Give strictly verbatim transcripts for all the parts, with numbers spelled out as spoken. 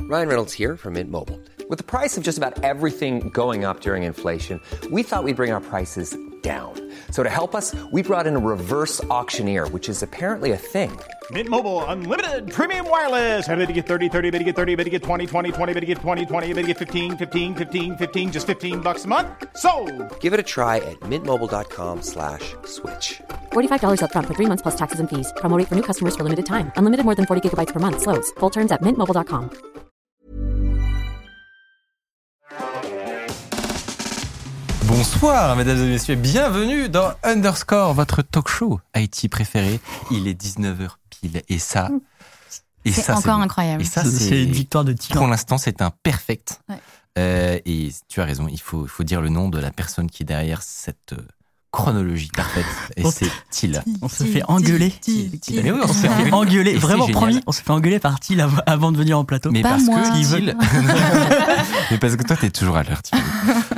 Ryan Reynolds here from Mint Mobile. With the price of just about everything going up during inflation, we thought we'd bring our prices down. So to help us, we brought in a reverse auctioneer, which is apparently a thing. Mint Mobile Unlimited Premium Wireless. How to get thirty, thirty, how to get thirty, how to get twenty, twenty, twenty, how to get twenty, twenty, how to get fifteen, fifteen, fifteen, fifteen, just fifteen bucks a month? Sold! Give it a try at mintmobile.com slash switch. forty-five dollars up front for three months plus taxes and fees. Promo rate for new customers for limited time. Unlimited more than forty gigabytes per month. Slows full terms at mint mobile dot com. Bonsoir mesdames et messieurs, bienvenue dans Underscore, votre talk show I T préféré. Il est dix-neuf heures pile et ça, et c'est ça encore c'est, incroyable. Et ça c'est, c'est, c'est une victoire de Tilan. Pour l'instant, c'est un perfect. Ouais. Euh, et tu as raison, il faut, il faut dire le nom de la personne qui est derrière cette chronologie parfaite. Et On c'est Thiel. On se fait engueuler. Thiel, Thiel. Mais oui, on On se se fait engueuler. Et c'est Vraiment génial. promis, on se fait engueuler par Thiel av- avant de venir en plateau. Mais Pas parce moi. que Thiel... mais parce que toi, t'es toujours à l'heure, Thiel.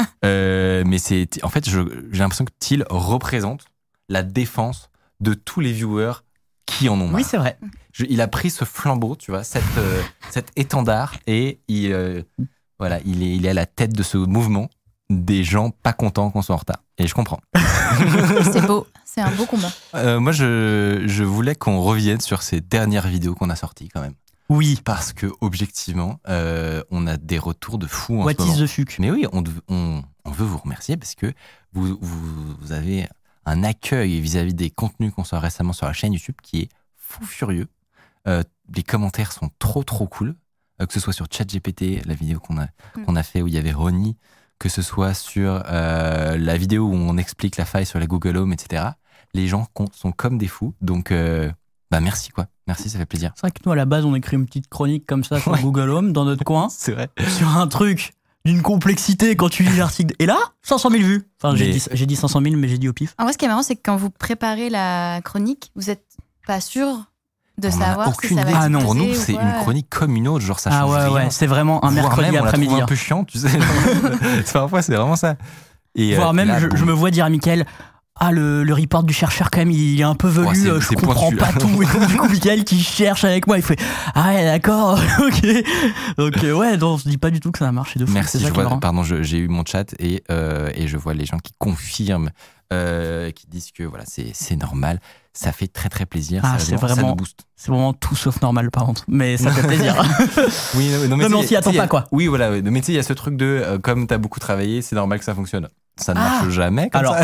Euh, mais c'est, en fait, je, j'ai l'impression que Thiel représente la défense de tous les viewers qui en ont marre. Oui, c'est vrai. Je- il a pris ce flambeau, tu vois, cette, euh, cet étendard, et il, euh, voilà, il est, il est à la tête de ce mouvement des gens pas contents qu'on soit en retard. Et je comprends. C'est beau, c'est un beau combat. Euh, moi, je, je voulais qu'on revienne sur ces dernières vidéos qu'on a sorties quand même. Oui. Parce que, objectivement, euh, on a des retours de fous en What ce moment. is the fuck? Mais oui, on, on, on veut vous remercier parce que vous, vous, vous avez un accueil vis-à-vis des contenus qu'on sort récemment sur la chaîne YouTube qui est fou furieux. Euh, les commentaires sont trop trop cool, euh, que ce soit sur ChatGPT, la vidéo qu'on a, Mm. qu'on a fait où il y avait Ronnie, que ce soit sur euh, la vidéo où on explique la faille sur la Google Home, et cetera. Les gens con- sont comme des fous, donc euh, bah merci quoi, merci, ça fait plaisir. C'est vrai que nous, à la base, on écrit une petite chronique comme ça sur Ouais. Google Home, dans notre coin, C'est vrai. sur un truc d'une complexité quand tu lis l'article. Et là, cinq cent mille vues. Enfin, j'ai, Mais- dit, j'ai dit cinq cent mille, mais j'ai dit au pif. En vrai, ce qui est marrant, c'est que quand vous préparez la chronique, vous n'êtes pas sûr de On en a savoir si aucune ça va idée. être Ah non, Pour nous, diffusé ou c'est quoi. une chronique comme une autre, genre ça Ah change ouais, rien. ouais, c'est vraiment un Voire mercredi même, on la après-midi. trouve un peu chiant, tu sais. C'est parfois, c'est vraiment ça. Et, Voire euh, même, là, je, bon, je me vois dire à Mickaël, ah, le, le report du chercheur, quand même, il est un peu velu, Ouais, c'est- euh, je c'est comprends pointu, pas là. tout. Et donc, du coup, Mickaël qui cherche avec moi, il fait, ah ouais, d'accord, ok. Donc, euh, ouais, non, on se dit pas du tout que ça a marché de fou. Merci, c'est ça je qui est vois, marrant. pardon, je- j'ai eu mon chat et, euh, et je vois les gens qui confirment, euh, qui disent que voilà, c'est, c'est normal. Ça fait très très plaisir. Ah, ça, c'est ça vraiment- nous booste. C'est vraiment tout sauf normal, par contre. Mais ça fait plaisir. Oui, non, Non, mais on tu sais, s'y attend tu sais, pas, quoi. Oui, voilà. ouais. Mais tu sais, il y a ce truc de euh, comme t'as beaucoup travaillé, c'est normal que ça fonctionne. Ça ne Ah. marche jamais comme Alors, ça.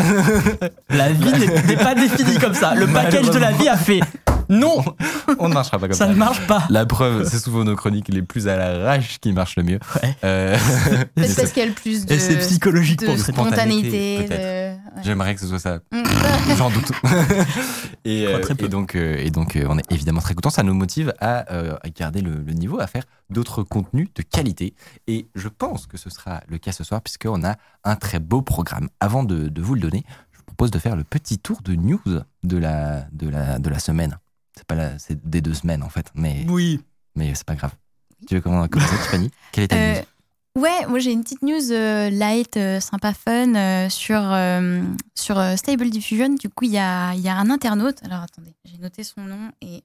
La vie n'est, n'est pas définie comme ça. Le package de la vie a fait, non, On ne marchera pas comme ça. ça ne marche pas. La preuve, c'est souvent nos chroniques les plus à l'arrache qui marchent le mieux. Ouais. Euh, Peut-être parce qu'il y a le plus de, Et c'est psychologique de pour nous. spontanéité. Peut-être. de... ouais. J'aimerais que ce soit ça. Mm. J'en doute. et, Je crois euh, très peu. et donc, euh, et donc euh, on est évidemment très contents. Ça nous motive à, euh, à garder le, le niveau, à faire d'autres contenus de qualité. Et je pense que ce sera le cas ce soir, puisqu'on a un très beau programme. Avant de, de vous le donner, je vous propose de faire le petit tour de news de la, de la, de la semaine. C'est pas la, c'est des deux semaines en fait, mais, Oui. mais c'est pas grave. Tu veux comment- commencer, Tiffany? Quelle est ta Euh, news? Ouais, moi j'ai une petite news euh, light, euh, sympa, fun euh, sur, euh, sur euh, Stable Diffusion. Du coup, il y a, il y a un internaute. Alors attendez, j'ai noté son nom et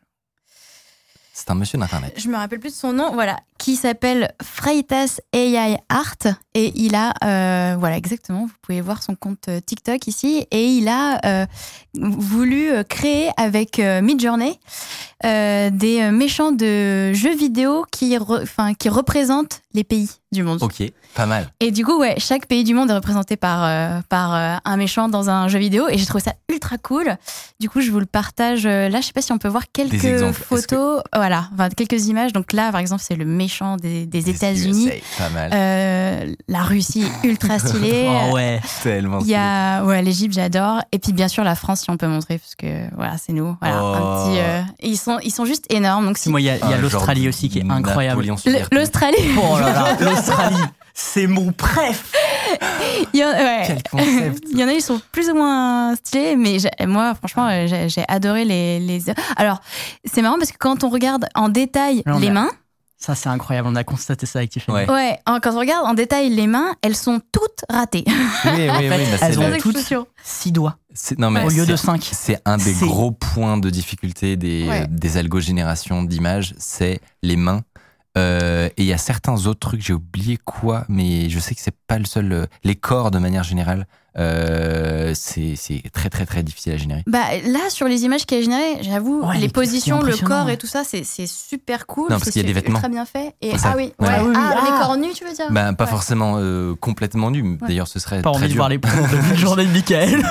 C'est un monsieur d'internet. je me rappelle plus de son nom. Voilà, qui s'appelle Freitas A I Art et il a, euh, voilà exactement. Vous pouvez voir son compte euh, TikTok ici et il a euh, voulu euh, créer avec euh, Midjourney euh, des euh, méchants de jeux vidéo qui, re- enfin, qui représentent les pays du monde. Ok, pas mal. Et du coup, ouais, chaque pays du monde est représenté par, euh, par euh, un méchant dans un jeu vidéo. Et j'ai trouvé ça ultra cool. Du coup, je vous le partage. euh, Là, je sais pas si on peut voir quelques exemples. Est-ce photos. Voilà, enfin, quelques images. Donc là, par exemple, c'est le méchant des, des États-Unis. U S A, pas mal. Euh, la Russie, ultra stylée. Oh ouais. Tellement Il y a ouais, l'Égypte, j'adore. Et puis, bien sûr, la France, si on peut montrer, parce que voilà, c'est nous. Voilà, Oh. un petit, euh, et ils, sont, ils sont juste énormes. Donc, si... Moi, il y a, il y a Un l'Australie genre aussi qui est de incroyable. Napoléon sur Le- Vertu. L'Australie, Oh là là, l'Australie, c'est mon préf. il y en, ouais. Quel concept. Il y en a, ils sont plus ou moins stylés, mais j'ai- moi, franchement, euh, j'ai, j'ai adoré les, les. Alors, c'est marrant parce que quand on regarde en détail Là, on les a- mains, Ça, c'est incroyable. On a constaté ça avec Tiffany. Ouais. ouais, en- quand on regarde en détail les mains, elles sont toutes ratées. Oui, oui, oui. bah, c'est elles le- ont Sans toutes expression. six doigts c'est- non, mais au lieu c'est- de cinq. C'est un des C'est- gros points de difficulté des, Ouais. euh, des algo-générations d'images, c'est les mains Euh, et il y a certains autres trucs, j'ai oublié quoi, mais je sais que c'est pas le seul. euh, Les corps, de manière générale, euh, c'est, c'est très très très difficile à générer. Bah là, sur les images qu'il a générées, j'avoue, Ouais, les c'est positions, le impressionnant, corps ouais. et tout ça, c'est, c'est super cool. Non, parce c'est qu'il y a des su- vêtements. Ultra bien fait. Et, C'est ça. ah oui, Ouais. ouais. Ah oui, oui, Ah, ah. les corps nus, tu veux dire Bah, pas Ouais. forcément euh, complètement nu. D'ailleurs, ce serait Pas très envie de dur. voir les pompes de journée de Michael.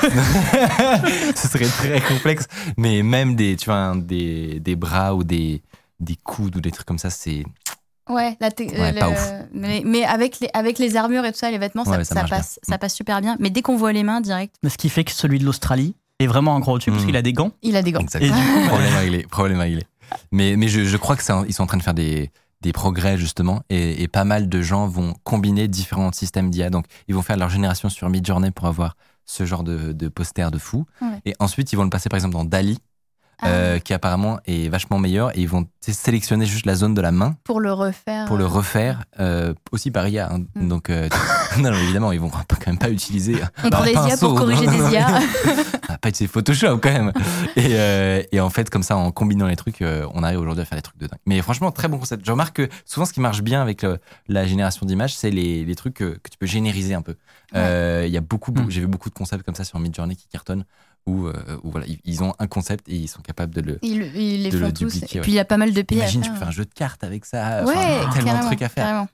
Ce serait très complexe. Mais même des, tu vois, un- des, des bras ou des, des coudes ou des trucs comme ça, c'est. Ouais, la te- Ouais, le- pas ouf. Mais, mais avec, les, avec les armures et tout ça, les vêtements, ça, Ouais, ça ça marche passe, bien. ça passe super bien. Mais dès qu'on voit les mains, direct, Ce qui fait que celui de l'Australie est vraiment un gros au-dessus parce Mm. qu'il a des gants. il a des gants. Exactement. Et du coup, problème réglé. Problème réglé. Mais, mais je, je crois que ça, ils sont en train de faire des, des progrès, justement. Et, et pas mal de gens vont combiner différents systèmes d'I A. Donc, ils vont faire leur génération sur Midjourney pour avoir ce genre de, de poster de fou. Ouais. Et ensuite, ils vont le passer, par exemple, dans Dali. Euh, qui apparemment est vachement meilleur, et ils vont tu sais, sélectionner juste la zone de la main Pour le refaire. pour le euh, refaire euh, aussi par I A hein. Mm. Donc euh, tu- non, non évidemment ils vont quand même pas utiliser On prend un des I A pinceau. pour corriger Non, non, des I A. non. Ah, pas utiliser Photoshop quand même. et, euh, et en fait comme ça en combinant les trucs euh, on arrive aujourd'hui à faire des trucs de dingue. Mais franchement très bon concept. Je remarque que souvent ce qui marche bien avec le- la génération d'images c'est les, les trucs que, que tu peux génériser un peu. Euh, Il y a beaucoup, beaucoup Mm. j'ai vu beaucoup de concepts comme ça sur Midjourney qui cartonnent où, euh, où voilà ils, ils ont un concept et ils sont capables de le Ils, ils les de le font tous. dupliquer, Et ouais. puis il y a pas mal de pays à Imagine, tu faire. peux faire un jeu de cartes avec ça. Ouais, Enfin, tellement carrément, de trucs à faire. carrément.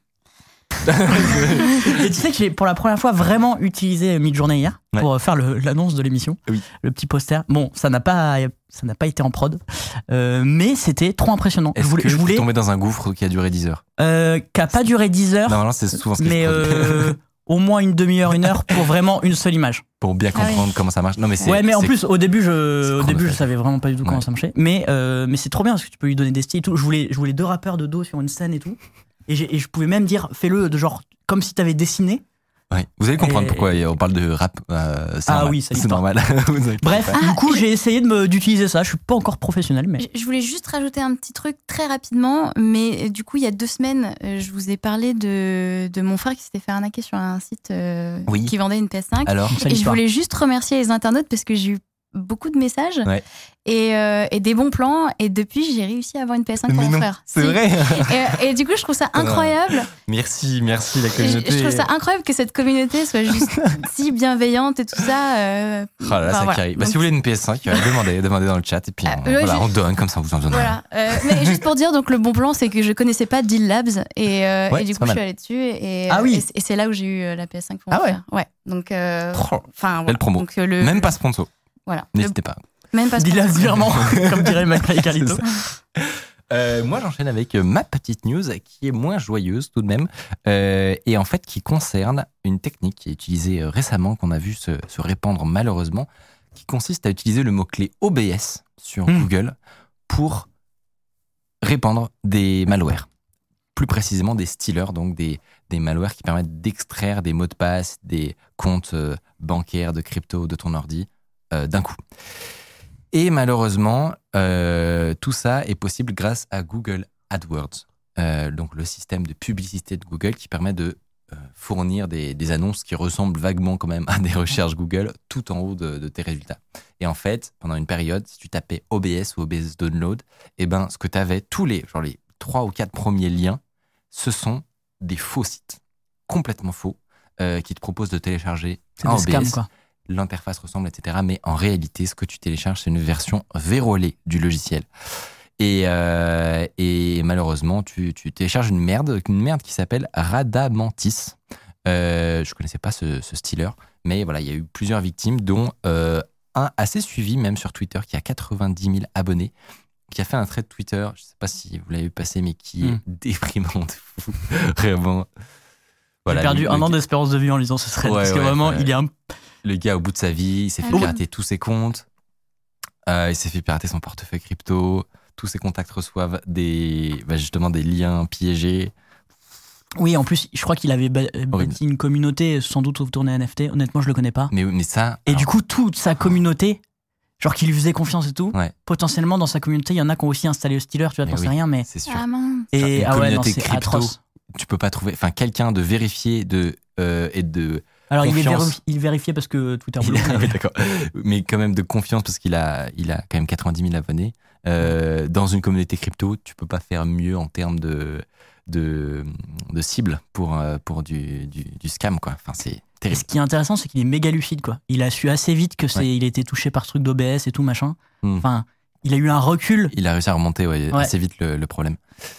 Et tu sais que j'ai pour la première fois vraiment utilisé Midjourney hier Ouais. pour faire le- l'annonce de l'émission, Oui. le petit poster. Bon, ça n'a pas, ça n'a pas été en prod, euh, mais c'était trop impressionnant. Est-ce je voulais, que je tu es voulais tombé dans un gouffre qui a duré dix heures euh, qui a pas duré dix heures, Normalement, c'est souvent ce qui mais se produit. euh, au moins une demi-heure, une heure pour vraiment une seule image. Pour bien Ah oui. comprendre comment ça marche. Non, mais c'est. Ouais, mais en c'est- plus, au début, c'est je, au début, je chronophage. savais vraiment pas du tout comment Ouais. ça marchait. Mais, euh, mais c'est trop bien parce que tu peux lui donner des styles et tout. Je voulais, je voulais deux rappeurs de dos sur une scène et tout. Et, j'ai- et je pouvais même dire, fais-le de genre comme si t'avais dessiné. Ouais. Vous allez comprendre Et- pourquoi on parle de rap. euh, c'est Ah normal. oui, c'est c'est l'histoire. normal. Vous inquiétez Bref, pas. du coup, j'ai- j'ai essayé de me, d'utiliser ça. Je suis pas encore professionnel, mais. Je- Je voulais juste rajouter un petit truc très rapidement, mais euh, du coup, il y a deux semaines, euh, je vous ai parlé de, de mon frère qui s'était fait arnaquer sur un site euh, Oui. qui vendait une P S cinq. Alors, C'est Et je l'histoire. voulais juste remercier les internautes parce que j'ai eu beaucoup de messages Ouais. et, euh, et des bons plans. Et depuis, j'ai réussi à avoir une P S cinq pour mais mon non, frère. c'est Si. vrai. Et, et du coup, je trouve ça incroyable. Merci, merci la Je, communauté. je trouve ça incroyable que cette communauté soit juste si bienveillante et tout ça. euh, Oh là là, enfin, ça voilà. carry. Bah, Donc, si vous voulez une P S cinq, euh, demandez, demandez dans le chat et puis Ah, on, ouais, voilà, je- on donne comme ça, on vous en donne. Voilà. Euh, mais juste pour dire, donc le bon plan, c'est que je connaissais pas Deal Labs et, euh, Ouais, et du c'est coup, pas je suis mal. allée dessus et, Ah oui. et c'est- et c'est là où j'ai eu euh, la P S cinq pour Ah mon ouais. frère. Ouais. Donc, euh, Oh, enfin, voilà. belle promo. Donc, euh, le, Même pas sponsor. Voilà. Le- N'hésitez pas. même pas. Dis-la virement, comme dirait Michael Carlito. C'est ça. Euh, moi, j'enchaîne avec euh, ma petite news qui est moins joyeuse tout de même, euh, et en fait qui concerne une technique qui est utilisée euh, récemment, qu'on a vu se, se répandre malheureusement, qui consiste à utiliser le mot-clé O B S sur Mmh. Google pour répandre des malwares. Plus précisément des stealers, donc des, des malwares qui permettent d'extraire des mots de passe, des comptes euh, bancaires, de crypto de ton ordi euh, d'un coup. Et malheureusement, euh, tout ça est possible grâce à Google AdWords, euh, donc le système de publicité de Google qui permet de euh, fournir des, des annonces qui ressemblent vaguement quand même à des recherches Google tout en haut de, de tes résultats. Et en fait, pendant une période, si tu tapais O B S ou O B S Download, eh ben, ce que tu avais, tous les, genre les trois ou quatre premiers liens, ce sont des faux sites, complètement faux, euh, qui te proposent de télécharger C'est un des scams, O B S. quoi. L'interface ressemble, et cetera. Mais en réalité, ce que tu télécharges, c'est une version vérolée du logiciel. Et, euh, et malheureusement, tu, tu télécharges une merde, une merde qui s'appelle Radamantis. Euh, je connaissais pas ce, ce stealer, mais voilà, il y a eu plusieurs victimes, dont euh, un assez suivi, même sur Twitter, qui a quatre-vingt-dix mille abonnés, qui a fait un thread Twitter, je sais pas si vous l'avez passé, mais qui est Mm. déprimant de fou. Vraiment. Voilà, J'ai perdu le- un le- an d'espérance de vie en lisant ce thread. Ouais, parce que ouais, vraiment, ouais. il est un. Le gars, au bout de sa vie, il s'est fait Ah. pirater tous ses comptes. Euh, il s'est fait pirater son portefeuille crypto. Tous ses contacts reçoivent des, bah, justement des liens piégés. Oui, en plus, je crois qu'il avait ba- bâti une communauté, sans doute autour des N F T. Honnêtement, je le connais pas. Mais, mais ça. Et alors, du coup, toute sa communauté, genre qui lui faisait confiance et tout, Ouais. potentiellement dans sa communauté, il y en a qui ont aussi installé le stealer, tu vois, Mais t'en sais oui. rien, mais. c'est sûr. Ah mince. Et Une ah ouais, non, communauté c'est crypto. atroce. Tu peux pas trouver. Enfin, quelqu'un de vérifié de, euh, et de. Alors, il, est Confiance. vérifié, il vérifiait parce que Twitter Il bloque. a- oui, d'accord. Mais quand même de confiance parce qu'il a, il a quand même quatre-vingt-dix mille abonnés. Euh, dans une communauté crypto, tu peux pas faire mieux en termes de, de, de cible pour, euh, pour du, du, du scam, quoi. Enfin, c'est Et terrible. ce qui est intéressant, c'est qu'il est méga lucide, quoi. Il a su assez vite que c'est, Ouais. il était touché par ce truc d'O B S et tout machin. Hmm. Enfin, il a eu un recul. Il a réussi à remonter ouais, Ouais. assez vite le, le problème.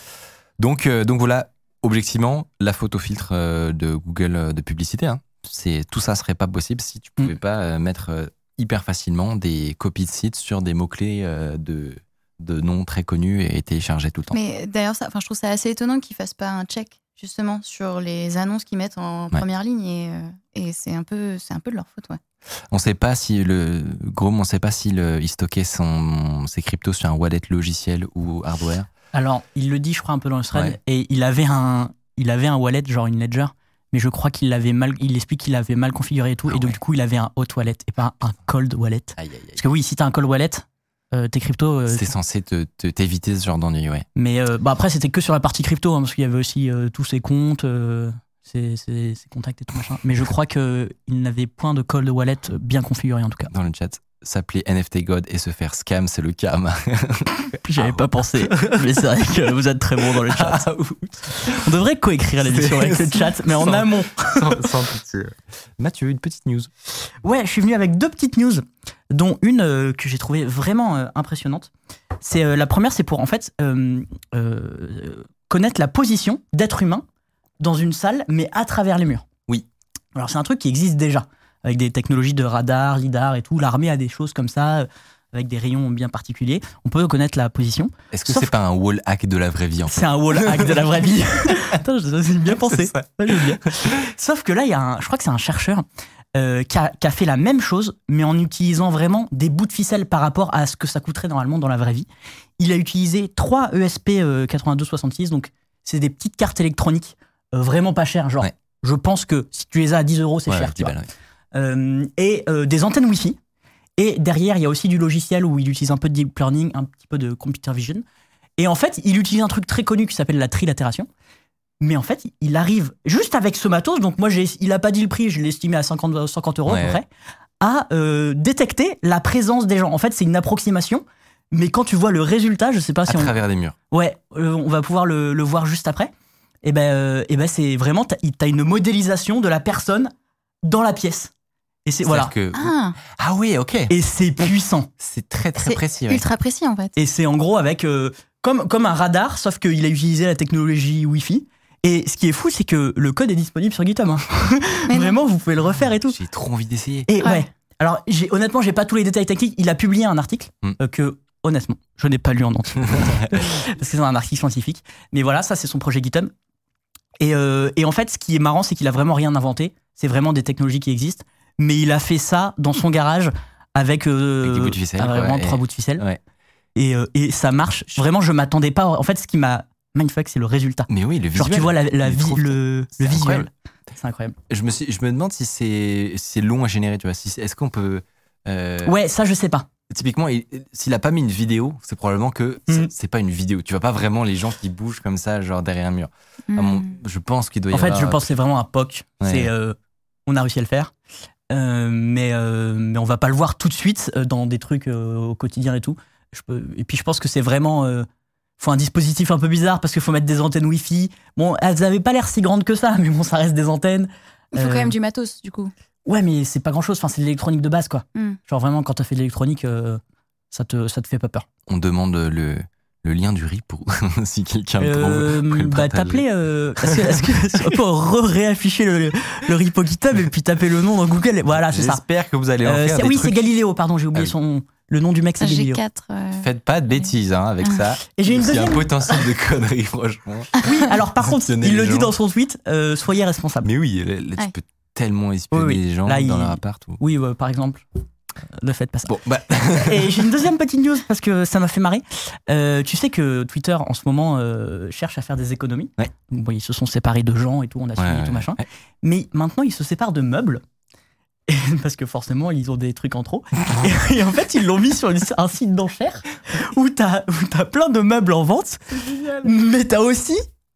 Donc, euh, donc voilà, objectivement, la photo filtre euh, de Google euh, de publicité, hein, c'est, tout ça serait pas possible si tu pouvais Mm. pas euh, mettre euh, hyper facilement des copies de sites sur des mots-clés euh, de, de noms très connus et télécharger tout le temps. Mais d'ailleurs, ça, enfin, je trouve ça assez étonnant qu'ils fassent pas un check justement sur les annonces qu'ils mettent en Ouais. première ligne et, euh, et c'est un peu, c'est un peu de leur faute, ouais. On sait pas si le Grom, on sait pas si le, il stockait son, ses cryptos sur un wallet logiciel ou hardware. Alors, il le dit, je crois, un peu dans le thread, Ouais. et il avait un, il avait un wallet, genre une ledger, mais je crois qu'il l'avait mal, il explique qu'il l'avait mal configuré et tout, Ah et donc ouais. du coup, il avait un hot wallet et pas un cold wallet. Aïe, aïe, aïe. Parce que oui, si t'as un cold wallet, euh, tes cryptos. euh, C'est censé te, te- t'éviter ce genre d'ennui, ouais. Mais euh, bah après, c'était que sur la partie crypto, hein, parce qu'il y avait aussi euh, tous ses comptes, euh, ses, ses- ses contacts et tout machin. Mais je crois qu'il n'avait point de cold wallet bien configuré en tout cas. Dans le chat, s'appeler N F T God et se faire scam, c'est le karma. J'avais pas pensé, mais c'est vrai que vous êtes très bon dans le chat. Ah, On devrait coécrire l'émission avec le chat, mais en Sans- amont. sans, sans pitié. Mathieu, une petite news. Ouais, je suis venu avec deux petites news, dont une euh, que j'ai trouvée vraiment euh, impressionnante. C'est euh, la première, c'est pour en fait euh, euh, connaître la position d'être humain dans une salle, mais à travers les murs. Oui. Alors c'est un truc qui existe déjà, avec des technologies de radar, lidar et tout. L'armée a des choses comme ça, euh, avec des rayons bien particuliers. On peut connaître la position. Est-ce que Sauf- c'est pas un wall hack de la vraie vie, en fait? C'est un wall hack de la vraie vie. Attends, j'ai bien pensé. C'est ça. Ça, j'aime bien. Sauf que là, il y a un, je crois que c'est un chercheur euh, qui, a, qui a fait la même chose, mais en utilisant vraiment des bouts de ficelle par rapport à ce que ça coûterait normalement dans la vraie vie. Il a utilisé trois E S P euh, quatre-vingt-douze soixante-six, donc c'est des petites cartes électroniques euh, vraiment pas chères. Genre, Ouais. je pense que si tu les as à dix euros, c'est Ouais, cher. dix Tu vois. balles, ouais. Euh, et euh, des antennes Wi-Fi. Et derrière, il y a aussi du logiciel où il utilise un peu de deep learning, un petit peu de computer vision. Et en fait, il utilise un truc très connu qui s'appelle la trilatération. Mais en fait, il arrive juste avec ce matos, donc moi, j'ai, il a pas dit le prix, je l'ai estimé à cinquante, cinquante euros à Ouais, peu près, à euh, détecter la présence des gens. En fait, c'est une approximation, mais quand tu vois le résultat, je sais pas À si on... travers les murs. Ouais, euh, on va pouvoir le, le voir juste après. Et ben, euh, et ben c'est vraiment, t'as, t'as une modélisation de la personne dans la pièce. Et c'est, voilà. C'est-à-dire que... Ah, Ah oui, ok. Et c'est puissant. C'est très très c'est précis. ouais. ultra précis en fait. Et c'est en gros avec euh, comme, comme un radar, sauf qu'il a utilisé la technologie Wi-Fi. Et ce qui est fou, c'est que le code est disponible sur GitHub. hein. Mais non. Vraiment, vous pouvez le refaire et tout. J'ai trop envie d'essayer. Et ouais. Ouais. Alors, j'ai, honnêtement, j'ai pas tous les détails techniques. Il a publié un article Mm. euh, que, honnêtement, je n'ai pas lu en entier. Parce que c'est un article scientifique. Mais voilà, ça, c'est son projet GitHub. Et, euh, et en fait, ce qui est marrant, c'est qu'il a vraiment rien inventé. C'est vraiment des technologies qui existent. Mais il a fait ça dans son garage avec, euh, Avec des bouts de ficelle, avec quoi, vraiment et- trois bouts de ficelle. Ouais. Et, euh, et ça marche. Vraiment, je m'attendais pas. En fait, ce qui m'a mindfuck, c'est le résultat. Mais oui, le visuel. Genre, tu vois la, la il est vi- trop- le, c'est le visuel. incroyable. C'est incroyable. Je me, suis, je me demande si c'est, c'est long à générer, tu vois. Si, c'est- est-ce qu'on peut... euh, Ouais, ça, je sais pas. Typiquement, il- s'il a pas mis une vidéo, c'est probablement que Mhm. c'est, c'est pas une vidéo. Tu vois pas vraiment les gens qui bougent comme ça, genre derrière un mur. À mon- Hmm. je pense qu'il doit y En fait, avoir... je pense que c'est vraiment un P O C. Ouais. C'est, euh, on a réussi à le faire. Euh, mais, euh, mais on va pas le voir tout de suite euh, dans des trucs euh, au quotidien et tout. Je peux, et puis je pense que c'est vraiment. Euh, faut un dispositif un peu bizarre parce qu'il faut mettre des antennes Wi-Fi. Bon, elles avaient pas l'air si grandes que ça, mais bon, ça reste des antennes. Il faut Euh, quand même du matos du coup. Ouais, mais c'est pas grand chose. Enfin, c'est de l'électronique de base, quoi. Hmm. Genre vraiment, quand t'as fait de l'électronique, euh, ça, te, ça te fait pas peur. On demande le, le lien du riz pour si quelqu'un le trouve. Euh, après le bah, partager. t'appelais. Euh, est-ce que, est-ce que est-ce qu'on peut re-réafficher le, le repo GitHub et puis taper le nom dans Google et voilà, c'est ça. J'espère que vous allez en Euh, faire c'est- des oui, trucs. c'est Galiléo, pardon, j'ai oublié Ah oui. son. Le nom du mec, c'est G Galiléo. quatre. euh, Faites pas de bêtises hein, avec ça. Et j'ai une Il y a un deuxième. potentiel de conneries, franchement. Oui, alors par contre, Espionner il les le dit gens. dans son tweet, euh, soyez responsable. Mais oui, là, là, tu Ouais. peux tellement espionner Oui, oui. les gens Là, dans il- leur appart. Ou... Oui, ouais, par exemple, euh, ne faites pas ça. Bon, bah, Et j'ai une deuxième petite news parce que ça m'a fait marrer. Euh, tu sais que Twitter en ce moment euh, cherche à faire des économies. Ouais. Donc, bon, ils se sont séparés de gens et tout, on a suivi Ouais, et tout ouais, machin. ouais. Mais maintenant, ils se séparent de meubles. Et- parce que forcément, ils ont des trucs en trop. et, et en fait, ils l'ont mis sur une- un site d'enchères où t'as, où t'as plein de meubles en vente. Mais t'as aussi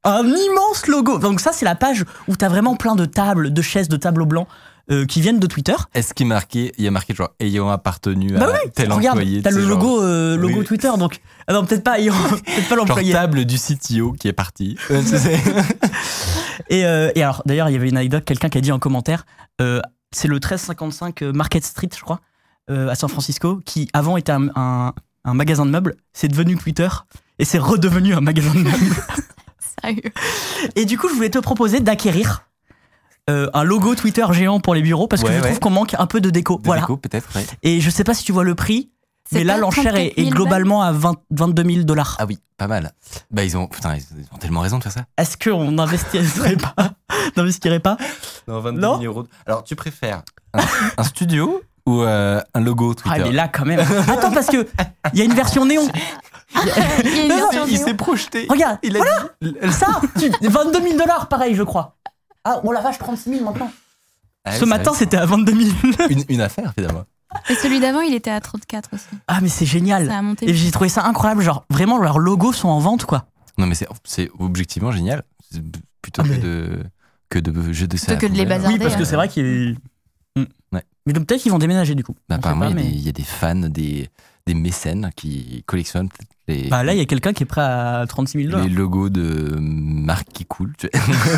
Un immense logo. Donc ça, c'est la page où t'as vraiment plein de tables, de chaises, de tableaux blancs euh, qui viennent de Twitter. Est-ce qu'il marqué, il y a marqué genre ayant appartenu Bah à oui, tel regarde, employé. t'as tu le sais, logo, genre, euh, logo oui. Twitter. Donc ah non, peut-être pas, ayant- peut-être pas genre l'employé. table du C T O qui est parti. Euh, tu sais. Et, euh, et alors, d'ailleurs, il y avait une anecdote, quelqu'un qui a dit en commentaire, euh, c'est le treize cinquante-cinq Market Street, je crois, euh, à San Francisco, qui avant était un, un, un magasin de meubles, c'est devenu Twitter, et c'est redevenu un magasin de meubles. Sérieux. Et du coup, je voulais te proposer d'acquérir euh, un logo Twitter géant pour les bureaux, parce que Ouais, je trouve ouais. qu'on manque un peu de déco. De voilà. déco, peut-être, ouais. Et je sais pas si tu vois le prix, C'est mais là, pas l'enchère est, trente-quatre est mille globalement à vingt, vingt-deux mille dollars. Ah oui, pas mal. Bah ils ont, putain, ils ont tellement raison de faire ça. Est-ce qu'on n'investirait pas N'investirait pas Non, vingt-deux Non. mille euros. Alors tu préfères un, un studio ou euh, un logo Twitter? Ah, mais là, quand même. Attends, parce que il y a une version néon. Il y a une Non, non, version Il néo. s'est projeté. Regarde, Il a dit- ça, tu- vingt-deux mille dollars, pareil, je crois. Ah, oh la vache, trente-six mille maintenant. Ah oui, Ce c'est matin, vrai. c'était à vingt-deux mille. une, une affaire finalement. Et celui d'avant, il était à trente-quatre aussi. Ah, mais c'est génial. Ça a monté. Et j'ai trouvé ça incroyable. Genre, vraiment, leurs logos sont en vente, quoi. Non mais c'est, c'est objectivement génial. C'est plutôt Ah, que mais- de que de jeter ça. Plutôt à que de les la poubelle. bazarder. Oui, parce que euh. c'est vrai qu'il y a. Mm. Ouais. Mais donc, peut-être qu'ils vont déménager, du coup. Bah, On sait apparemment, pas, il y, a mais- des- il y a des fans, des, des mécènes qui collectionnent les, Bah, là, il y a quelqu'un qui est prêt à trente-six mille dollars. les logos de marques qui coulent. tu sais.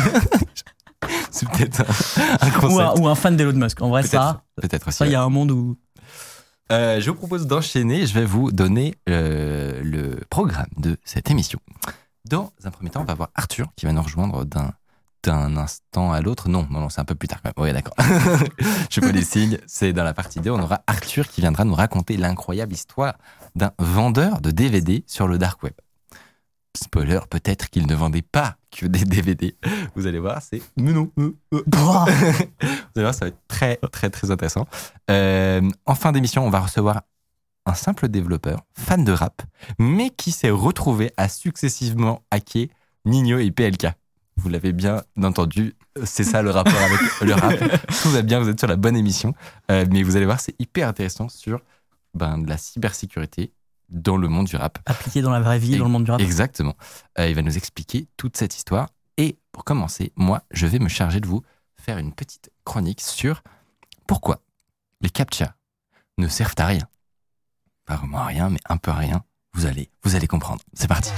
C'est peut-être un, un concept. Ou un, ou un fan d'Elon Musk. En vrai, peut-être, ça, peut-être aussi. ça, il y ouais. a un monde où. Euh, je vous propose d'enchaîner. Je vais vous donner euh, le programme de cette émission. Dans un premier temps, on va voir Arthur qui va nous rejoindre d'un d'un instant à l'autre. Non, non, non, c'est un peu plus tard quand même. Oui, d'accord. Je fais les signes. C'est dans la partie deux. On aura Arthur qui viendra nous raconter l'incroyable histoire d'un vendeur de D V D sur le dark web. Spoiler, peut-être qu'il ne vendait pas que des D V D. Vous allez voir, c'est... Mais non. euh, euh. Bah, Vous allez voir, ça va être très, très, très intéressant. Euh, en fin d'émission, on va recevoir un simple développeur, fan de rap, mais qui s'est retrouvé à successivement hacker Nino et P L K. Vous l'avez bien entendu, c'est ça le rapport avec le rap. Tout va bien, vous êtes sur la bonne émission. Euh, mais vous allez voir, c'est hyper intéressant sur ben, de la cybersécurité dans le monde du rap. appliqué dans la vraie vie, dans le monde du rap. Exactement. Euh, il va nous expliquer toute cette histoire. Et pour commencer, moi, je vais me charger de vous faire une petite chronique sur pourquoi les captcha ne servent à rien. Pas vraiment à rien, mais un peu à rien. Vous allez, vous allez comprendre. C'est parti.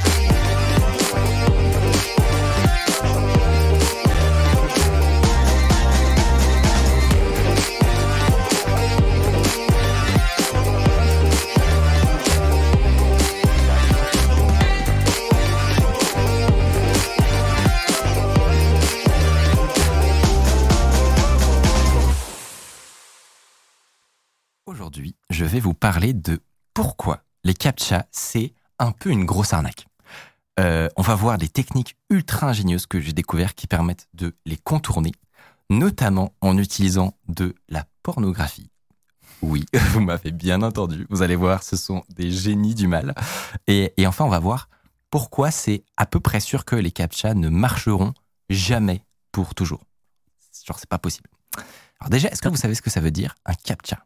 Aujourd'hui, je vais vous parler de pourquoi les captcha, c'est un peu une grosse arnaque. Euh, on va voir des techniques ultra ingénieuses que j'ai découvertes qui permettent de les contourner, notamment en utilisant de la pornographie. Oui, vous m'avez bien entendu. Vous allez voir, ce sont des génies du mal. Et, et enfin, on va voir pourquoi c'est à peu près sûr que les captcha ne marcheront jamais pour toujours. Genre, c'est pas possible. Alors déjà, est-ce que vous savez ce que ça veut dire, un captcha?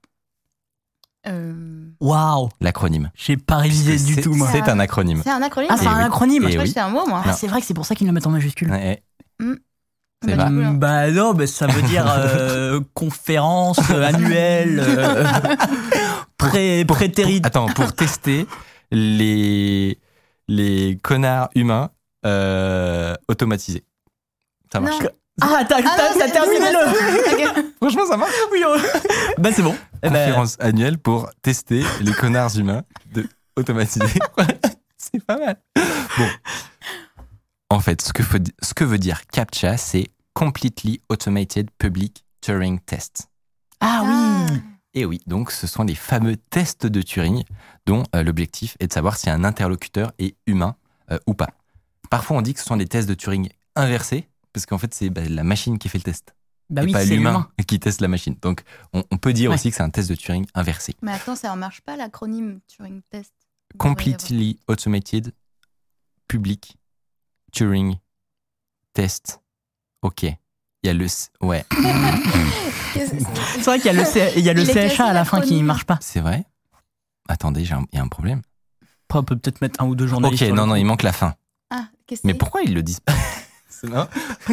Euh, Waouh, L'acronyme. j'ai pas révisé Puisque du c'est- tout, moi. C'est un acronyme. C'est un acronyme. Ah, c'est Eh un oui. acronyme. Eh Je crois oui. que c'était un mot, moi. Ah, c'est vrai que c'est pour ça qu'ils le mettent en majuscule. Ouais, C'est Bah, vrai. du coup, non. Hum, Bah non, bah, ça veut dire euh, conférence euh, annuelle, euh, pré, Pour- prétérit. pour- attends, pour tester les, les connards humains euh, automatisés. Ça marche. Non. Ah, t'as, Ah t'as, non, t'as c'est- terminé oui, le. Ok. Franchement, ça marche. Oui, oh. Bah c'est bon. Eh ben, Conférence annuelle pour tester les connards humains de automatisés. C'est pas mal. Bon. En fait, ce que, faut- ce que veut dire CAPTCHA, c'est Completely Automated Public Turing Test. ah oui. Et oui, donc ce sont les fameux tests de Turing dont euh, l'objectif est de savoir si un interlocuteur est humain euh, ou pas. Parfois, on dit que ce sont des tests de Turing inversés, parce qu'en fait, c'est bah, la machine qui fait le test, Bah et oui, pas c'est l'humain l'humain. qui teste la machine. Donc, on, on peut dire Ouais. aussi que c'est un test de Turing inversé. Mais attends, ça ne marche pas l'acronyme Turing Test. Completely Automated Public Turing Test. Ok. Il y a le... c- Ouais, C'est vrai qu'il y a le, C- il y a le Il est C H A cassé, à la fin qui l'acronyme. marche pas. c'est vrai. Attendez, j'ai un- il y a un problème. Après, on peut peut-être mettre un ou deux journalistes. Ok, sur non, le non, coup. il manque la fin. Ah, Qu'est-ce que Mais c'est pourquoi ils le disent pas? C'est non.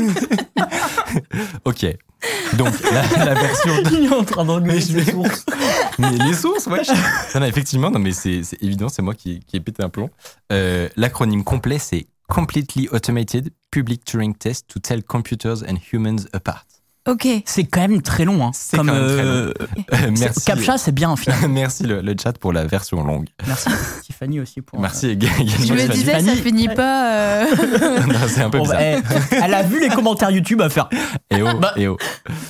Ok. Donc, la, la version. Il est en train d'engueuler Mais je ses vais- sources. Mais les sources, ouais. Non, non, effectivement, non, mais c'est, c'est évident, c'est moi qui, qui ai pété un plomb. Euh, l'acronyme complet, c'est Completely Automated Public Turing Test to Tell Computers and Humans Apart. Ok. C'est quand même très long. Hein. C'est Comme, quand même très euh, long. Euh, c'est- merci. Captcha, c'est bien, finalement. Merci le, le chat pour la version longue. Merci Tiffany aussi pour. Merci également. Je me disais, ça Fanny. finit pas. euh, Non, c'est un peu Bon, bizarre. bah, eh, elle a vu les commentaires YouTube à faire. Et oh, Bah. et oh.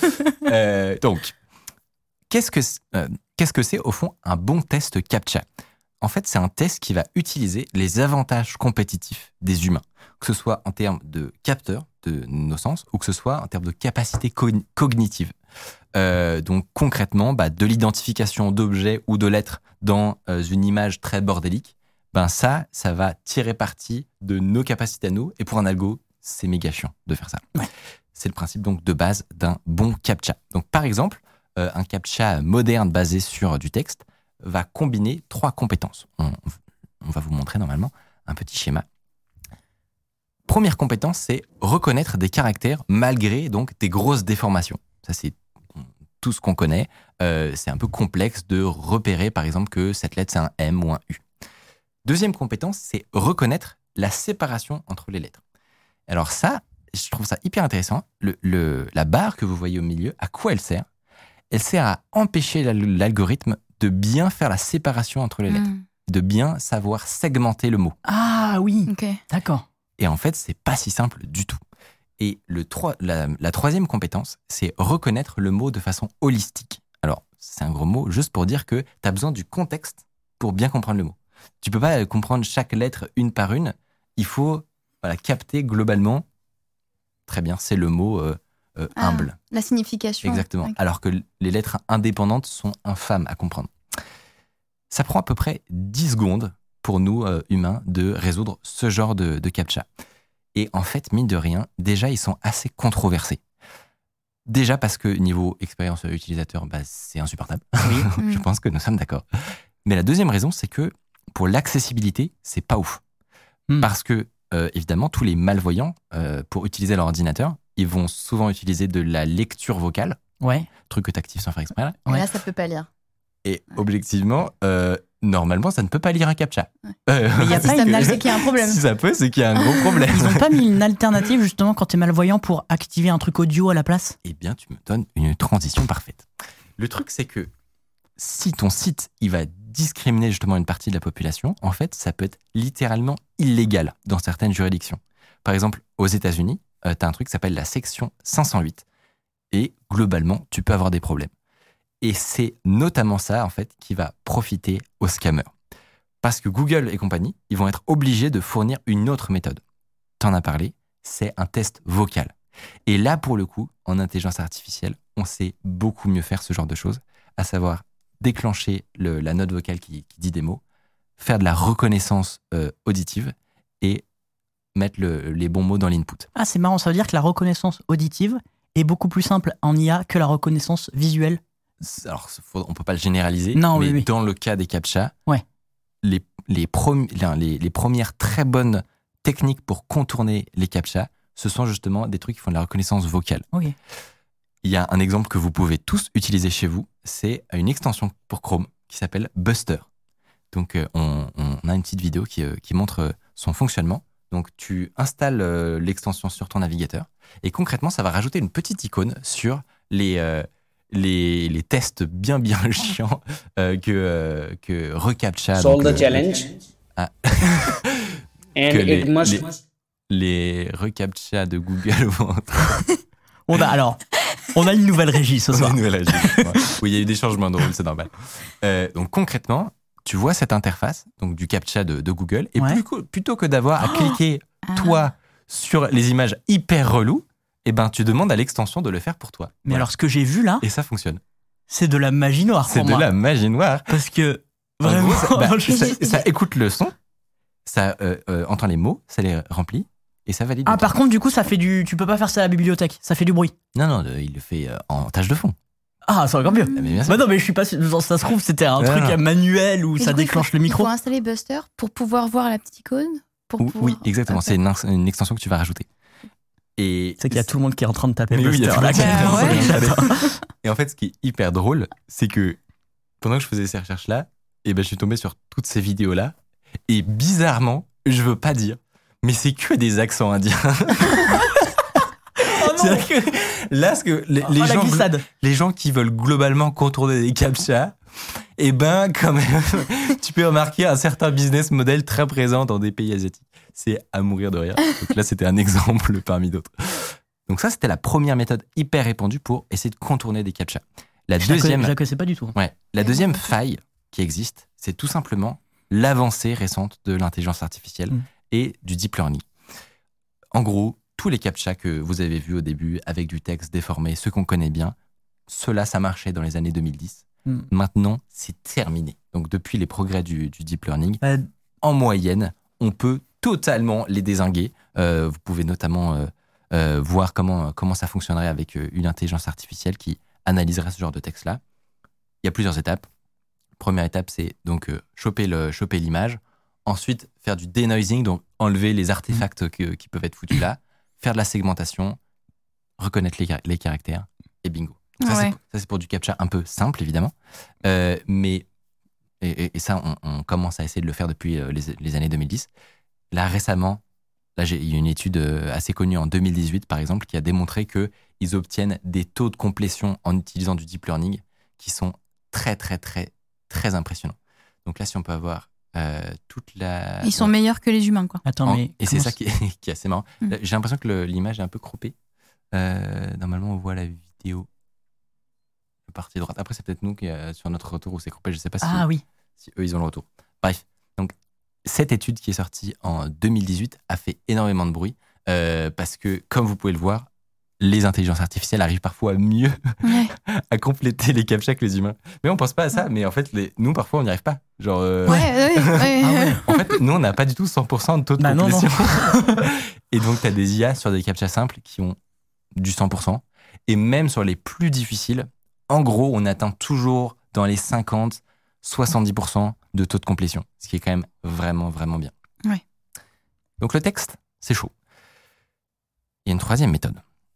Euh, donc, qu'est-ce que, c'est- euh, qu'est-ce que c'est au fond un bon test CAPTCHA? En fait, c'est un test qui va utiliser les avantages compétitifs des humains, que ce soit en termes de capteurs de nos sens ou que ce soit en termes de capacité cogn- cognitive. Euh, donc concrètement, bah, de l'identification d'objets ou de lettres dans euh, une image très bordélique, ben ça, ça va tirer parti de nos capacités à nous. Et pour un algo, c'est méga chiant de faire ça. Ouais. C'est le principe donc de base d'un bon CAPTCHA. Donc par exemple, euh, un CAPTCHA moderne basé sur du texte va combiner trois compétences. On, on va vous montrer normalement un petit schéma. Première compétence, c'est reconnaître des caractères malgré donc des grosses déformations. Ça, c'est tout ce qu'on connaît. Euh, c'est un peu complexe de repérer, par exemple, que cette lettre, c'est un M ou un U. Deuxième compétence, c'est reconnaître la séparation entre les lettres. Alors ça, je trouve ça hyper intéressant. Le, le, la barre que vous voyez au milieu, à quoi elle sert? Elle sert à empêcher l'al- l'algorithme de bien faire la séparation entre les lettres, hmm, de bien savoir segmenter le mot. Ah oui, Ok. d'accord. Et en fait, c'est pas si simple du tout. Et le trois, la, la troisième compétence, c'est reconnaître le mot de façon holistique. Alors, c'est un gros mot juste pour dire que tu as besoin du contexte pour bien comprendre le mot. Tu peux pas comprendre chaque lettre une par une. Il faut voilà, capter globalement. Très bien, c'est le mot euh, euh, Ah, humble. La signification. Exactement. Ok. Alors que les lettres indépendantes sont infâmes à comprendre. Ça prend à peu près dix secondes pour nous, euh, humains, de résoudre ce genre de, de CAPTCHA. Et en fait, mine de rien, déjà, ils sont assez controversés. Déjà parce que niveau expérience utilisateur, bah, c'est insupportable. Mm. Je pense que nous sommes d'accord. Mais la deuxième raison, c'est que pour l'accessibilité, c'est pas ouf. Mm. Parce que, euh, évidemment, tous les malvoyants, euh, pour utiliser leur ordinateur, ils vont souvent utiliser de la lecture vocale, Ouais. truc que tu actives sans faire exprès. là. Et Ouais. là, ça peut pas lire. Et objectivement, euh, normalement, ça ne peut pas lire un CAPTCHA. Ouais. Euh, Mais il y a Si pas ça une- me- c'est qu'il y a un problème. Si ça peut, c'est qu'il y a un gros problème. Ils ont pas mis une alternative justement quand t'es malvoyant pour activer un truc audio à la place? Eh bien, tu me donnes une transition parfaite. Le truc, c'est que si ton site, il va discriminer justement une partie de la population, en fait, ça peut être littéralement illégal dans certaines juridictions. Par exemple, aux États-Unis, euh, tu as un truc qui s'appelle la section cinq cent huit. Et globalement, tu peux avoir des problèmes. Et c'est notamment ça, en fait, qui va profiter aux scammers. Parce que Google et compagnie, ils vont être obligés de fournir une autre méthode. T'en as parlé, c'est un test vocal. Et là, pour le coup, en intelligence artificielle, on sait beaucoup mieux faire ce genre de choses, à savoir déclencher le- la note vocale qui, qui dit des mots, faire de la reconnaissance euh, auditive et mettre le- les bons mots dans l'input. Ah, c'est marrant, ça veut dire que la reconnaissance auditive est beaucoup plus simple en I A que la reconnaissance visuelle. Alors, faut- on peut pas le généraliser, Non, mais oui, oui. dans le cas des CAPTCHA, Ouais. les, les, prom- les, les premières très bonnes techniques pour contourner les CAPTCHA, ce sont justement des trucs qui font de la reconnaissance vocale. Ok. Il y a un exemple que vous pouvez tous utiliser chez vous, c'est une extension pour Chrome qui s'appelle Buster. Donc, euh, on, on a une petite vidéo qui, euh, qui montre euh, son fonctionnement. Donc, tu installes euh, l'extension sur ton navigateur et concrètement, ça va rajouter une petite icône sur les, euh, les, les tests bien, bien chiants euh, que, euh, que reCAPTCHA. Solve donc, the euh, challenge. Ah. And que it les, must. les, les reCAPTCHA de Google vont On a, alors, on a une nouvelle régie ce On a soir. une nouvelle régie. Ouais. Oui, il y a eu des changements de rôle, c'est normal. Euh, donc concrètement, tu vois cette interface donc du CAPTCHA de, de Google, et Ouais. plus co- plutôt que d'avoir à Oh cliquer Ah. toi sur les images hyper reloues, eh ben tu demandes à l'extension de le faire pour toi. Mais Voilà. alors, ce que j'ai vu là, Et ça fonctionne. c'est de la magie noire C'est pour de moi. la magie noire. Parce que, En vraiment, gros, ça, bah, je- ça- ça écoute le son, ça euh, euh, entend les mots, ça les remplit et ça valide. Ah, le par truc. contre, du coup, ça fait du. Tu peux pas faire ça à la bibliothèque, ça fait du bruit. Non, non, euh, il le fait euh, en tâche de fond. Ah, c'est encore mieux. Ah, mais bien sûr. Bah non, mais je suis pas sûr. Genre, ça se trouve, c'était un Non, truc non. manuel où Et ça du coup, il déclenche faut- le micro. Il faut installer Buster pour pouvoir voir la petite icône. pour Ou- pouvoir- Oui, exactement. Ok. C'est une, ins- une extension que tu vas rajouter. Et C'est qu'il y a tout le monde qui est en train de taper Mais oui, il y a Buster. tout le là. monde qui est en train de Ouais. taper. Et en fait, ce qui est hyper drôle, c'est que pendant que je faisais ces recherches-là, et ben, je suis tombé sur toutes ces vidéos-là. Et bizarrement, je veux pas dire, mais c'est que des accents indiens. C'est-à-dire que là, ce que les, les Oh, la gens, glissade. les gens qui veulent globalement contourner des captchas, et ben quand même, tu peux remarquer un certain business model très présent dans des pays asiatiques. C'est à mourir de rire. Donc là, c'était un exemple parmi d'autres. Donc ça, c'était la première méthode hyper répandue pour essayer de contourner des captchas. La Je la connais- deuxième, je la connaissais pas du tout. ouais, la deuxième faille qui existe, c'est tout simplement l'avancée récente de l'intelligence artificielle Mm. et du deep learning. En gros, tous les captchas que vous avez vus au début avec du texte déformé, ceux qu'on connaît bien, ceux-là, ça marchait dans les années deux mille dix. Mm. Maintenant, c'est terminé. Donc, depuis les progrès du, du deep learning, Euh, en moyenne, on peut totalement les dézinguer. Euh, vous pouvez notamment euh, euh, voir comment, comment ça fonctionnerait avec euh, une intelligence artificielle qui analyserait ce genre de texte-là. Il y a plusieurs étapes. Première étape, c'est donc euh, choper, le, choper l'image. Ensuite, faire du denoising, donc enlever les artefacts que- qui peuvent être foutus là. Faire de la segmentation, reconnaître les, car- les caractères, et bingo. Ça, Ouais. c'est, ça, c'est pour du captcha un peu simple, évidemment. Euh, mais, et, et- et ça, on, on commence à essayer de le faire depuis euh, les, les années deux mille dix. Là, récemment, là, j'ai, il y a une étude euh, assez connue en deux mille dix-huit, par exemple, qui a démontré qu'ils obtiennent des taux de complétion en utilisant du deep learning qui sont très, très, très, très impressionnants. Donc là, si on peut avoir euh, toute la... Ils sont meilleurs que les humains, quoi. Attends, En- mais. et c'est comment ça qui est, qui est assez marrant. Mm. Là, j'ai l'impression que le- l'image est un peu croppée. Euh, normalement, on voit la vidéo de partie droite. Après, c'est peut-être nous qui, euh, sur notre retour où c'est croppé. Je ne sais pas si, Ah oui. si eux, ils ont le retour. Bref, donc cette étude qui est sortie en deux mille dix-huit a fait énormément de bruit euh, parce que, comme vous pouvez le voir, les intelligences artificielles arrivent parfois mieux Ouais. à compléter les captchas que les humains. Mais on pense pas à ça. Mais en fait, les, nous, parfois, on n'y arrive pas. Genre, euh, Ouais, ouais, ouais. Ah ouais. en fait, nous, on n'a pas du tout cent pour cent de taux de Bah non, non. complétion. Et donc, tu as des I A sur des captchas simples qui ont du cent pour cent. Et même sur les plus difficiles, en gros, on atteint toujours dans les cinquante à soixante-dix pour cent de taux de complétion. Ce qui est quand même vraiment, vraiment bien. Ouais. Donc, le texte, c'est chaud. Il y a une troisième méthode.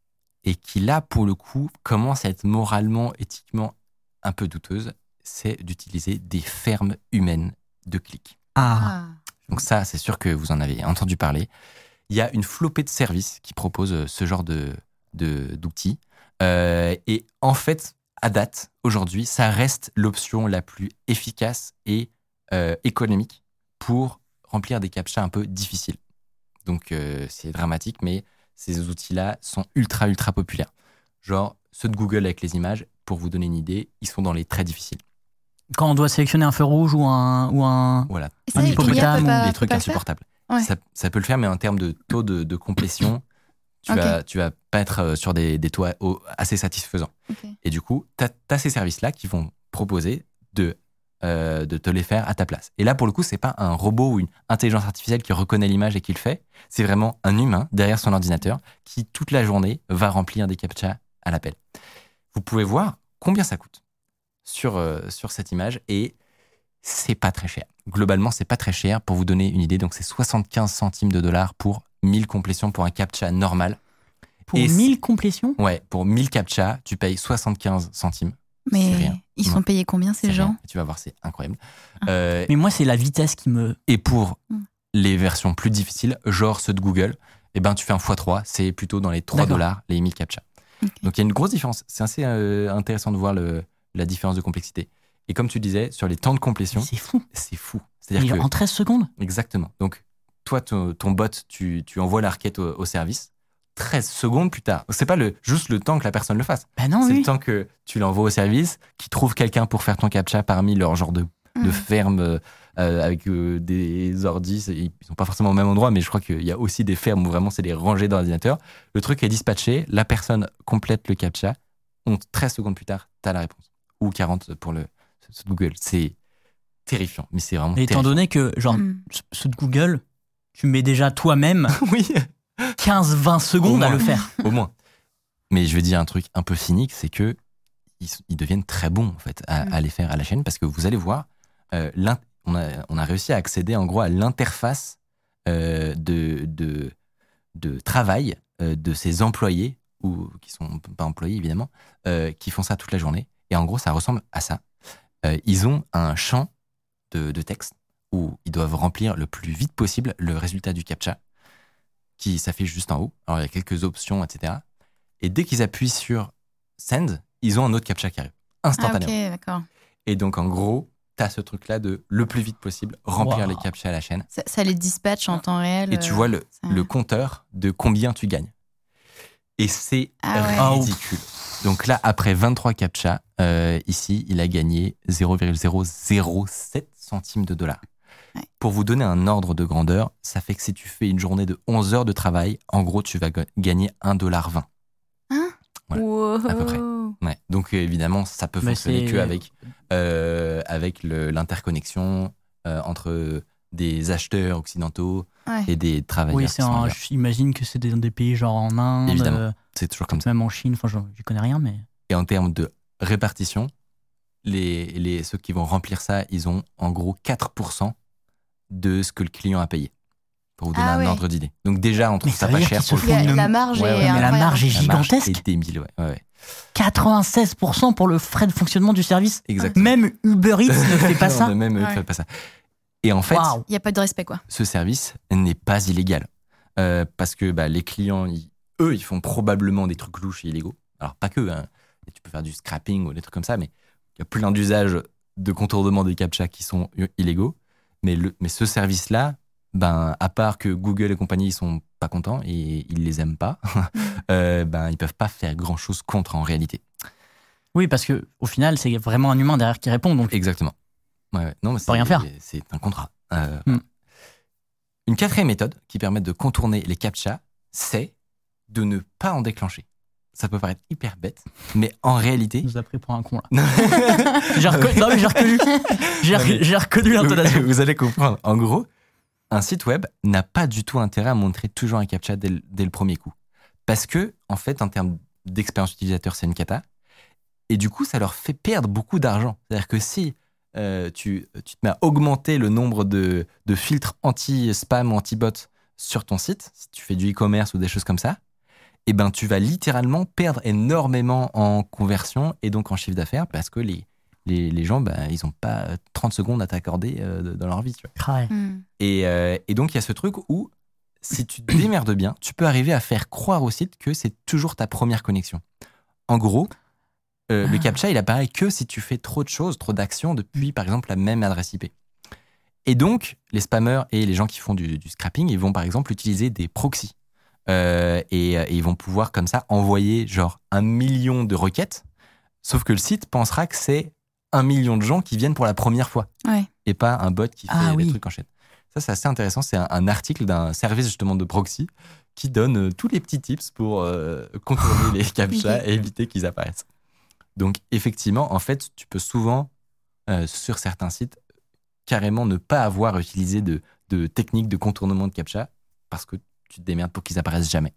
Et qui, là, pour le coup, commence à être moralement, éthiquement un peu douteuse. C'est d'utiliser des fermes humaines de clics. Ah. Ah. Donc ça, c'est sûr que vous en avez entendu parler. Il y a une flopée de services qui proposent ce genre de, de- d'outils. Euh, et en fait, à date, aujourd'hui, ça reste l'option la plus efficace et euh, économique pour remplir des captchas un peu difficiles. Donc euh, c'est dramatique, mais ces outils-là sont ultra, ultra populaires. Genre ceux de Google avec les images, pour vous donner une idée, ils sont dans les très difficiles. Quand on doit sélectionner un feu rouge ou un. Ou un... Voilà. Et ça, Un l'I A hippopotame peut ou pas- des peut trucs pas le faire insupportables. Ouais. Ça, ça peut le faire, mais en termes de taux de, de complétion, tu, Ok. vas, tu vas pas être euh, sur des, des taux au- assez satisfaisants. Ok. Et du coup, tu as ces services-là qui vont proposer de, euh, de te les faire à ta place. Et là, pour le coup, c'est pas un robot ou une intelligence artificielle qui reconnaît l'image et qui le fait. C'est vraiment un humain derrière son ordinateur qui, toute la journée, va remplir des captchas à l'appel. Vous pouvez voir combien ça coûte sur, euh, sur cette image et c'est pas très cher. Globalement, c'est pas très cher. Pour vous donner une idée, donc c'est soixante-quinze centimes de dollars pour mille complétions pour un captcha normal. Pour Et mille complétions. Ouais, pour mille captchas, tu payes soixante-quinze centimes. C'est Mais rien. ils Non. sont payés combien, ces C'est gens rien. Tu vas voir, c'est incroyable. Euh, Mais moi, c'est la vitesse qui me. et pour Mm. les versions plus difficiles, genre ceux de Google, eh ben, tu fais un fois trois, c'est plutôt dans les trois D'accord. dollars les mille captchas. Ok. Donc il y a une grosse différence. C'est assez euh, intéressant de voir le, la différence de complexité. Et comme tu disais, sur les temps de complétion, C'est fou. c'est fou. Et C'est-à-dire que En treize secondes. Exactement. Donc, toi, ton, ton bot, tu, tu envoies la requête au, au service. treize secondes plus tard. C'est pas le, juste le temps que la personne le fasse. Bah non, c'est oui. le temps que tu l'envoies au service, qui trouve quelqu'un pour faire ton captcha parmi leur genre de, de Mm. ferme euh, euh, avec euh, des ordis. C'est- Ils sont pas forcément au même endroit, mais je crois qu'il y a aussi des fermes où vraiment c'est des rangées d'ordinateurs. Le truc est dispatché, la personne complète le captcha. On, treize secondes plus tard, tu as la réponse. Ou quarante pour le ce de Google. C'est terrifiant, mais c'est vraiment Et étant terrifiant. donné que, genre, Mm. ceux de Google, tu mets déjà toi-même Oui. quinze vingt secondes Au à moins. le faire. Au moins. Mais je vais dire un truc un peu cynique, c'est que ils, ils deviennent très bons en fait à, Mm. à les faire à la chaîne parce que vous allez voir, euh, l'in- on, a, on a réussi à accéder en gros à l'interface euh, de, de, de travail euh, de ces employés, ou qui sont pas employés évidemment, euh, qui font ça toute la journée. Et en gros, ça ressemble à ça. Euh, ils ont un champ de, de texte où ils doivent remplir le plus vite possible le résultat du CAPTCHA, qui s'affiche juste en haut. Alors, il y a quelques options, et cetera. Et dès qu'ils appuient sur Send, ils ont un autre CAPTCHA qui arrive, instantanément. Ah, ok, d'accord. Et donc, en gros, t'as ce truc-là de le plus vite possible remplir Wow. les CAPTCHA à la chaîne. Ça, ça les dispatche en temps réel. Et tu euh, vois le, ça- le compteur de combien tu gagnes. Et c'est Ah ouais. ridicule. Donc là, après vingt-trois CAPTCHA, euh, ici, il a gagné zéro virgule zéro zéro sept centimes de dollars. Ouais. Pour vous donner un ordre de grandeur, ça fait que si tu fais une journée de onze heures de travail, en gros, tu vas ga- gagner un dollar vingt. Hein Voilà, Wow. à peu près. Ouais. Donc euh, évidemment, ça peut Mais fonctionner c'est- que avec, euh, avec le- l'interconnexion euh, entre des acheteurs occidentaux Ouais. et des travailleurs. Oui, qui c'est sont un, ailleurs. j'imagine que c'est des, des pays genre en Inde, Évidemment. euh, C'est toujours comme ça. même en Chine, enfin je, je connais rien, mais... Et en termes de répartition, les, les, ceux qui vont remplir ça, ils ont en gros quatre pour cent de ce que le client a payé. Pour vous donner Ah un ouais. ordre d'idée. Donc déjà, on trouve Mais ça ça veut pas dire cher qu'ils se pour le Il y a- font une- La marge Ouais, ouais, est mais la mais la incroyable. marge est La marge gigantesque. est des mille, ouais. ouais, ouais. quatre-vingt-seize pour cent pour le frais de fonctionnement du service. Exactement. Même Uber Eats ne fait pas Non, ça. mais même eux ne Ouais. font pas ça. Et en fait, Waouh. Il n'y a pas de respect, quoi. ce service n'est pas illégal. Euh, parce que bah, les clients, ils- eux, ils font probablement des trucs louches et illégaux. Alors, pas que. Hein. Tu peux faire du scrapping ou des trucs comme ça, mais il y a plein d'usages de contournement des CAPTCHA qui sont illégaux. Mais, le, mais ce service-là, ben, à part que Google et compagnie, ils sont pas contents et ils les aiment pas, euh, ben, ils peuvent pas faire grand-chose contre en réalité. Oui, parce que au final, c'est vraiment un humain derrière qui répond. Donc, Exactement. Ouais, ouais. Non, mais peut rien c'est- faire. C'est un contrat. Euh, Hmm. Une quatrième méthode qui permet de contourner les CAPTCHA, c'est de ne pas en déclencher. Ça peut paraître hyper bête, mais en réalité... il nous a pris pour un con là. J'ai reconnu, non, mais j'ai reconnu, j'ai, Non, mais- j'ai reconnu l'intonation. Vous allez comprendre. En gros, un site web n'a pas du tout intérêt à montrer toujours un CAPTCHA dès le, dès le premier coup. Parce que, en fait, en termes d'expérience utilisateur, c'est une cata. Et du coup, ça leur fait perdre beaucoup d'argent. C'est-à-dire que si euh, tu, tu te mets à augmenter le nombre de, de filtres anti-spam ou anti-bot sur ton site, si tu fais du e-commerce ou des choses comme ça, eh ben, tu vas littéralement perdre énormément en conversion et donc en chiffre d'affaires parce que les, les, les gens, ben, ils n'ont pas trente secondes à t'accorder euh, dans leur vie. Tu vois. Ouais. Hmm. Et, euh, et donc, il y a ce truc où, si tu te démerdes bien, tu peux arriver à faire croire au site que c'est toujours ta première connexion. En gros, euh, le CAPTCHA, il apparaît que si tu fais trop de choses, trop d'actions depuis, par exemple, la même adresse I P. Et donc, les spammers et les gens qui font du, du scrapping, ils vont, par exemple, utiliser des proxys. Euh, et, et ils vont pouvoir, comme ça, envoyer, genre, un million de requêtes. Sauf que le site pensera que c'est un million de gens qui viennent pour la première fois. Ouais. Et pas un bot qui fait Ah des oui. trucs en chaîne. Ça, c'est assez intéressant. C'est un, un article d'un service justement de proxy qui donne euh, tous les petits tips pour euh, contourner les CAPTCHA et éviter qu'ils apparaissent. Donc, effectivement, en fait, tu peux souvent, euh, sur certains sites, carrément ne pas avoir utilisé de, de techniques de contournement de CAPTCHA parce que tu te démerdes pour qu'ils apparaissent jamais.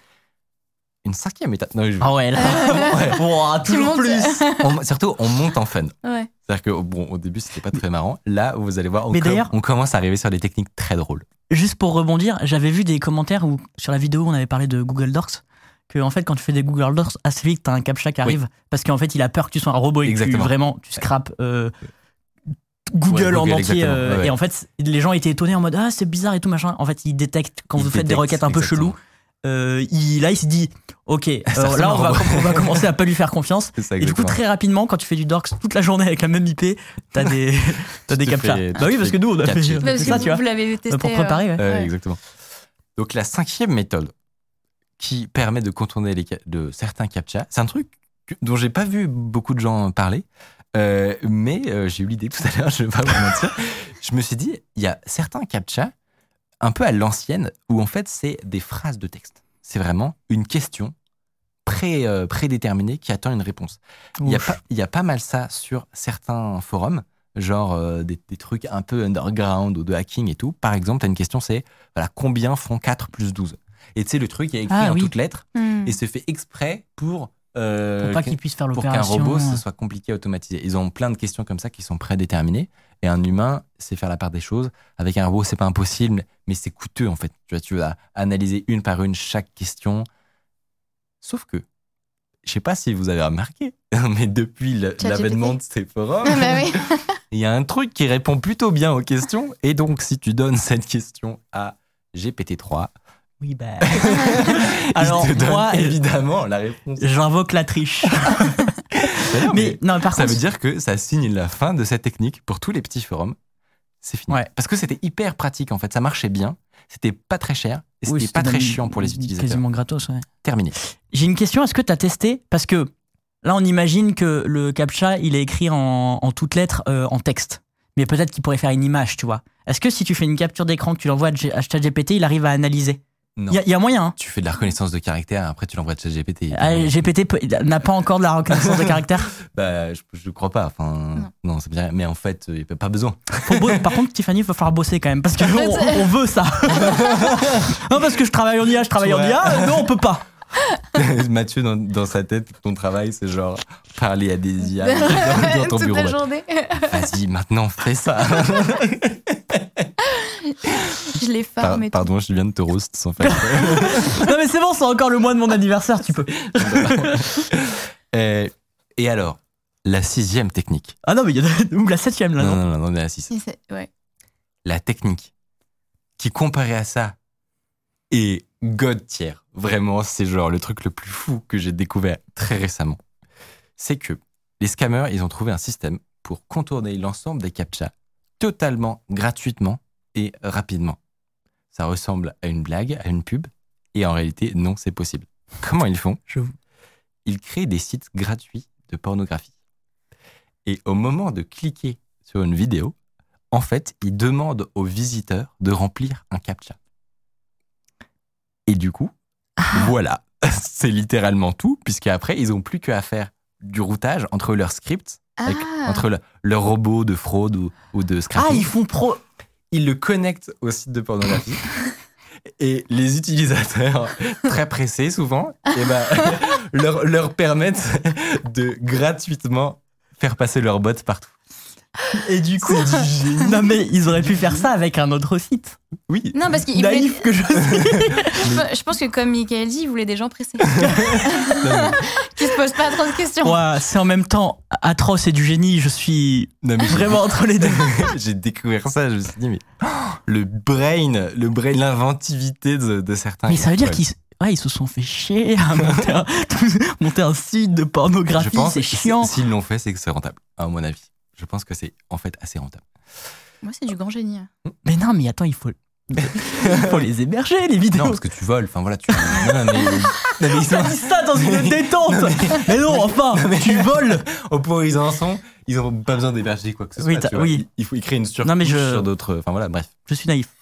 Une cinquième étape. Non, je- Ah ouais, là. Ouais. Ouah, Tu toujours montes- plus. on- surtout, on monte en fun. Ouais. C'est-à-dire que, bon, au début, c'était pas très marrant. Là, vous allez voir, on, Mais com- d'ailleurs- on commence à arriver sur des techniques très drôles. Juste pour rebondir, j'avais vu des commentaires où, sur la vidéo où on avait parlé de Google Docs, que en fait, quand tu fais des Google Docs, assez vite, t'as un CAPTCHA qui arrive, parce qu'en fait, il a peur que tu sois un robot et que tu, Exactement. vraiment, tu scrapes euh, Google, Ouais, en Google, entier. exactement. euh, Ouais, ouais. Et en fait, les gens étaient étonés en mode ah, c'est bizarre et tout machin. En fait, il détecte quand Il vous faites des détecte, requêtes un peu exactement. cheloues. Euh, il, là, il se dit ok, euh, ressemble là, à un on va, robot. on va commencer à pas lui faire confiance. C'est ça, Et du coup, exactement. très rapidement, quand tu fais du Docs toute la journée avec la même I P, t'as des, t'as des te CAPTCHA. fais- Bah tu oui, te parce fais que nous, on a fait, catcher. on a Parce fait que ça, vous, tu vois. vous l'avez testé. Pour préparer, ouais. Euh, ouais. Exactement. Donc, la cinquième méthode qui permet de contourner les, ca- de certains CAPTCHA, c'est un truc que- dont j'ai pas vu beaucoup de gens parler, euh, mais euh, j'ai eu l'idée tout à l'heure, je vais pas vous mentir. Je me suis dit, il y a certains CAPTCHA un peu à l'ancienne où en fait c'est des phrases de texte. C'est vraiment une question pré, euh, prédéterminée qui attend une réponse. Il y, a Ouf. pas, il y a pas mal ça sur certains forums, genre euh, des, des trucs un peu underground ou de hacking et tout. Par exemple, tu as une question, c'est voilà, combien font quatre plus douze? Et tu sais, le truc est écrit Ah en oui. toutes lettres Hmm. et c'est fait exprès pour, euh, Pour pas que- qu'il puisse faire pour qu'un l'opération. robot, ce soit compliqué à automatiser. Ils ont plein de questions comme ça qui sont prédéterminées Et un humain, c'est faire la part des choses. Avec un robot, c'est pas impossible, mais c'est coûteux, en fait. Tu vois, tu vas analyser une par une chaque question. Sauf que, je sais pas si vous avez remarqué, mais depuis le- l'avènement de ces forums, Ah bah oui. il y a un truc qui répond plutôt bien aux questions. Et donc, si tu donnes cette question à G P T trois, Oui, bah. il Alors, te donne moi, évidemment la réponse. j'invoque la triche. Mais non, Mais non, par ça contre. veut dire que ça signe la fin de cette technique pour tous les petits forums. C'est fini. Ouais. Parce que c'était hyper pratique, en fait. Ça marchait bien. C'était pas très cher. Et Oui, c'était pas très même chiant pour les utilisateurs. Quasiment gratos, ouais. Terminé. J'ai une question, est-ce que tu as testé? Parce que là, on imagine que le CAPTCHA, il est écrit en, en toutes lettres, euh, en texte. Mais peut-être qu'il pourrait faire une image, tu vois. Est-ce que si tu fais une capture d'écran, que tu l'envoies à ChatGPT, il arrive à analyser? Non. Il y, a- il y a moyen, hein. Tu fais de la reconnaissance de caractère, après tu l'envoies de ChatGPT. Ah, G P T peut- n'a pas encore de la reconnaissance de caractère. Bah, je, je crois pas. Enfin, Non. non, c'est bien. Mais en fait, il n'y a pas besoin. Faut bo- Par contre, Tiffany, il va falloir bosser quand même. Parce qu'on on, on veut ça. Non, parce que je travaille en I A, je travaille en Ouais. I A. Non, on peut pas. Mathieu, dans, dans sa tête, ton travail, c'est genre parler à des I A dans, dans ton Toute bureau. la journée. Vas-y, maintenant, fais ça. Je les Par- farme et tout. pardon, je viens de te roast sans faire. Non, mais c'est bon, c'est encore le mois de mon anniversaire, tu peux. Euh, et alors, la sixième technique. Ah non, mais il y en a. Ou la septième, là, Non, non. non, non, non, on est à la six. Et c'est- ouais. La technique qui, comparée à ça, est god tier. Vraiment, c'est genre le truc le plus fou que j'ai découvert très récemment. C'est que les scammers, ils ont trouvé un système pour contourner l'ensemble des captchas totalement gratuitement et rapidement. Ça ressemble à une blague, à une pub, et en réalité, non, c'est possible. Comment ils font? Je- Ils créent des sites gratuits de pornographie. Et au moment de cliquer sur une vidéo, en fait, ils demandent aux visiteurs de remplir un captcha. Et du coup, voilà, c'est littéralement tout, puisqu'après, ils n'ont plus qu'à faire du routage entre leurs scripts, avec- Ah. entre le- leur robot de fraude ou, ou de Ah, scrapping. ils font pro. Ils le connectent au site de pornographie. Et les utilisateurs, très pressés souvent, eh ben, leur, leur permettent de gratuitement faire passer leur bot partout. Et du coup, non mais ils auraient pu faire ça avec un autre site. Oui. Non, parce qu'il voulait... Naïf que je suis. Je pense que comme Michael dit, il voulait des gens pressés. Qui se posent pas trop de questions. Ouais, c'est en même temps atroce et du génie. Je suis Non, mais j'ai- vraiment entre les deux. j'ai découvert ça, je me suis dit, mais oh, le brain, le brain, l'inventivité de, de certains. Mais ça veut dire Ouais. qu'ils ouais, ils se sont fait chier à monter un, monter un site de Je pornographie. pense C'est que si- chiant. s'ils l'ont fait, c'est que c'est rentable, à mon avis. Je pense que c'est en fait assez rentable. Moi, c'est du grand génie. Mais non, mais attends, il faut, il faut les héberger, les vidéos. Non, parce que tu voles, enfin voilà, tu. Non, non, mais, non, mais ils Ça sont- dit ça dans une détente. Non, mais... non, enfin, tu voles. au point où ils en sont, ils n'ont pas besoin d'héberger quoi que ce soit. Oui, t'as- tu vois. oui. Il faut y créer une surcouche Non, mais je- sur d'autres. Enfin voilà, bref. Je suis naïf.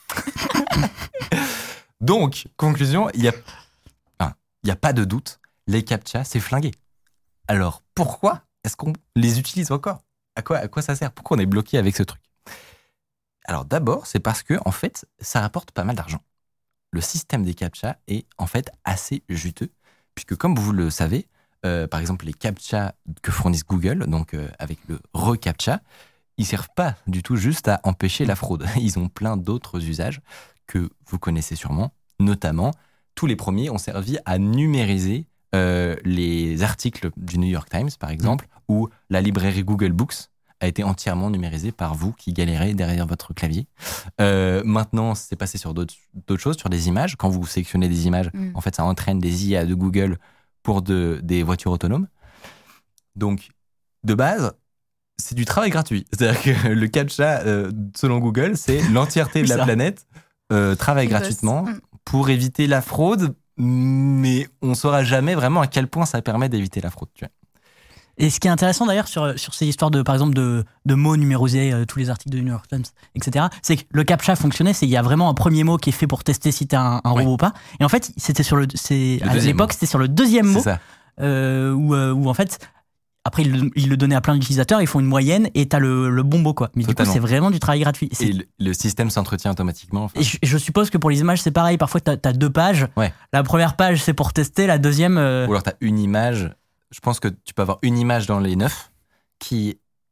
Donc, conclusion, il n'y a, enfin, il y a pas de doute, les captchas, c'est flingué. Alors, pourquoi est-ce qu'on les utilise encore? À quoi, à quoi ça sert? Pourquoi on est bloqué avec ce truc? Alors d'abord, c'est parce que en fait, ça rapporte pas mal d'argent. Le système des captchas est en fait assez juteux, puisque comme vous le savez, euh, par exemple les captchas que fournissent Google, donc euh, avec le reCAPTCHA, ils servent pas du tout juste à empêcher la fraude. Ils ont plein d'autres usages que vous connaissez sûrement, notamment tous les premiers ont servi à numériser euh, les articles du New York Times, par exemple, ou la librairie Google Books a été entièrement numérisée par vous qui galérez derrière votre clavier. Euh, maintenant, c'est passé sur d'autres d'autres choses, sur des images. Quand vous sélectionnez des images, Mm. en fait, ça entraîne des I A de Google pour de, des voitures autonomes. Donc, de base, c'est du travail gratuit. C'est-à-dire que le CAPTCHA, euh, selon Google, c'est l'entièreté de Oui, la ça. planète euh, travaille Ils bossent. gratuitement Mm. pour éviter la fraude, mais on ne saura jamais vraiment à quel point ça permet d'éviter la fraude. Tu vois. Et ce qui est intéressant d'ailleurs sur, sur ces histoires de, par exemple, de, de mots numérisés, euh, tous les articles de New York Times, et cetera, c'est que le CAPTCHA fonctionnait, c'est qu'il y a vraiment un premier mot qui est fait pour tester si t'es un, un Oui. robot ou pas. Et en fait, c'était sur le, c'est, Le à deuxième l'époque, mot. c'était sur le deuxième C'est mot, ça. euh, où, euh, où en fait, après, ils le, ils le donnaient à plein d'utilisateurs, ils font une moyenne et t'as le, le bon mot, quoi. Mais Totalement. du coup, c'est vraiment du travail gratuit. C'est- Et le, le système s'entretient automatiquement. Enfin, Et je, je suppose que pour les images, c'est pareil. Parfois, t'as as deux pages. Ouais. La première page, c'est pour tester. La deuxième. euh, Ou alors tu as une image. Je pense que tu peux avoir une image dans les neuf qui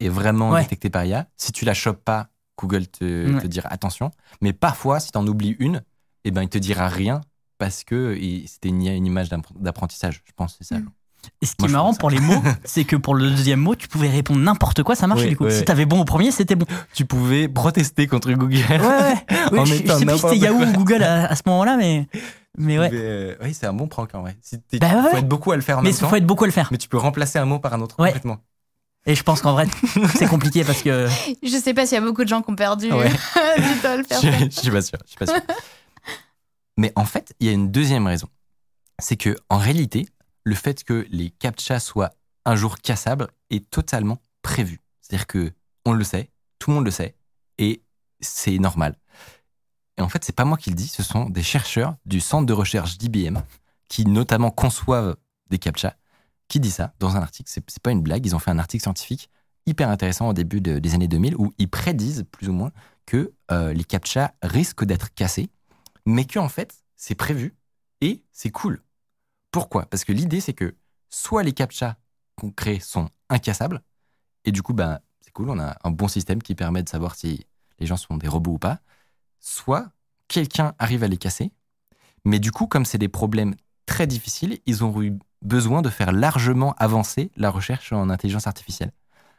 est vraiment Ouais. détectée par I A. Si tu la chopes pas, Google te, Ouais. te dira attention. Mais parfois, si tu en oublies une, eh ben, il te dira rien parce que il- c'était une, une image d'appre- d'apprentissage. Je pense que c'est ça. Mm. Et ce qui Moi, est je marrant trouve ça. pour les mots, c'est que pour le deuxième mot, tu pouvais répondre n'importe quoi, ça marchait Ouais, du coup. ouais. Si t'avais bon au premier, c'était bon. Tu pouvais protester contre Google. Ouais, ouais. Oui, En je, je mettant sais plus si c'était n'importe Yahoo quoi. ou Google à, à ce moment-là, mais, mais ouais. Mais, euh, oui, c'est un bon prank en vrai. Si t'es- Bah ouais, faut ouais. être beaucoup à le faire en Mais même il temps. faut être beaucoup à le faire. Mais tu peux remplacer un mot par un autre Ouais. complètement. Et je pense qu'en vrai, c'est compliqué parce que. Je sais pas s'il y a beaucoup de gens qui ont perdu Ouais. du temps à le faire. Je, je suis pas sûr. Je suis pas sûr. Mais en fait, il y a une deuxième raison. C'est que en réalité, le fait que les captchas soient un jour cassables est totalement prévu. C'est-à-dire que on le sait, tout le monde le sait, et c'est normal. Et en fait, c'est pas moi qui le dis, ce sont des chercheurs du centre de recherche d'I B M qui notamment conçoivent des captchas, qui dit ça dans un article. C'est, c'est pas une blague. Ils ont fait un article scientifique hyper intéressant au début de- des années deux mille où ils prédisent plus ou moins que euh, les captchas risquent d'être cassés, mais que en fait c'est prévu et c'est cool. Pourquoi ? Parce que l'idée c'est que soit les captchas qu'on crée sont incassables et du coup ben c'est cool, on a un bon système qui permet de savoir si les gens sont des robots ou pas. Soit quelqu'un arrive à les casser, mais du coup comme c'est des problèmes très difficiles, ils ont eu besoin de faire largement avancer la recherche en intelligence artificielle.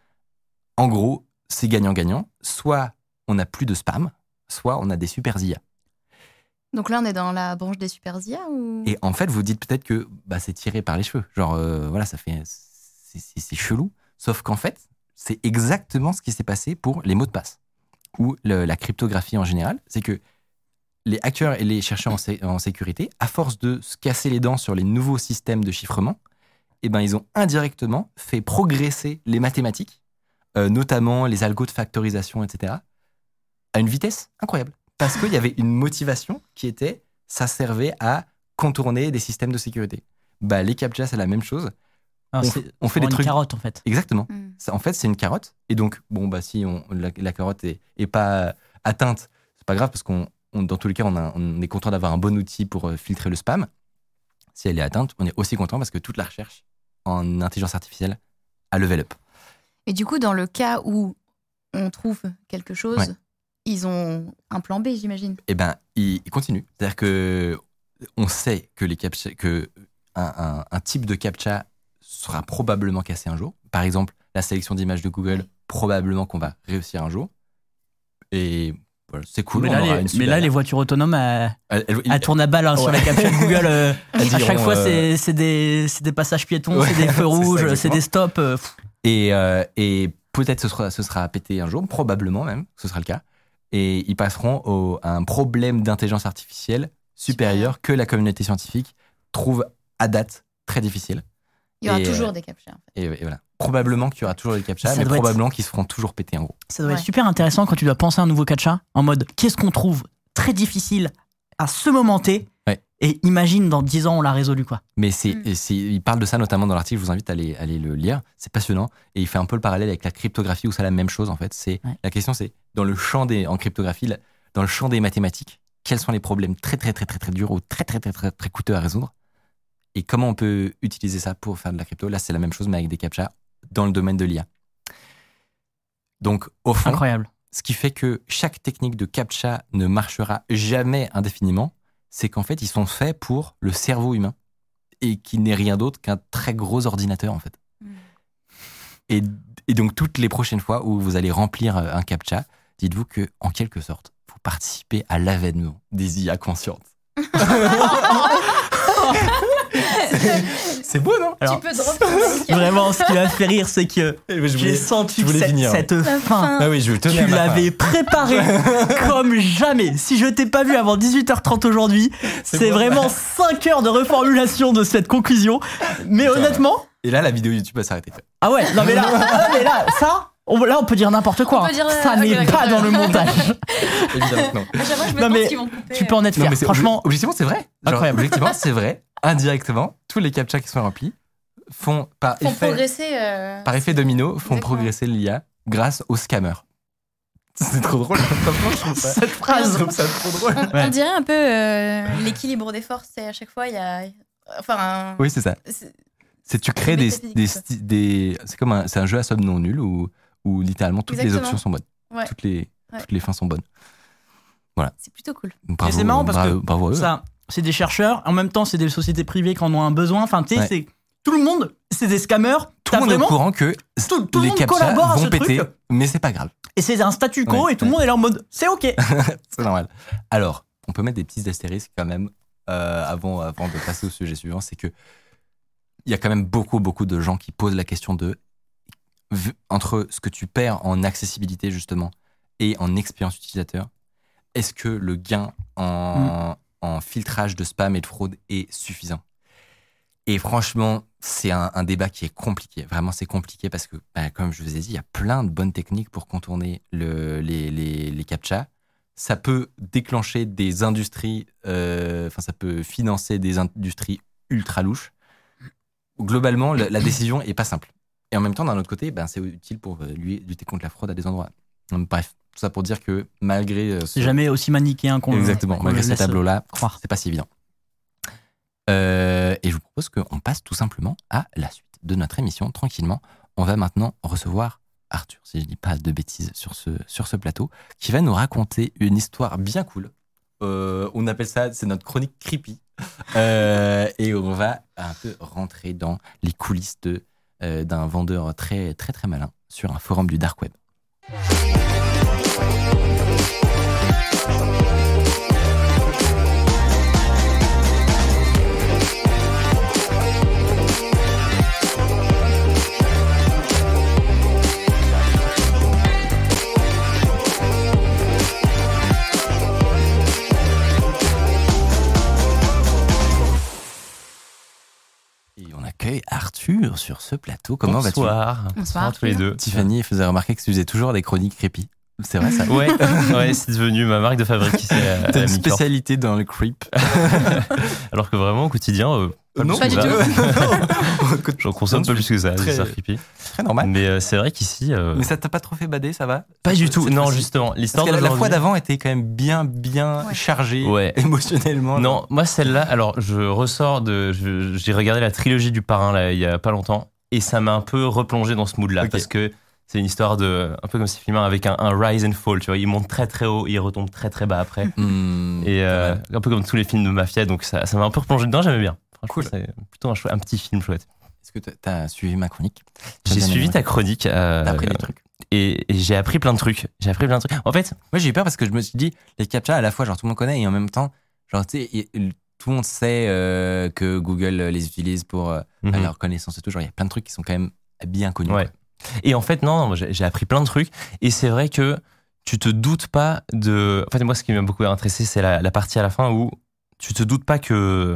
En gros, c'est gagnant-gagnant. Soit on n'a plus de spam, soit on a des super I A. Donc là, on est dans la branche des super I A ou... Et en fait, vous dites peut-être que bah, c'est tiré par les cheveux. Genre, euh, voilà, ça fait. C'est, c'est- c'est chelou. Sauf qu'en fait, c'est exactement ce qui s'est passé pour les mots de passe ou le- la cryptographie en général. C'est que les hackers et les chercheurs en, sé- en sécurité, à force de se casser les dents sur les nouveaux systèmes de chiffrement, eh ben, ils ont indirectement fait progresser les mathématiques, euh, notamment les algos de factorisation, et cetera, à une vitesse incroyable. Parce qu'il y avait une motivation qui était, ça servait à contourner des systèmes de sécurité. Bah, les captchas, c'est la même chose. Alors, On- c'est on fait pour des une trucs- carotte en fait. Exactement. Hmm. Ça, en fait, c'est une carotte. Et donc, bon, bah, si on, la, la carotte est, est pas atteinte, c'est pas grave parce qu'on, on- dans tous les cas, on, a- on est content d'avoir un bon outil pour euh, filtrer le spam. Si elle est atteinte, on est aussi content parce que toute la recherche en intelligence artificielle a level up. Et du coup, dans le cas où on trouve quelque chose, Ouais. ils ont un plan B, j'imagine. Eh ben, il, il continue. C'est-à-dire que on sait que les captcha, que un, un- un type de captcha sera probablement cassé un jour. Par exemple, la sélection d'images de Google, probablement qu'on va réussir un jour. Et voilà, c'est cool. mais, on là, aura les, une mais super- là, les voitures autonomes, elles, Elle- elle- elles tournent à balle hein, sur Ouais. la capture de Google. euh, Elles à chaque diront, fois, euh, c'est, c'est, des, c'est des passages piétons, Ouais, c'est des c'est ça, feux rouges, c'est exactement. des stops. euh, pff. Et, euh, et peut-être ce sera, ce sera pété un jour, probablement même, ce sera le cas. Et ils passeront au, à un problème d'intelligence artificielle supérieur que la communauté scientifique trouve à date très difficile. Il y aura Et, toujours euh, des captchas. En fait. Et, et voilà. Probablement qu'il y aura toujours des captchas, Ça mais doit être- probablement qu'ils se feront toujours péter en gros. Ça doit Ouais. être super intéressant quand tu dois penser à un nouveau captcha en mode qu'est-ce qu'on trouve très difficile à ce moment T Ouais. et imagine dans dix ans on l'a résolu quoi. Mais c'est, Mm. et c'est- il parle de ça notamment dans l'article, je vous invite à aller, à aller le lire, c'est passionnant. Et il fait un peu le parallèle avec la cryptographie où c'est la même chose en fait. C'est, Ouais. La question c'est, dans le champ des, en cryptographie, la- dans le champ des mathématiques, quels sont les problèmes très très très très très durs ou très très très très, très coûteux à résoudre et comment on peut utiliser ça pour faire de la crypto. Là c'est la même chose mais avec des captchas dans le domaine de l'I A. Donc au fond, Incroyable. ce qui fait que chaque technique de captcha ne marchera jamais indéfiniment, c'est qu'en fait, ils sont faits pour le cerveau humain et qui n'est rien d'autre qu'un très gros ordinateur, en fait. Mm. Et, et donc, toutes les prochaines fois où vous allez remplir euh, un captcha, dites-vous que, en quelque sorte, vous participez à l'avènement des I A conscientes. C'est beau, non? Alors, tu peux drop ton mic. Vraiment, ce qui m'a fait rire, c'est que Je j'ai voulais- senti je que voulais cette, finir. cette La fin, fin. Ah oui, je tenais à tu ma fin. l'avais préparée comme jamais. Si je t'ai pas vu avant dix-huit heures trente aujourd'hui, C'est c'est bon. vraiment cinq heures de reformulation de cette conclusion. Mais honnêtement, Et là, la vidéo YouTube va s'arrêter. ah ouais, non mais là, ah mais là, ça, on, là on peut dire n'importe quoi. On peut dire, euh, ça ok, n'est d'accord, pas dans le d'accord. montage. Évidemment que non. À chaque fois, je me Non, demande mais qu'ils vont couper. Tu peux en être Non, fier. mais c'est- Franchement, obje- objectivement, c'est vrai. Genre, Incroyable. Objectivement, c'est vrai. Indirectement, tous les captchas qui sont remplis font par Font effet, progresser. euh, par effet domino, font Exactement. progresser l'I A grâce aux scammers. C'est trop drôle. Franchement, je trouve ça, cette phrase. je trouve ça trop drôle. On, Ouais. on dirait un peu euh, l'équilibre des forces. Et à chaque fois, il y a. Enfin, un- Oui, c'est ça. c'est- C'est tu crées des, métaphysique, des, quoi. sti- des- c'est comme un, c'est un jeu à somme non nulle où, où littéralement toutes Exactement. les options sont bonnes. Ouais. Toutes, les, Ouais. toutes les fins sont bonnes. C'est plutôt cool. Bravo, Et c'est marrant parce bravo, que bravo à eux. ça, c'est des chercheurs, en même temps, c'est des sociétés privées qui en ont un besoin. Enfin, tu sais, Ouais. c'est tout le monde, c'est des scammers. Tout le monde est au courant que tout- tout le les monde captcha collabore à vont ce péter, truc. mais c'est pas grave. Et c'est un statu quo Ouais, et tout le ouais. monde est là en mode c'est ok. C'est normal. Alors, on peut mettre des petits astérisques quand même euh, avant, avant de passer au sujet suivant. C'est que il y a quand même beaucoup, beaucoup de gens qui posent la question de vu- entre ce que tu perds en accessibilité justement et en expérience utilisateur, est-ce que le gain en, en filtrage de spam et de fraude est suffisant? Et franchement, c'est un, un débat qui est compliqué. Vraiment, c'est compliqué parce que, bah, comme je vous ai dit, il y a plein de bonnes techniques pour contourner le, les, les, les captcha. Ça peut déclencher des industries, euh, enfin, ça peut financer des industries ultra louches. Globalement, la, la décision est pas simple. Et en même temps, d'un autre côté, ben, c'est utile pour euh, lui, lutter contre la fraude à des endroits. Donc, bref, tout ça pour dire que malgré euh, ce- C'est jamais aussi manichéen qu'on exactement, qu'on malgré le ce laisse tableau-là, croire. c'est pas si évident. Euh, et je vous propose qu'on passe tout simplement à la suite de notre émission tranquillement. On va maintenant recevoir Arthur, si je dis pas de bêtises sur ce, sur ce plateau, qui va nous raconter une histoire bien cool. Euh, on appelle ça, c'est notre chronique creepy. Euh, et on va un peu rentrer dans les coulisses de, euh, d'un vendeur très, très, très malin sur un forum du dark web. Et on accueille Arthur sur ce plateau. Comment vas-tu? Bonsoir. Bonsoir, à tous les Arthur. deux. Tiffany faisait remarquer que tu faisais toujours des chroniques creepy. C'est vrai ça? Ouais, ouais, c'est devenu ma marque de fabrique ici à, à T'as la une Mi-Corp. spécialité dans le creep. Alors que vraiment au quotidien, euh, pas non, plus que pas du ça. tout. J'en consomme pas plus que ça, Très- c'est ça creepy. Très normal. Mais euh, c'est vrai qu'ici, euh, Mais ça t'a pas trop fait bader, ça va? pas du tout. Cette Non, fois-ci. justement, Parce l'histoire que la, la fois d'aujourd'hui- d'avant était quand même bien, bien Ouais. chargée Ouais. émotionnellement. Non, moi celle-là, alors je ressors de, je- j'ai regardé la trilogie du Parrain là il y a pas longtemps et ça m'a un peu replongé dans ce mood-là Ok. parce que c'est une histoire de, un peu comme si film avec un, un rise and fall, tu vois, il monte très très haut, il retombe très très bas après Hmm, et euh, pas mal. un peu comme tous les films de mafia, donc ça, ça m'a un peu replongé dedans, j'aimais bien. Franchement, Cool. c'est plutôt un, chouette- un petit film chouette. Est-ce que t'as- t'as suivi ma chronique? T'as J'ai bien suivi aimé, ta ouais. chronique euh, T'as appris des trucs. et, et j'ai appris plein de trucs. J'ai appris plein de trucs. En fait, Moi j'ai eu peur parce que je me suis dit, les captcha à la fois, genre tout le monde connaît et en même temps, genre tu sais, il- il- tout le monde sait euh, que Google les utilise pour euh, mhm. la reconnaissance et tout. Genre il y a plein de trucs qui sont quand même bien connus. Ouais. Et en fait, non, non, j'ai j'ai appris plein de trucs. Et c'est vrai que tu te doutes pas de. En fait, moi, ce qui m'a beaucoup intéressé, c'est la, la partie à la fin où tu te doutes pas que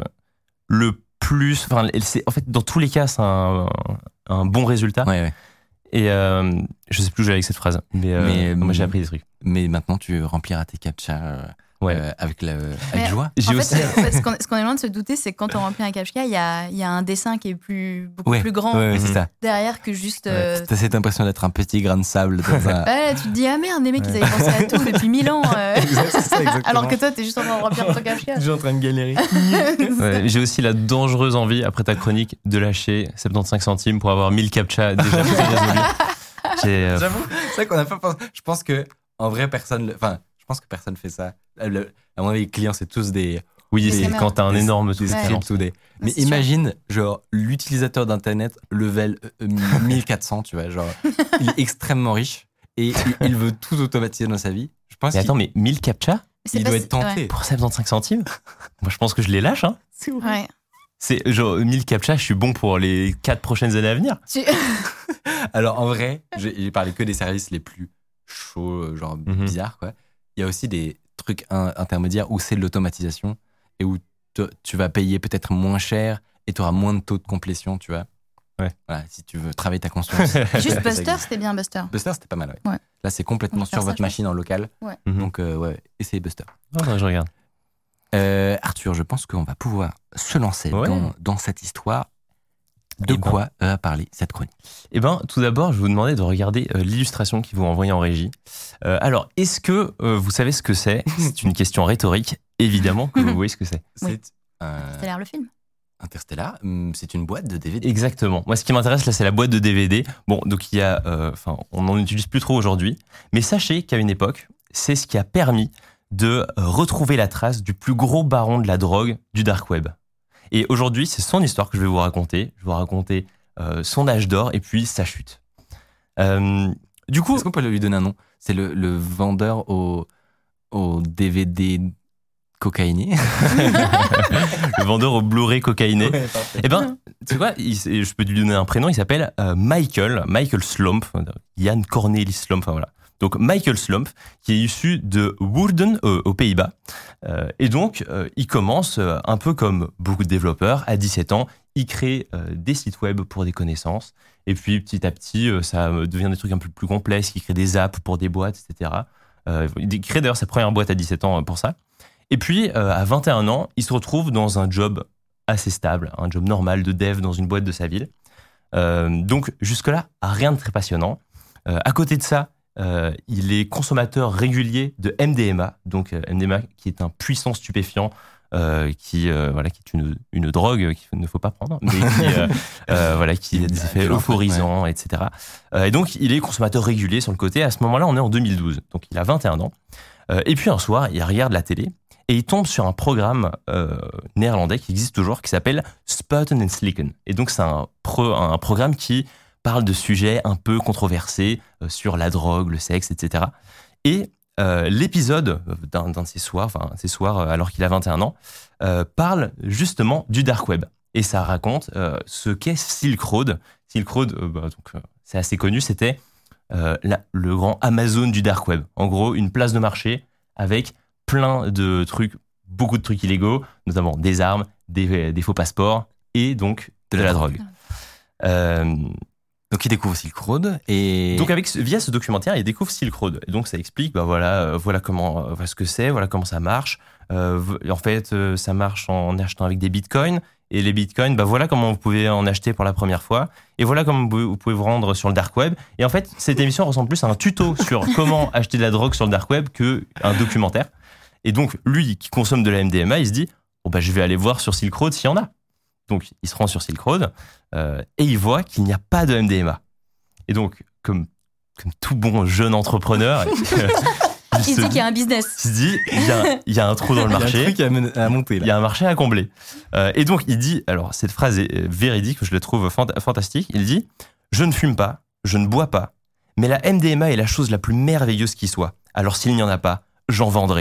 le plus. Enfin, c'est- en fait, dans tous les cas, c'est un, un bon résultat. Ouais, ouais. Et euh, je sais plus où j'allais avec cette phrase. Mais, euh, Mais, moi, j'ai euh, appris des trucs. Mais maintenant tu rempliras tes captcha euh, Ouais. euh, avec, la, avec Mais- joie. J'ai En fait, aussi. en fait, ce qu'on ce qu'on est loin de se douter, c'est que quand on remplit un captcha, il y a, il y a un dessin qui est plus, beaucoup Ouais, plus grand ouais, ouais, c'est Mhm. ça. derrière que juste. Ouais, euh, T'as cette impression d'être un petit grain de sable dans un. ouais, tu te dis, ah merde, les mecs, ils avaient pensé à tout depuis mille ans. euh. Exact, c'est ça, exactement. Alors que toi, t'es juste en train de remplir ton captcha. Je suis en train de galérer. Ouais, j'ai aussi la dangereuse envie, après ta chronique, de lâcher soixante-quinze centimes pour avoir mille captcha déjà résolus. J'ai, euh, J'avoue, c'est vrai qu'on a pas pensé. Je pense que, en vrai, personne. le- Enfin, je pense que personne fait ça. Le- À mon avis, les clients, c'est tous des. oui, Des c'est scammers. quand t'as un des- énorme des truc. scripts ou des. Mais c'est sûr. imagine, genre, l'utilisateur d'Internet level euh, mille quatre cents, tu vois. Genre, il est extrêmement riche et il, il veut tout automatiser dans sa vie. Je pense Mais qu'il attends, mais mille captcha C'est il pas doit si- être tenté. ouais. pour soixante-quinze centimes? Moi, je pense que je les lâche, hein. Ouais. C'est genre mille captcha, je suis bon pour les quatre prochaines années à venir. Tu- Alors, en vrai, j'ai j'ai parlé que des services les plus chauds, euh, genre Mhm. bizarres, quoi. Il y a aussi des trucs in- intermédiaires où c'est de l'automatisation et où te- tu vas payer peut-être moins cher et tu auras moins de taux de complétion, tu vois. Ouais. Voilà, si tu veux travailler ta conscience. Juste Ça Buster, existe. c'était bien Buster. Buster, c'était pas mal, ouais. Ouais. Là, c'est On complètement va sur faire ça, votre je machine en local. Mhm. Donc, euh, ouais, essayez Buster. Oh, non, je regarde. Euh, Arthur, je pense qu'on va pouvoir se lancer Ouais. dans, dans cette histoire. De Eh ben. quoi va parler cette chronique? Eh ben, tout d'abord, je vais vous demander de regarder euh, l'illustration qu'ils vous ont envoyée en régie. Euh, alors, est-ce que euh, vous savez ce que c'est? C'est une question rhétorique, évidemment que vous voyez ce que c'est. Oui. C'est euh, Ça a l'air le film. Interstellar, hum, c'est une boîte de D V D. Exactement. Moi, ce qui m'intéresse là, c'est la boîte de D V D. Bon, donc il y a, enfin, euh, on n'en utilise plus trop aujourd'hui, mais sachez qu'à une époque, c'est ce qui a permis de retrouver la trace du plus gros baron de la drogue du dark web. Et aujourd'hui, c'est son histoire que je vais vous raconter. Je vais vous raconter euh, son âge d'or et puis sa chute. Euh, du coup, est-ce qu'on peut lui donner un nom ? C'est le, le vendeur au, au D V D cocaïné. Le vendeur au Blu-ray cocaïné. Ouais, eh ben, tu vois, il, je peux lui donner un prénom. Il s'appelle euh, Michael, Michael Slomp, Jan Cornelis Slomp. Enfin voilà. Donc Michael Slomp, qui est issu de Woerden euh, aux Pays-Bas. Euh, et donc, euh, il commence euh, un peu comme beaucoup de développeurs. À dix-sept ans, il crée euh, des sites web pour des connaissances. Et puis, petit à petit, euh, ça devient des trucs un peu plus complexes. Il crée des apps pour des boîtes, et cetera. Euh, il crée d'ailleurs sa première boîte à dix-sept ans pour ça. Et puis, euh, à vingt et un ans, il se retrouve dans un job assez stable, un job normal de dev dans une boîte de sa ville. Euh, donc, jusque-là, rien de très passionnant. Euh, à côté de ça, euh, il est consommateur régulier de M D M A, donc euh, M D M A qui est un puissant stupéfiant, euh, qui, euh, voilà, qui est une, une drogue qu'il ne faut pas prendre, mais qui, euh, euh, voilà, qui a des effets euphorisants, ouais. et cetera. Euh, et donc, il est consommateur régulier sur le côté. À ce moment-là, on est en deux mille douze, donc il a vingt et un ans. Euh, et puis un soir, il regarde la télé, et il tombe sur un programme euh, néerlandais qui existe toujours, qui s'appelle Spuiten en Slikken. Et donc, c'est un, pro, un programme qui parle de sujets un peu controversés euh, sur la drogue, le sexe, et cetera. Et euh, l'épisode d'un, d'un de ces soirs, enfin, ces soirs euh, alors qu'il a vingt et un ans, euh, parle justement du dark web. Et ça raconte euh, ce qu'est Silk Road. Silk Road, euh, bah, donc, euh, c'est assez connu, c'était euh, la, le grand Amazon du dark web. En gros, une place de marché avec plein de trucs, beaucoup de trucs illégaux, notamment des armes, des, des faux passeports et donc de, de la, la drogue. drogue. Euh, donc il découvre Silk Road et donc avec via ce documentaire, il découvre Silk Road et donc ça explique, bah voilà, euh, voilà comment, euh, voilà ce que c'est, voilà comment ça marche. Euh, en fait, euh, ça marche en achetant avec des bitcoins et les bitcoins, bah voilà comment vous pouvez en acheter pour la première fois et voilà comment vous pouvez vous rendre sur le dark web. Et en fait, cette émission ressemble plus à un tuto sur comment acheter de la drogue sur le dark web que un documentaire. Et donc, lui qui consomme de la M D M A, il se dit bon, bah, je vais aller voir sur Silk Road s'il y en a. Donc, il se rend sur Silk Road euh, et il voit qu'il n'y a pas de M D M A. Et donc, comme, comme tout bon jeune entrepreneur, il, il se dit qu'il y a un business. Il se dit il y a, il y a un trou dans le marché. Il y a un truc à monter. Là. Il y a un marché à combler. Euh, et donc, il dit alors, cette phrase est véridique, je la trouve fant- fantastique. Il dit je ne fume pas, je ne bois pas, mais la M D M A est la chose la plus merveilleuse qui soit. Alors, s'il n'y en a pas, j'en vendrai.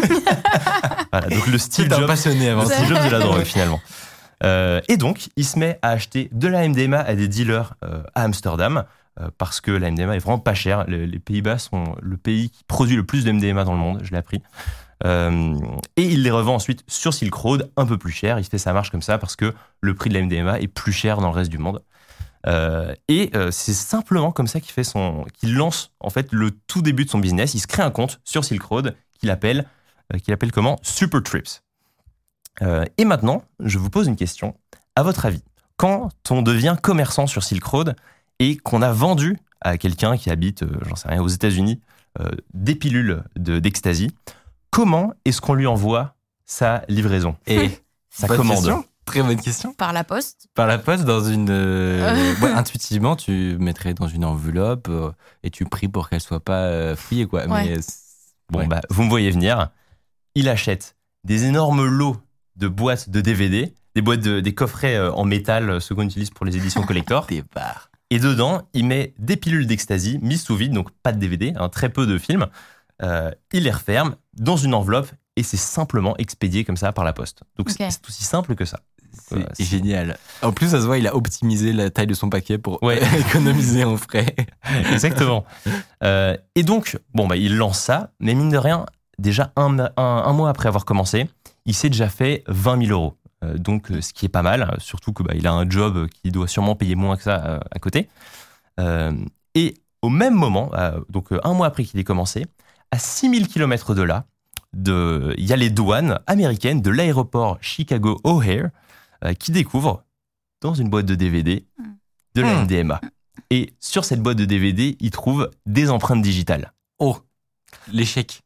Voilà, donc le Steve Jobs, passionné avant. Le Steve Jobs de la drogue finalement. Euh, et donc, il se met à acheter de la M D M A à des dealers euh, à Amsterdam euh, parce que la M D M A est vraiment pas chère. Le, les Pays-Bas sont le pays qui produit le plus de M D M A dans le monde, je l'ai appris. Euh, et il les revend ensuite sur Silk Road un peu plus cher. Il fait sa marge comme ça parce que le prix de la M D M A est plus cher dans le reste du monde. Euh, et euh, c'est simplement comme ça qu'il fait son, qu'il lance en fait le tout début de son business. Il se crée un compte sur Silk Road qu'il appelle, euh, qu'il appelle comment Super Trips. Euh, et maintenant, je vous pose une question. À votre avis, quand on devient commerçant sur Silk Road et qu'on a vendu à quelqu'un qui habite, euh, j'en sais rien, aux États-Unis, euh, des pilules de, d'ecstasy, comment est-ce qu'on lui envoie sa livraison et sa bonne commande? Question. Très bonne question. Par la poste. Par la poste, dans une. Euh, ouais, intuitivement, tu mettrais dans une enveloppe euh, et tu pries pour qu'elle soit pas euh, fouillée, quoi. Ouais. Mais, bon, ouais. bah, vous me voyez venir. Il achète des énormes lots de boîtes de D V D, des boîtes de, des coffrets en métal, ceux qu'on utilise pour les éditions collector. Des barres. Et dedans, il met des pilules d'ecstasy mises sous vide, donc pas de D V D, hein, très peu de films. Euh, il les referme dans une enveloppe et c'est simplement expédié comme ça par la poste. Donc okay. c'est, c'est aussi simple que ça. C'est, voilà, c'est génial. En plus, ça se voit, il a optimisé la taille de son paquet pour ouais. économiser en frais. Exactement. Euh, et donc, bon, bah, il lance ça, mais mine de rien, déjà un, un, un mois après avoir commencé, il s'est déjà fait vingt mille euros. Euh, donc, ce qui est pas mal, surtout que bah, il a un job qui doit sûrement payer moins que ça euh, à côté. Euh, et au même moment, euh, donc un mois après qu'il ait commencé, à six mille kilomètres de là, de, il y a les douanes américaines de l'aéroport Chicago O'Hare euh, qui découvrent dans une boîte de D V D de la mmh. M D M A. Et sur cette boîte de D V D, ils trouvent des empreintes digitales. Oh, l'échec.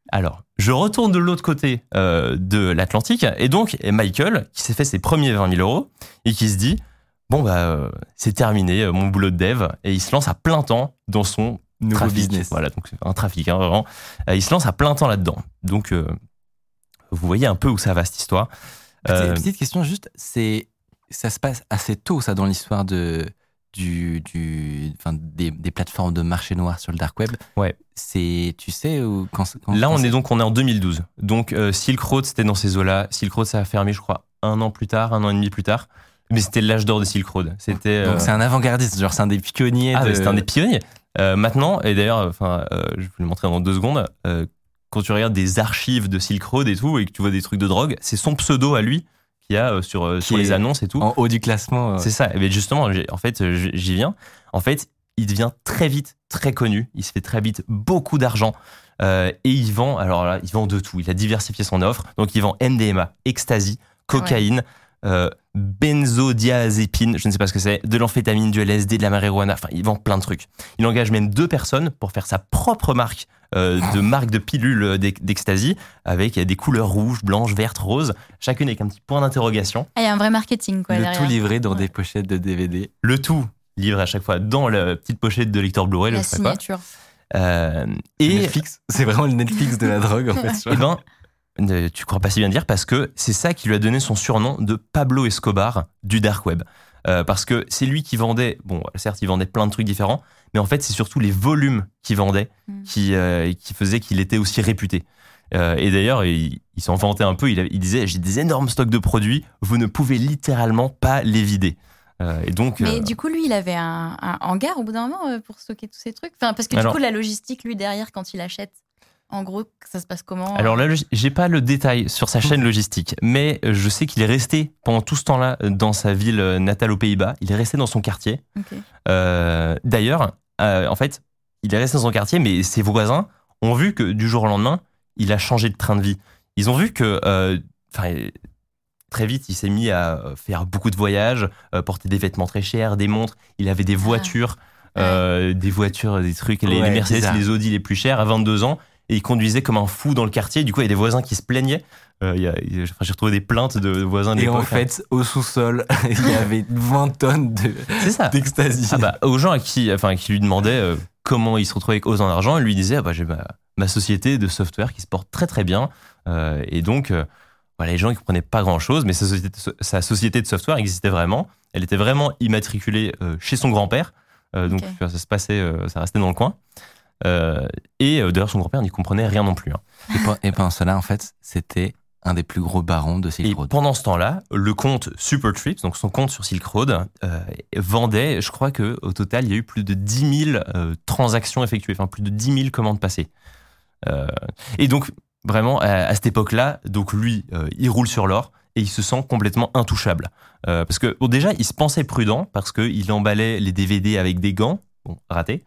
Alors, je retourne de l'autre côté euh, de l'Atlantique, et donc et Michael, qui s'est fait ses premiers vingt mille euros, et qui se dit, bon, bah, euh, c'est terminé, euh, mon boulot de dev, et il se lance à plein temps dans son Nouveau trafic. business. Voilà, donc c'est un trafic, hein, vraiment. Euh, il se lance à plein temps là-dedans. Donc, euh, vous voyez un peu où ça va, cette histoire. Petite, Euh, petite question juste, c'est, ça se passe assez tôt, ça, dans l'histoire de, du, du, enfin, des, des plateformes de marché noir sur le dark web. Ouais. C'est, tu sais, ou quand, quand Là, quand on c'est- est donc on est en deux mille douze. Donc, euh, Silk Road, c'était dans ces eaux-là. Silk Road, ça a fermé, je crois, un an plus tard, un an et demi plus tard. Mais c'était l'âge d'or de Silk Road. C'était. Donc euh, c'est un avant-gardiste, genre c'est un des pionniers. Ah, de... mais c'était un des pionniers. Euh, maintenant, et d'ailleurs, enfin, euh, je vais vous le montrer dans deux secondes. Euh, quand tu regardes des archives de Silk Road et tout, et que tu vois des trucs de drogue, c'est son pseudo à lui qu'il y a euh, sur, euh, sur Qui les est annonces et tout. En haut du classement. euh, C'est ça. Et bien justement, j'ai- en fait, euh, j'y viens. En fait, il devient très vite très connu. Il se fait très vite beaucoup d'argent. Euh, et il vend, alors là, il vend de tout. Il a diversifié son offre. Donc, il vend M D M A, ecstasy, cocaïne, euh, benzodiazépine, je ne sais pas ce que c'est, de l'amphétamine, du L S D, de la marijuana. Enfin, il vend plein de trucs. Il engage même deux personnes pour faire sa propre marque euh, de marque de pilules d'ec- d'ecstasy avec des couleurs rouges, blanches, vertes, roses, chacune avec un petit point d'interrogation. Ah, il y a un vrai marketing, quoi. le derrière. tout livré dans Ouais. des pochettes de D V D. Le tout livré à chaque fois dans la petite pochette de lecteur Blu-ray, La le je sais pas quoi. signature. Euh, Et et Netflix, c'est vraiment le Netflix de la drogue en fait. tu Eh vois. ben, ne- tu crois pas si bien dire parce que c'est ça qui lui a donné son surnom de Pablo Escobar du dark web. Euh, parce que c'est lui qui vendait, bon, certes, il vendait plein de trucs différents, mais en fait, c'est surtout les volumes qu'il vendait Mm. qui, euh, qui faisaient qu'il était aussi réputé. Euh, et d'ailleurs, il, il s'en vantait un peu, il, a- il disait, j'ai des énormes stocks de produits, vous ne pouvez littéralement pas les vider. Euh, et donc, Mais euh, du coup, lui, il avait un, un hangar au bout d'un moment euh, pour stocker tous ces trucs. Enfin, parce que Alors- du coup, la logistique, lui, derrière, quand il achète, en gros, ça se passe comment Alors là, j'ai pas le détail sur sa chaîne logistique, mais je sais qu'il est resté pendant tout ce temps-là dans sa ville natale aux Pays-Bas. Il est resté dans son quartier. Ok. Euh, D'ailleurs, euh, en fait, il est resté dans son quartier, mais ses voisins ont vu que du jour au lendemain, il a changé de train de vie. Ils ont vu que, euh, enfin, très vite, il s'est mis à faire beaucoup de voyages, euh, porter des vêtements très chers, des montres. Il avait des voitures, euh, des voitures, des trucs, les, Ouais, les Mercedes, bizarre. les Audi les plus chers à vingt-deux ans. Et il conduisait comme un fou dans le quartier. Du coup, il y a des voisins qui se plaignaient. Euh, il y a- il y a- enfin, j'ai retrouvé des plaintes de voisins de Et en l'époque. fait, au sous-sol, il y avait vingt tonnes de, C'est ça. d'ecstasy. Ah bah, aux gens à qui, enfin, qui lui demandaient euh, comment il se retrouvait avec Ose en argent, il lui disait ah bah, j'ai ma, ma société de software qui se porte très très bien. Euh, et donc, euh, voilà, les gens ne comprenaient pas grand chose, mais sa société, de, sa société de software existait vraiment. Elle était vraiment immatriculée euh, chez son grand-père. Euh, donc, Ok. ça se passait, euh, ça restait dans le coin. Euh, et euh, d'ailleurs, son grand-père n'y comprenait rien non plus. hein. Et, pe- et pendant cela, en fait, c'était un des plus gros barons de Silk Et Road. pendant ce temps-là, le compte Supertrips, donc son compte sur Silk Road, euh, vendait, je crois que au total, il y a eu plus de dix mille euh, transactions effectuées, enfin plus de dix mille commandes passées. Euh, et donc, vraiment, à, à cette époque-là, donc lui, euh, il roule sur l'or et il se sent complètement intouchable. Euh, parce que, bon, déjà, il se pensait prudent parce qu'il emballait les D V D avec des gants, bon, raté.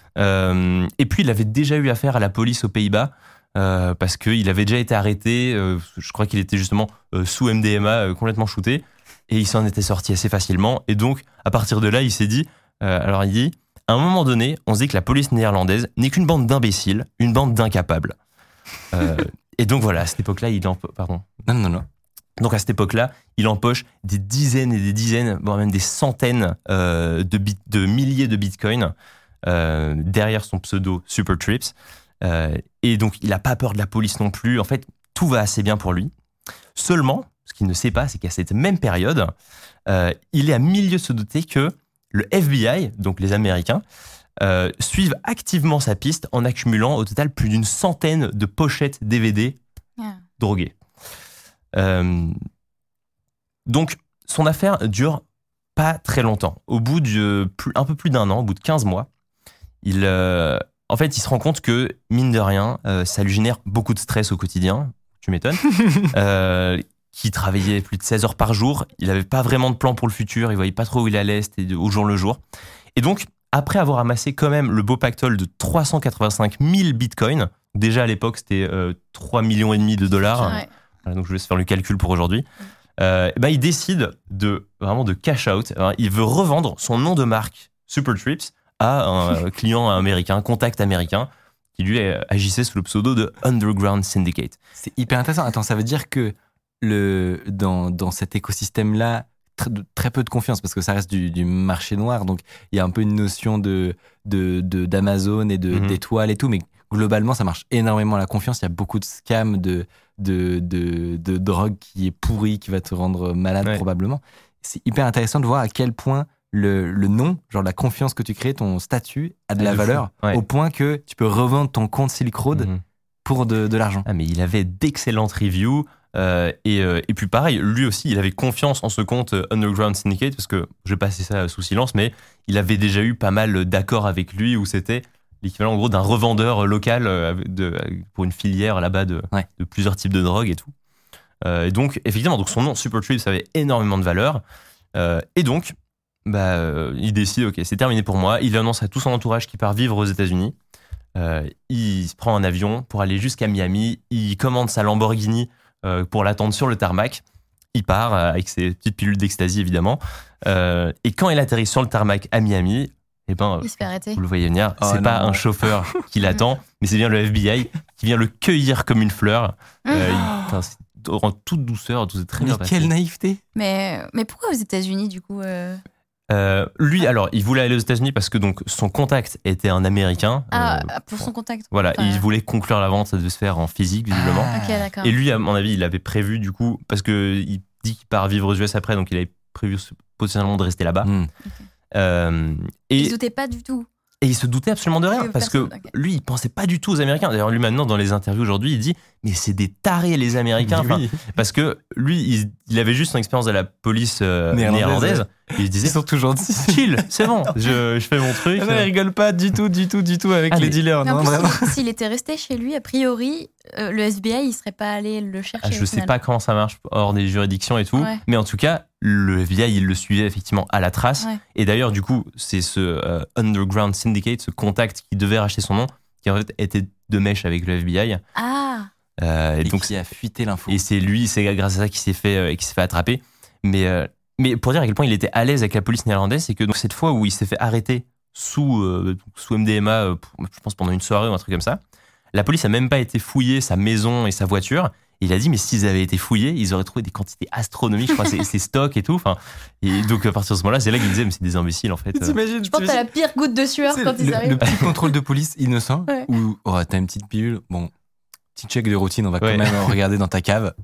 Euh, et puis, il avait déjà eu affaire à la police aux Pays-Bas. Euh, parce qu'il avait déjà été arrêté, euh, je crois qu'il était justement euh, sous M D M A, euh, complètement shooté, et il s'en était sorti assez facilement. Et donc, à partir de là, il s'est dit, euh, alors il dit, à un moment donné, on se dit que la police néerlandaise n'est qu'une bande d'imbéciles, une bande d'incapables. Euh, et donc voilà, à cette époque-là, il en... Pardon. Non, non, non. Donc à cette époque-là, il empoche des dizaines et des dizaines, voire même des centaines euh, de, bit- de milliers de bitcoins euh, derrière son pseudo Supertrips. Euh, et donc, il n'a pas peur de la police non plus. En fait, tout va assez bien pour lui. Seulement, ce qu'il ne sait pas, c'est qu'à cette même période, euh, il est à milieu de se douter que le F B I, donc les Américains, euh, suivent activement sa piste en accumulant au total plus d'une centaine de pochettes D V D Ah. droguées. Euh, donc, son affaire dure pas très longtemps. Au bout de plus, un peu plus d'un an, au bout de quinze mois, il, euh, en fait, il se rend compte que, mine de rien, euh, ça lui génère beaucoup de stress au quotidien. Tu m'étonnes. euh, qui travaillait plus de seize heures par jour. Il n'avait pas vraiment de plan pour le futur. Il voyait pas trop où il allait. C'était au jour le jour. Et donc, après avoir amassé quand même le beau pactole de trois cent quatre-vingt-cinq mille bitcoins, déjà à l'époque, c'était euh, trois millions et demi de dollars. Ouais. Voilà, donc je vais faire le calcul pour aujourd'hui. Euh, et ben il décide de vraiment de cash out. Alors, il veut revendre son nom de marque Supertrips à un client américain, un contact américain, qui lui agissait sous le pseudo de Underground Syndicate. C'est hyper intéressant. Attends, ça veut dire que le, dans, dans cet écosystème-là, très, très peu de confiance, parce que ça reste du, du marché noir, donc il y a un peu une notion de, de, de, d'Amazon et de, mm-hmm. d'étoiles et tout, mais globalement, ça marche énormément la confiance. Il y a beaucoup de scams, de, de, de, de drogue qui est pourrie, qui va te rendre malade ouais. probablement. C'est hyper intéressant de voir à quel point le, le nom, genre la confiance que tu crées, ton statut, a de ah, la de valeur, ouais. au point que tu peux revendre ton compte Silk Road mm-hmm. pour de, de l'argent. Ah, mais il avait d'excellentes reviews. Euh, et, euh, et puis pareil, lui aussi, il avait confiance en ce compte Underground Syndicate, parce que je vais passer ça sous silence, mais il avait déjà eu pas mal d'accords avec lui où c'était l'équivalent en gros d'un revendeur local euh, de, pour une filière là-bas de, ouais. de plusieurs types de drogues et tout. Euh, et donc, effectivement, donc son nom Supertrips avait énormément de valeur. Euh, et donc, bah, euh, il décide, ok, c'est terminé pour moi. Il annonce à tout son entourage qu'il part vivre aux États-Unis. Euh, il se prend un avion pour aller jusqu'à Miami. Il commande sa Lamborghini euh, pour l'attendre sur le tarmac. Il part euh, avec ses petites pilules d'ecstasy, évidemment. Euh, et quand il atterrit sur le tarmac à Miami, eh ben, il se fait arrêter. Vous le voyez venir, oh c'est non. pas un chauffeur qui l'attend, mais c'est bien le F B I qui vient le cueillir comme une fleur. Euh, il, enfin, c'est en toute douceur, tout est très mais bien passé. Quelle naïveté. Mais, mais pourquoi aux États-Unis, du coup euh... Euh, lui, alors, il voulait aller aux États-Unis parce que donc son contact était un Américain. Ah, euh, pour son contact. Voilà, enfin, il voulait conclure la vente, ça devait se faire en physique, visiblement. Ah, ok, d'accord. Et lui, à mon avis, il avait prévu, du coup, parce qu'il dit qu'il part vivre aux U S après, donc il avait prévu potentiellement de rester là-bas. Mm. Okay. Euh, et, il se doutait pas du tout. Et il se doutait absolument de rien, oui, parce personne, que okay. lui, il pensait pas du tout aux Américains. D'ailleurs, lui, maintenant, dans les interviews aujourd'hui, il dit « Mais c'est des tarés, les Américains !» oui. Parce que lui, il, il avait juste son expérience de la police euh, néerlandaise. Et il se disait « Ils sont tout gentils. » Chill, c'est bon, je, je fais mon truc. Non, il rigole pas du tout, du tout, du tout avec ah, les mais, dealers. Mais non, en plus, vraiment. s'il, s'il était resté chez lui, a priori, euh, le F B I, il serait pas allé le chercher. Ah, je sais pas comment ça marche hors des juridictions et tout. Ouais. Mais en tout cas, le F B I, il le suivait effectivement à la trace. Ouais. Et d'ailleurs, du coup, c'est ce euh, Underground Syndicate, ce contact qui devait racheter son nom, qui en fait était de mèche avec le F B I. Ah. Euh, et, et donc, qui a fuité l'info. Et c'est lui, c'est grâce à ça qu'il s'est fait, euh, qu'il s'est fait attraper. Mais, euh, mais pour dire à quel point il était à l'aise avec la police néerlandaise, c'est que donc, cette fois où il s'est fait arrêter sous, euh, sous M D M A, euh, je pense pendant une soirée ou un truc comme ça, la police a même pas été fouiller sa maison et sa voiture. Et il a dit, mais s'ils avaient été fouillés, ils auraient trouvé des quantités astronomiques, je crois, ses, ses stocks et tout. Enfin, et donc, à partir de ce moment-là, c'est là qu'il disait, mais c'est des imbéciles, en fait. T'imagines, je pense que t'as la pire goutte de sueur quand ils le, arrivent. Le petit contrôle de police innocent, ouais. où oh, t'as une petite pilule, bon, petit check de routine, on va quand ouais. même regarder dans ta cave.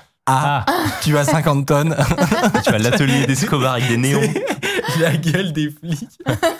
Ah, ah, tu as cinquante tonnes. Tu as l'atelier d'Escobar avec des néons. C'est la gueule des flics.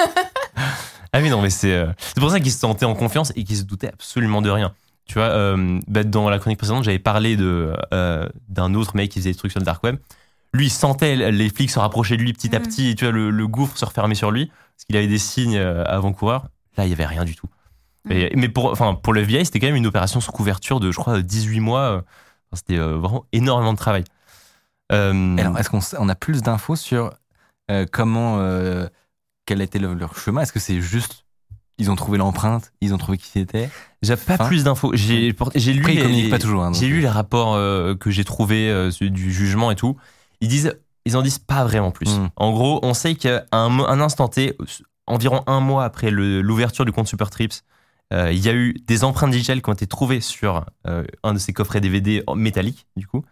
Ah oui, non, mais c'est, euh, c'est pour ça qu'il se sentait en confiance et qu'il se doutait absolument de rien. Tu vois, euh, bah dans la chronique précédente, j'avais parlé de, euh, d'un autre mec qui faisait des trucs sur le dark web. Lui, il sentait les flics se rapprocher de lui petit à petit, et tu vois, le, le gouffre se refermer sur lui, parce qu'il avait des signes avant-coureurs. Là, il n'y avait rien du tout. Mmh. Et, mais pour, enfin, pour le F B I, c'était quand même une opération sous couverture de, je crois, dix-huit mois. Enfin, c'était euh, vraiment énormément de travail. Euh, Alors, est-ce qu'on on a plus d'infos sur euh, comment, euh, quel était le, leur chemin ? Est-ce que c'est juste... Ils ont trouvé l'empreinte, ils ont trouvé qui c'était. J'ai pas enfin, plus d'infos. J'ai, j'ai lu après, les, ils communiquent pas toujours. Hein, j'ai lu les rapports euh, que j'ai trouvés euh, du jugement et tout. Ils disent, ils en disent pas vraiment plus. Mm. En gros, on sait qu'à un, un instant T, environ un mois après le, l'ouverture du compte Supertrips, euh, il y a eu des empreintes digitales qui ont été trouvées sur euh, un de ces coffrets D V D métalliques, du coup.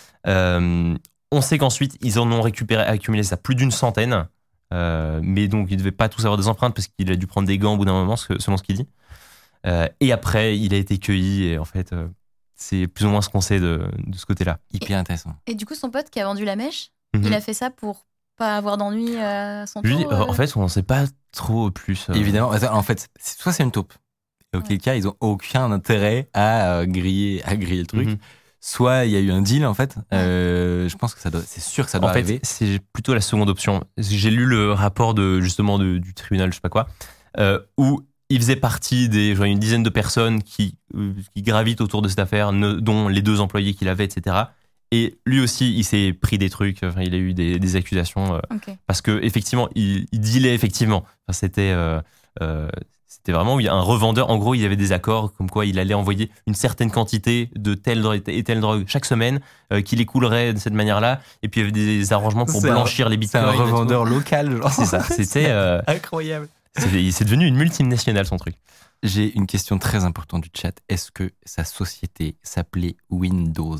Euh, on sait qu'ensuite, ils en ont récupéré, accumulé ça plus d'une centaine. Euh, mais donc il devait pas tous avoir des empreintes parce qu'il a dû prendre des gants au bout d'un moment selon ce qu'il dit, euh, et après il a été cueilli et en fait euh, c'est plus ou moins ce qu'on sait de, de ce côté-là. Hyper intéressant. Et du coup son pote qui a vendu la mèche, mm-hmm. il a fait ça pour pas avoir d'ennui à son Lui, tour euh... en fait on n'en sait pas trop plus. euh... Évidemment, en fait soit c'est une taupe et auquel ouais. cas ils ont aucun intérêt à euh, griller, à griller le truc. Mm-hmm. Soit il y a eu un deal en fait. Euh, je pense que ça doit, c'est sûr que ça doit en fait, arriver. C'est plutôt la seconde option. J'ai lu le rapport de justement de, du tribunal, je sais pas quoi, euh, où il faisait partie des genre une dizaine de personnes qui euh, qui gravitent autour de cette affaire, ne, dont les deux employés qu'il avait, et cetera. Et lui aussi, il s'est pris des trucs. Enfin, il a eu des, des accusations euh, okay. parce que effectivement, il, il dealait effectivement. Enfin, c'était euh, euh, C'était vraiment un revendeur. En gros, il y avait des accords comme quoi il allait envoyer une certaine quantité de telle drogue et telle drogue chaque semaine, euh, qu'il écoulerait de cette manière-là. Et puis il y avait des arrangements pour c'est blanchir un, les bitcoins. C'est un revendeur local, genre. C'est ça. C'était euh, incroyable. C'est, c'est devenu une multinationale, son truc. J'ai une question très importante du chat. Est-ce que sa société s'appelait Windows?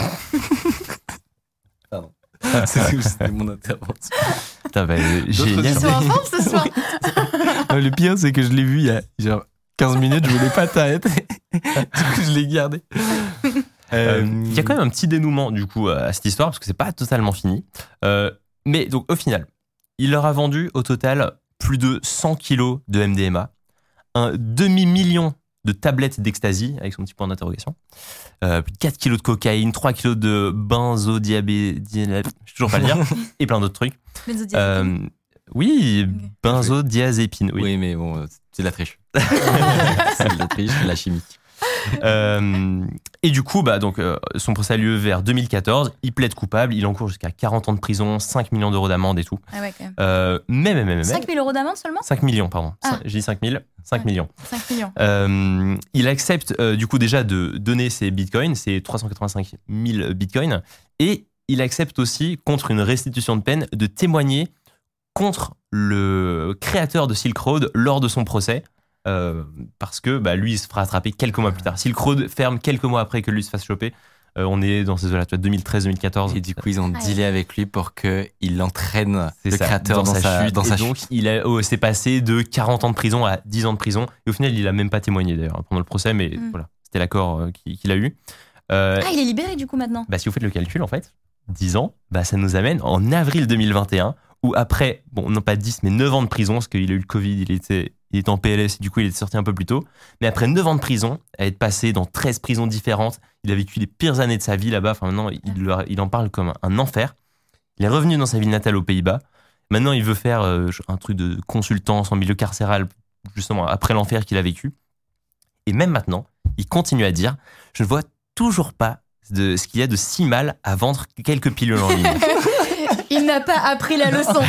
Pardon. C'était mon intervention. Putain, bah, génial. Ils sont en forme ce soir. Le pire, c'est que je l'ai vu il y a genre quinze minutes, je voulais pas t'arrêter. Du coup, je l'ai gardé. Il euh, euh, y a quand même un petit dénouement du coup à cette histoire parce que c'est pas totalement fini. Euh, mais donc au final, il leur a vendu au total plus de cent kilos de M D M A, un demi-million de tablettes d'ecstasy avec son petit point d'interrogation, euh, quatre kilos de cocaïne, trois kilos de benzodiazépine, je sais toujours pas le dire, et plein d'autres trucs. Euh, oui, okay. Benzodiazépine. Oui. oui, mais bon, c'est de la triche. C'est de la triche, de la chimie. Euh, et du coup, bah, donc, euh, son procès a lieu vers deux mille quatorze. Il plaide coupable. Il encourt jusqu'à quarante ans de prison, cinq millions d'euros d'amende et tout. Ah ouais, quand même. Euh, mais, mais, mais, mais, cinq mille euros d'amende seulement? cinq millions, pardon. Ah. J'ai dit cinq mille. cinq ouais. millions. cinq millions. Euh, il accepte, euh, du coup, déjà de donner ses bitcoins, ses trois cent quatre-vingt-cinq mille bitcoins. Et il accepte aussi, contre une restitution de peine, de témoigner contre le créateur de Silk Road lors de son procès. Euh, parce que bah, lui, il se fera attraper quelques mois plus tard. Silk Road ferme quelques mois après que lui se fasse choper. Euh, on est dans ces eaux-là, tu vois, deux mille treize deux mille quatorze. Et du coup, ils ont ah, dealé ouais. avec lui pour qu'il entraîne c'est le ça, créateur dans, dans sa chute. Dans et sa donc, chute. il a, oh, c'est passé de quarante ans de prison à dix ans de prison. Et au final, il a même pas témoigné d'ailleurs pendant le procès, mais mm. voilà, c'était l'accord euh, qu'il, qu'il a eu. Euh, ah, il est libéré du coup maintenant. Bah, si vous faites le calcul, en fait, dix ans, bah, ça nous amène en avril deux mille vingt et un, où après, bon, non pas dix, mais neuf ans de prison, parce qu'il a eu le Covid, il était, il était en P L S, et du coup, il est sorti un peu plus tôt. Mais après neuf ans de prison, à être passé dans treize prisons différentes, il a vécu les pires années de sa vie là-bas. Enfin, maintenant, il, il en parle comme un enfer. Il est revenu dans sa ville natale aux Pays-Bas. Maintenant, il veut faire euh, un truc de consultance en milieu carcéral, justement, après l'enfer qu'il a vécu. Et même maintenant, il continue à dire « Je ne vois toujours pas de ce qu'il y a de si mal à vendre quelques pilules en ligne. » Il n'a pas appris la leçon.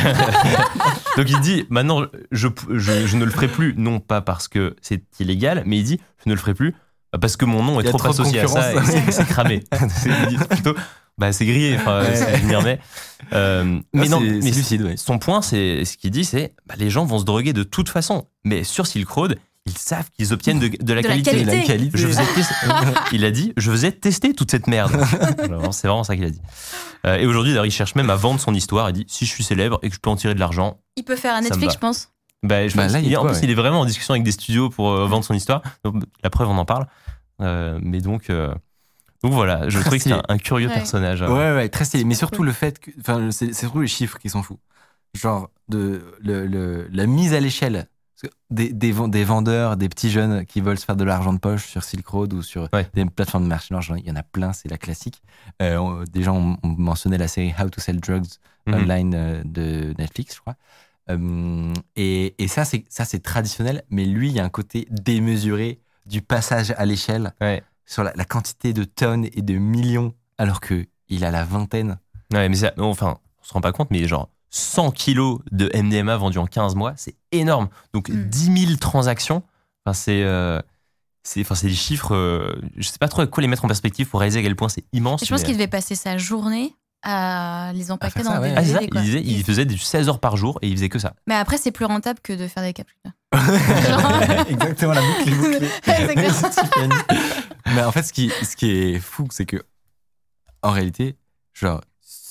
Donc il dit, maintenant, je, je, je ne le ferai plus, non pas parce que c'est illégal, mais il dit, je ne le ferai plus parce que mon nom est trop, trop associé à ça et c'est, c'est cramé. Il dit plutôt, bah, c'est grillé, enfin, ouais. Je m'y remets. Euh, mais ah, non, c'est, mais c'est lucide, ouais. Son point, c'est, ce qu'il dit, c'est, bah, les gens vont se droguer de toute façon. Mais sur Silk Road, ils savent qu'ils obtiennent de, de la de qualité. La qualité. Je faisais tester, il a dit, je faisais tester toute cette merde. Alors, c'est vraiment ça qu'il a dit. Euh, et aujourd'hui, d'ailleurs, il cherche même à vendre son histoire. Il dit, si je suis célèbre et que je peux en tirer de l'argent, il peut faire un Netflix, je pense. Bah, je bah, pense là, il en quoi, plus, ouais. il est vraiment en discussion avec des studios pour euh, vendre son histoire. Donc, la preuve, on en parle. Euh, mais donc, euh, donc voilà, je très trouvais stylé. que c'était un, un curieux ouais. personnage. Ouais, ouais, très stylé. Mais surtout cool. le fait que, enfin, c'est, c'est surtout les chiffres qui sont fous. Genre de le, le, la mise à l'échelle. Des, des, des vendeurs, des petits jeunes qui veulent se faire de l'argent de poche sur Silk Road ou sur ouais. des plateformes de marchandage, il y en a plein, c'est la classique. Euh, on, des gens ont, ont mentionné la série How to Sell Drugs mm-hmm. Online euh, de Netflix, je crois. Euh, et, et ça, c'est, ça, c'est traditionnel, mais lui, il y a un côté démesuré du passage à l'échelle ouais. sur la, la quantité de tonnes et de millions, alors qu'il a la vingtaine. Ouais, mais ça, enfin, on se rend pas compte, mais genre, cent kilos de M D M A vendus en quinze mois, c'est énorme. Donc, mm. dix mille transactions, enfin, c'est, euh, c'est, enfin, c'est des chiffres, euh, je sais pas trop à quoi les mettre en perspective pour réaliser à quel point c'est immense. Et je pense mais... qu'il devait passer sa journée à les empaqueter dans ça, des ouais. D V D. Ah, c'est ça, quoi. il, disait, il faisait du seize heures par jour et il faisait que ça. Mais après, c'est plus rentable que de faire des capsules. Exactement, la boucle est bouclée. Exactement. Mais en fait, ce qui, ce qui est fou, c'est que, en réalité, genre,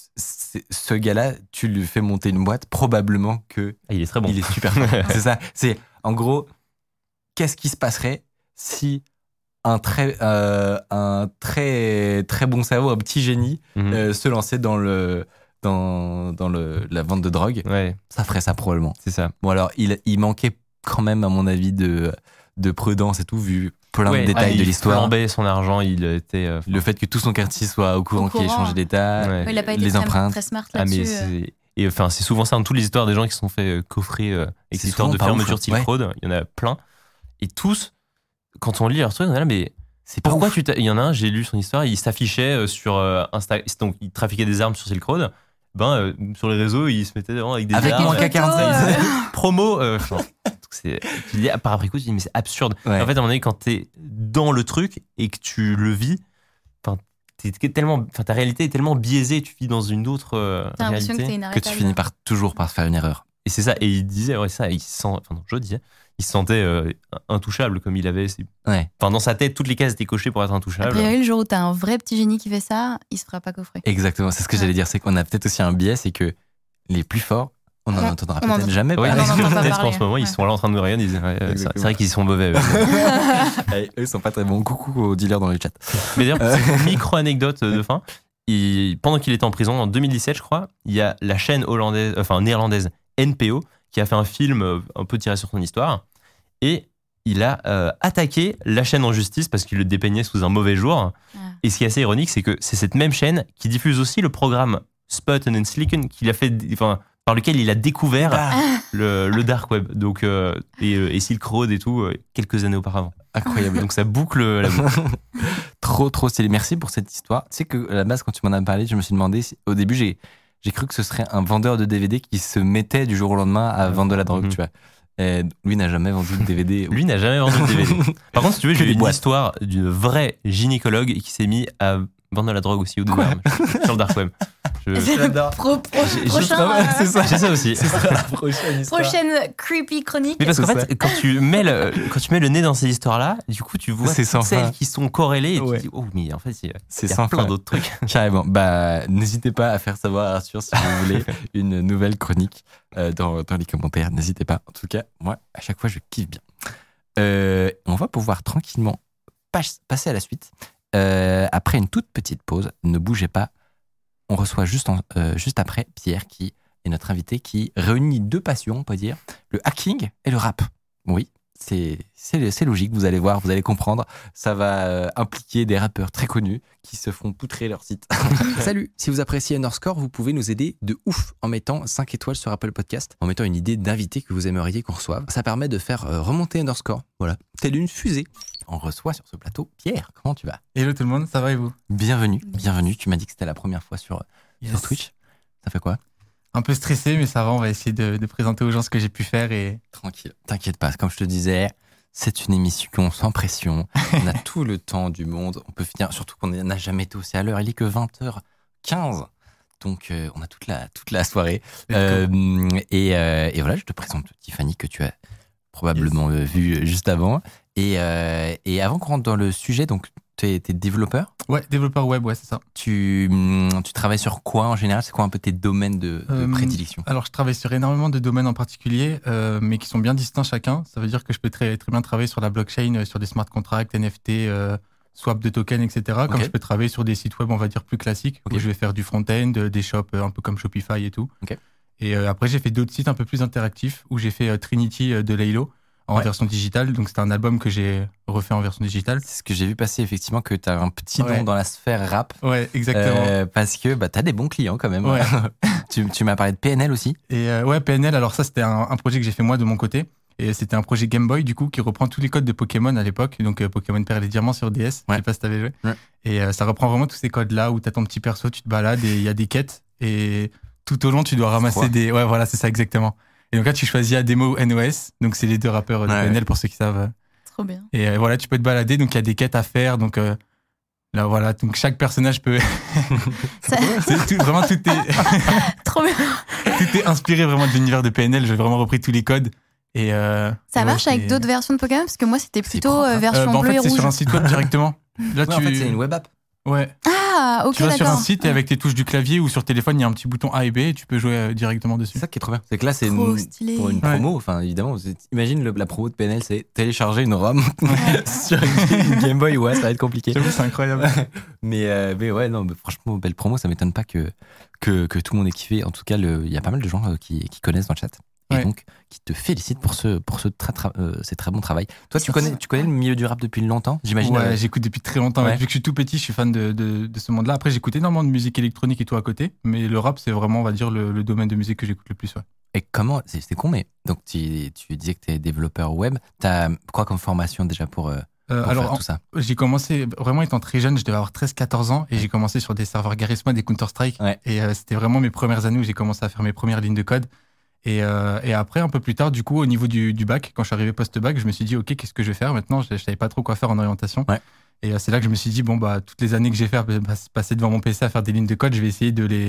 ce gars-là, tu lui fais monter une boîte, probablement que ah, il est très bon. Il est super bon. C'est ça. C'est en gros, qu'est-ce qui se passerait si un très, euh, un très, très bon cerveau, un petit génie, mm-hmm. euh, se lançait dans le, dans, dans le, la vente de drogue? Ouais. Ça ferait ça probablement. C'est ça. Bon alors, il, il manquait quand même, à mon avis, de, de prudence et tout, vu plein ouais, de détails ah, de l'histoire. Il flambait son argent, il était... Euh, le fait que tout son quartier soit au courant, au courant. qu'il ait changé d'état, ouais. Ouais, il a pas été les très, empreintes. Très smart là-dessus. Ah, mais c'est... Et enfin, c'est souvent ça dans toutes les histoires des gens qui se sont fait euh, coffrer euh, avec ces histoires de fermeture de Silk Road. Il y en a plein. Et tous, quand on lit leur truc, on est là, mais c'est pourquoi tu t'as... Il y en a un, j'ai lu son histoire, il s'affichait sur euh, Instagram, donc il trafiquait des armes sur Silk Road. Ben, euh, sur les réseaux, il se mettait vraiment avec des avec armes. Avec mon K quarante-cinq. Promo. Euh, c'est, tu dis, par après coup, tu dis, mais c'est absurde. Ouais. En fait, à un moment donné, quand t'es dans le truc et que tu le vis, t'es tellement, ta réalité est tellement biaisée, tu vis dans une autre euh, réalité que, que tu finis par toujours par faire une erreur. et c'est ça. Et il disait, ouais, ça, il se sent, enfin, non, je disais, il se sentait euh, intouchable comme il avait. Ouais. Enfin, dans sa tête, toutes les cases étaient cochées pour être intouchable. A priori, le jour où t'as un vrai petit génie qui fait ça, il se fera pas coffrer. Exactement, c'est ce que Ouais. j'allais dire, c'est qu'on a peut-être aussi un biais, c'est que les plus forts, on n'en Ouais. entendra On en- peut-être jamais Ouais, Ah, parler. non, non, non, pas peut-être parler, qu'en ce moment, ouais. ils sont là en train de me regarder. Ils disent, ouais, euh, c'est Exactement. c'est vrai qu'ils sont mauvais. eux. Eh, eux sont pas très bons. Coucou aux dealers dans le chat. Mais d'ailleurs, petite micro-anecdote de fin. Il- pendant qu'il était en prison, en deux mille dix-sept, je crois, il y a la chaîne hollandaise, enfin néerlandaise N P O qui a fait un film euh, un peu tiré sur son histoire. Et il a euh, attaqué la chaîne en justice parce qu'il le dépeignait sous un mauvais jour. Ah. Et ce qui est assez ironique, c'est que c'est cette même chaîne qui diffuse aussi le programme Spot and Slicken qu'il a fait, enfin, par lequel il a découvert Ah. le, le dark web. Donc, euh, et, euh, et Silk Road et tout, euh, quelques années auparavant. Incroyable. Donc ça boucle la boucle. Trop, trop stylé. Merci pour cette histoire. Tu sais que à la base, quand tu m'en as parlé, je me suis demandé, si- au début, j'ai, j'ai cru que ce serait un vendeur de D V D qui se mettait du jour au lendemain à vendre de la drogue, Mhm. tu vois. Et lui n'a jamais vendu de D V D. Lui n'a jamais vendu de D V D. Par contre, si tu veux, Que j'ai des eu une boîtes. histoire d'une vraie gynécologue qui s'est mis à vendre de la drogue aussi au dehors sur le dark web. Je- C'est le pro- pro- J'ai- j'ai- prochain, euh, c'est ça. J'ai ça aussi. C'est ça la prochaine histoire. prochaine creepy chronique. Mais parce qu'en C'est fait, quand tu, mets le, quand tu mets le nez dans ces histoires-là, du coup, tu vois C'est toutes sans celles fin. qui sont corrélées et Ouais. tu te dis, oh, mais en fait, il y a, C'est il y a sans plein fin. d'autres trucs. Carrément. Bah, n'hésitez pas à faire savoir à Arthur si vous voulez une nouvelle chronique euh, dans, dans les commentaires. N'hésitez pas. En tout cas, moi, à chaque fois, je kiffe bien. Euh, on va pouvoir tranquillement pas- passer à la suite. Euh, après une toute petite pause, ne bougez pas. On reçoit juste, en- euh, juste après Pierre, qui est notre invité, qui réunit deux passions, on peut dire, le hacking et le rap. Oui, c'est, c'est, c'est logique, vous allez voir, vous allez comprendre. Ça va euh, impliquer des rappeurs très connus qui se font poutrer leur site. Salut, si vous appréciez Underscore, vous pouvez nous aider de ouf en mettant cinq étoiles sur Apple Podcast, en mettant une idée d'invité que vous aimeriez qu'on reçoive. Ça permet de faire euh, remonter Underscore, voilà, telle une fusée. On reçoit sur ce plateau Pierre, comment tu vas? Hello tout le monde, ça va et vous? Bienvenue, bienvenue. Tu m'as dit que c'était la première fois sur, Yes. sur Twitch. Ça fait quoi? Un peu stressé, mais ça va, on va essayer de, de présenter aux gens ce que j'ai pu faire. Et Tranquille, t'inquiète pas. Comme je te disais, c'est une émission sans pression. On a tout le temps du monde. On peut finir, surtout qu'on n'a jamais été aussi à l'heure. Il est que vingt heures quinze. Donc, euh, on a toute la, toute la soirée. Euh, et, euh, et voilà, je te présente Tiffany, que tu as probablement euh, vu juste avant. Et, euh, et avant qu'on rentre dans le sujet, donc, tu es, t'es développeur. ouais, développeur web, ouais, c'est ça. Tu, hum, tu travailles sur quoi en général? C'est quoi un peu tes domaines de, de Euh, prédilection? Alors, je travaille sur énormément de domaines en particulier, euh, mais qui sont bien distincts chacun. Ça veut dire que je peux très, très bien travailler sur la blockchain, euh, sur des smart contracts, N F T, euh, swap de tokens, et cetera. Comme Ok. je peux travailler sur des sites web, on va dire, plus classiques, Ok. où je vais faire du front-end, euh, des shops euh, un peu comme Shopify et tout. Ok. Et euh, après, j'ai fait d'autres sites un peu plus interactifs, où j'ai fait euh, Trinity euh, de Laylo en Ouais. version digitale. Donc, c'était un album que j'ai refait en version digitale. C'est ce que j'ai vu passer, effectivement, que tu as un petit nom Ouais. dans la sphère rap. Ouais, exactement. Euh, parce que bah, tu as des bons clients quand même. Ouais. tu tu m'as parlé de P N L aussi. Et euh, ouais, P N L, alors ça, c'était un, un projet que j'ai fait moi de mon côté. Et c'était un projet Game Boy, du coup, qui reprend tous les codes de Pokémon à l'époque. Donc, euh, Pokémon Perle et Diamant sur D S. Ouais. Je sais pas si t'avais joué. Ouais. Et euh, ça reprend vraiment tous ces codes-là où t'as ton petit perso, tu te balades et il y a des quêtes. Et tout au long, tu dois ramasser Quoi des. Ouais, voilà, c'est ça exactement. Et donc là, tu choisis Ademo ou N O S. Donc, c'est les deux rappeurs de Ouais, P N L ouais. pour ceux qui savent. Trop bien. Et euh, voilà, tu peux te balader. Donc, il y a des quêtes à faire. Donc, euh, là, voilà. Donc, chaque personnage peut. Ça- c'est tout, vraiment, tout est. Trop bien. Tout est inspiré vraiment de l'univers de P N L. J'ai vraiment repris tous les codes. Et euh, Ça ouais, marche avec c'est- d'autres versions de Pokémon? Parce que moi, c'était C'est plutôt propre, euh, hein. version Euh, bah, en bleue fait, et c'est rouge. sur un site web directement. Là, Ouais, tu... en fait, c'est une web app. Ouais. Ah, ok, tu vas sur un d'accord. site et avec tes touches du clavier ou sur téléphone, il y a un petit bouton A et B et tu peux jouer euh, directement dessus. C'est ça qui est trop bien. C'est que là, c'est Trop une- stylé. pour une Ouais. promo. Enfin, évidemment, vous êtes- imagine le- la promo de P N L, c'est télécharger une ROM sur une Game Boy. Ouais, ça va être compliqué. J'avoue, c'est incroyable. Mais, euh, mais ouais, non, mais franchement, belle promo. Ça m'étonne pas que, que, que tout le monde ait kiffé. En tout cas, le- il y a pas mal de gens euh, qui, qui connaissent dans le chat. Et Ouais. donc, qui te félicitent pour ce, pour ce très, tra- euh, ces très bon travail. Toi, tu C'est connais, ça. tu connais le milieu du rap depuis longtemps, j'imagine. Ouais, euh, j'écoute depuis très longtemps. Ouais. Depuis que je suis tout petit, je suis fan de, de, de ce monde-là. Après, j'écoute énormément de musique électronique et tout à côté. Mais le rap, c'est vraiment, on va dire, le, le domaine de musique que j'écoute le plus. Ouais. Et comment, c'est c'est con, mais donc tu, tu disais que tu es développeur web. Tu as quoi comme formation déjà pour, euh, Euh, pour alors, faire en- tout ça? j'ai commencé vraiment étant très jeune, je devais avoir treize quatorze ans et j'ai commencé sur des serveurs Garry's Mod et Counter-Strike. Ouais. Et euh, c'était vraiment mes premières années où j'ai commencé à faire mes premières lignes de code. Et, euh, et après, un peu plus tard, du coup, au niveau du, du bac, quand je suis arrivé post-bac, je me suis dit, OK, qu'est-ce que je vais faire maintenant? Je ne savais pas trop quoi faire en orientation. Ouais. Et euh, c'est là que je me suis dit, bon, bah, toutes les années que j'ai fait, bah, passer devant mon P C à faire des lignes de code, je vais essayer de les,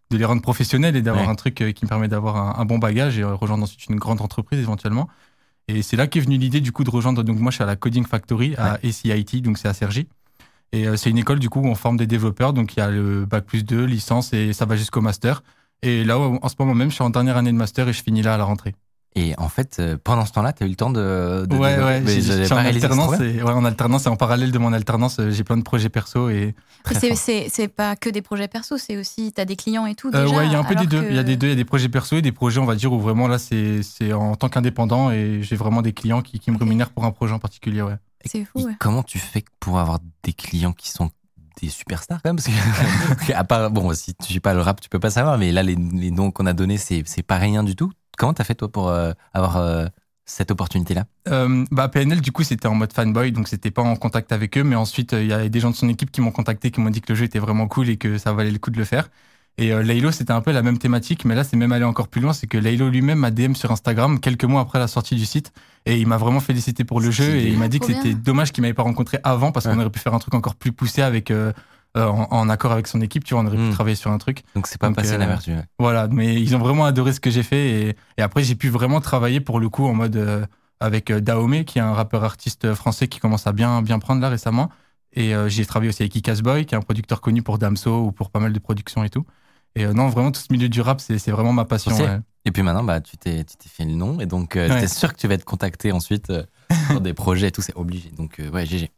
de les rendre professionnels et d'avoir Ouais. un truc euh, qui me permet d'avoir un, un bon bagage et euh, rejoindre ensuite une grande entreprise éventuellement. Et c'est là qu'est venue l'idée du coup de rejoindre. Donc moi, je suis à la Coding Factory à A C I T, donc c'est à Cergy. Et euh, c'est une école du coup où on forme des développeurs. Donc il y a le bac plus deux, licence et ça va jusqu'au master. Et là, en ce moment même, je suis en dernière année de master et je finis là à la rentrée. Et en fait, euh, pendant ce temps-là, tu as eu le temps de. de ouais, développer- ouais, mais j'ai- j'avais je suis pas en réalisé, c'est trop alternance. bien. Et, ouais, en alternance et en parallèle de mon alternance, euh, j'ai plein de projets perso et. Mais c'est, c'est, c'est pas que des projets perso, c'est aussi, t'as des clients et tout. Euh, déjà, ouais, il y a un peu des alors deux. que- Il y a des deux. Il y a des projets perso et des projets, on va dire, où vraiment là, c'est, c'est en tant qu'indépendant et j'ai vraiment des clients qui, qui me rémunèrent pour un projet en particulier. Ouais. C'est fou, Et ouais. comment tu fais pour avoir des clients qui sont des superstars quand même parce que, à part, bon, si tu suis pas le rap, tu peux pas savoir, mais là, les, les noms qu'on a donnés, c'est, c'est pas rien du tout. Comment t'as fait, toi, pour euh, avoir euh, cette opportunité-là? Euh, bah, P N L, du coup, c'était en mode fanboy, donc c'était pas en contact avec eux, mais ensuite, euh, il y a des gens de son équipe qui m'ont contacté, qui m'ont dit que le jeu était vraiment cool et que ça valait le coup de le faire. Et euh, Laylo, c'était un peu la même thématique, mais là, c'est même allé encore plus loin, c'est que Laylo lui-même m'a D M sur Instagram quelques mois après la sortie du site, et il m'a vraiment félicité pour le jeu, Stylé. et il m'a dit que Trop c'était bien. dommage qu'il m'avait pas rencontré avant, parce qu'on Ouais. aurait pu faire un truc encore plus poussé avec, euh, euh, en, en accord avec son équipe, tu vois, on aurait Mm. pu travailler sur un truc. Donc, c'est pas Donc, passé euh, inaperçu. Ouais. Voilà, mais ils ont vraiment adoré ce que j'ai fait, et, et après, j'ai pu vraiment travailler pour le coup en mode... euh, avec euh, Dahomey, qui est un rappeur artiste français qui commence à bien, bien prendre là récemment. Et euh, j'ai travaillé aussi avec Icas Boy, qui est un producteur connu pour Damso ou pour pas mal de productions et tout. Et euh, non, vraiment, tout ce milieu du rap, c'est, c'est vraiment ma passion. Aussi. Ouais. Et puis maintenant, bah, tu t'es, tu t'es fait le nom, et donc, euh, Ouais. t'es sûr que tu vas être contacté ensuite euh, pour des projets et tout, c'est obligé. Donc, euh, ouais, G G.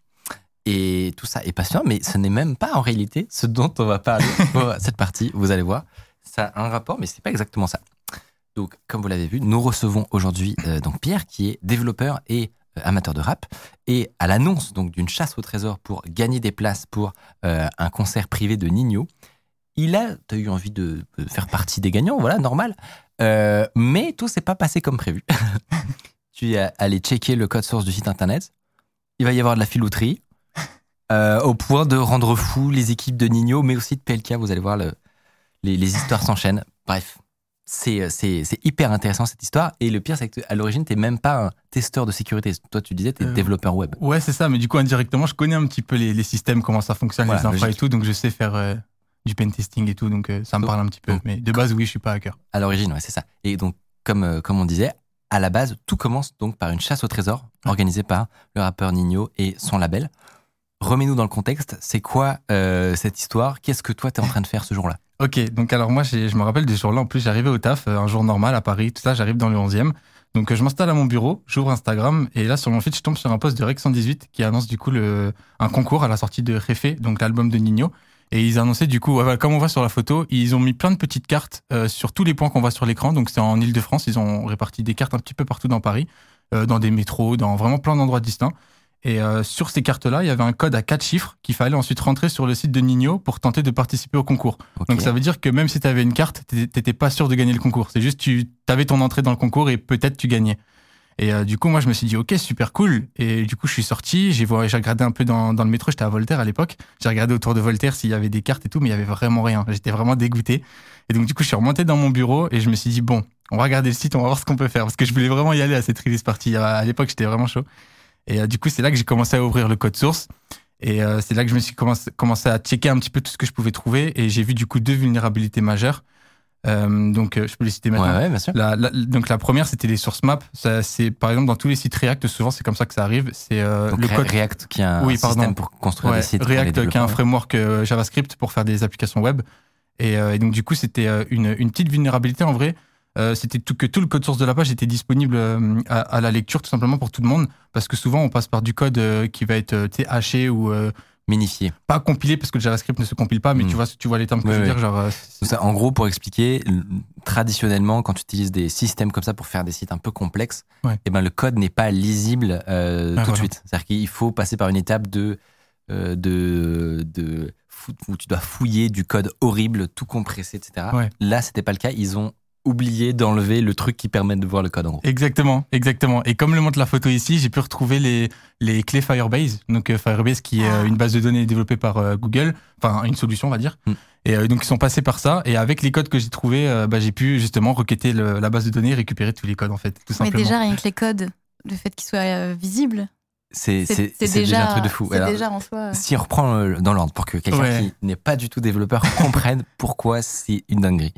Et tout ça est passionnant, mais ce n'est même pas en réalité ce dont on va parler pour cette partie. Vous allez voir, ça a un rapport, mais c'est pas exactement ça. Donc, comme vous l'avez vu, nous recevons aujourd'hui euh, donc Pierre, qui est développeur et euh, amateur de rap. Et à l'annonce donc d'une chasse au trésor pour gagner des places pour euh, un concert privé de Ninho, il a, t'as eu envie de, de faire partie des gagnants, voilà, normal. Euh, mais tout s'est pas passé comme prévu. Tu es allé checker le code source du site internet. Il va y avoir de la filouterie, euh, au point de rendre fou les équipes de Ninho, mais aussi de P L K. Vous allez voir, le, les, les histoires s'enchaînent. Bref. C'est, c'est, c'est hyper intéressant cette histoire. Et le pire, c'est qu'à l'origine, tu n'es même pas un testeur de sécurité. Toi, tu disais, tu es Euh, développeur web. Ouais, c'est ça, mais du coup, indirectement, je connais un petit peu les, les systèmes, comment ça fonctionne, Voilà, les infras logique. et tout, donc je sais faire euh, du pen testing et tout, donc euh, ça me Donc- parle un petit peu. donc- Mais de base, oui, je suis pas hacker. À l'origine, ouais, c'est ça. Et donc, comme, euh, comme on disait, à la base, tout commence donc par une chasse au trésor organisée par le rappeur Ninho et son label. Remets-nous dans le contexte. C'est quoi euh, cette histoire? Qu'est-ce que toi, tu es en train de faire ce jour-là? Ok, donc alors moi, j'ai- je me rappelle de ce jour-là, en plus, j'arrivais au taf, euh, un jour normal à Paris, tout ça, j'arrive dans le onzième. Donc euh, je m'installe à mon bureau, j'ouvre Instagram, et là, sur mon feed, je tombe sur un post de Rec cent dix-huit qui annonce du coup le, un concours à la sortie de Réfé, donc l'album de Ninho. Et ils annonçaient du coup, ouais, voilà, comme on voit sur la photo, ils ont mis plein de petites cartes euh, sur tous les points qu'on voit sur l'écran. Donc c'est en Ile-de-France, ils ont réparti des cartes un petit peu partout dans Paris, euh, dans des métros, dans vraiment plein d'endroits distincts. Et euh, sur ces cartes-là, il y avait un code à quatre chiffres qu'il fallait ensuite rentrer sur le site de Ninho pour tenter de participer au concours. Ok. Donc ça veut dire que même si tu avais une carte, t'étais- t'étais pas sûr de gagner le concours. C'est juste tu avais ton entrée dans le concours et peut-être tu gagnais. Et euh, du coup, moi, je me suis dit, ok, super cool. Et du coup, je suis sorti, j'ai voir- j'ai regardé un peu dans, dans le métro, j'étais à Voltaire à l'époque. J'ai regardé autour de Voltaire s'il y avait des cartes et tout, mais il y avait vraiment rien. J'étais vraiment dégoûté. Et donc, du coup, je suis remonté dans mon bureau et je me suis dit, bon, on va regarder le site, on va voir ce qu'on peut faire. Parce que je voulais vraiment y aller à cette release party. À, à l'époque, j'étais vraiment chaud. Et euh, du coup, c'est là que j'ai commencé à ouvrir le code source. Et euh, c'est là que je me suis commencé, commencé à checker un petit peu tout ce que je pouvais trouver. Et j'ai vu du coup deux vulnérabilités majeures. Euh, donc, euh, je peux les citer Ouais, maintenant. ouais, bien sûr. La, la- donc la première, c'était les source maps. Ça, c'est par exemple dans tous les sites React, souvent c'est comme ça que ça arrive. C'est euh, Donc, le Re- code React, qui est un Oui, système pardon. pour construire ouais, des sites. pour les React, qui est un développeurs. framework euh, JavaScript pour faire des applications web. Et, euh, et donc du coup, c'était euh, une, une petite vulnérabilité en vrai. Euh, c'était tout, que tout le code source de la page était disponible euh, à, à la lecture tout simplement pour tout le monde, parce que souvent on passe par du code euh, qui va être euh, tu sais, haché ou euh, Minifié. pas compilé parce que le JavaScript ne se compile pas, mais Mm. tu vois, tu vois les termes que Oui, je veux oui. dire, genre. euh, Donc ça, en gros, pour expliquer, l- traditionnellement, quand tu utilises des systèmes comme ça pour faire des sites un peu complexes, Ouais. eh ben, le code n'est pas lisible euh, Ah, tout de voilà. suite. C'est-à-dire qu'il faut passer par une étape de, euh, de, de fou- où tu dois fouiller du code horrible, tout compressé, et cetera. Ouais. Là, c'était pas le cas. Ils ont oublié d'enlever le truc qui permet de voir le code en gros. Exactement, exactement. Et comme le montre la photo ici, j'ai pu retrouver les, les clés Firebase. Donc euh, Firebase qui est euh, une base de données développée par euh, Google, enfin une solution on va dire. Mm. Et euh, donc ils sont passés par ça. Et avec les codes que j'ai trouvés, euh, bah, j'ai pu justement requêter le- la base de données et récupérer tous les codes en fait, tout Mais simplement. déjà, rien que les codes, le fait qu'ils soient euh, visibles, C'est, C'est- c'est, c'est c'est déjà, déjà- un truc de fou. c'est Alors, déjà en soi, euh. Si on reprend euh, dans l'ordre pour que quelqu'un Ouais. qui n'est pas du tout développeur comprenne pourquoi c'est une dinguerie.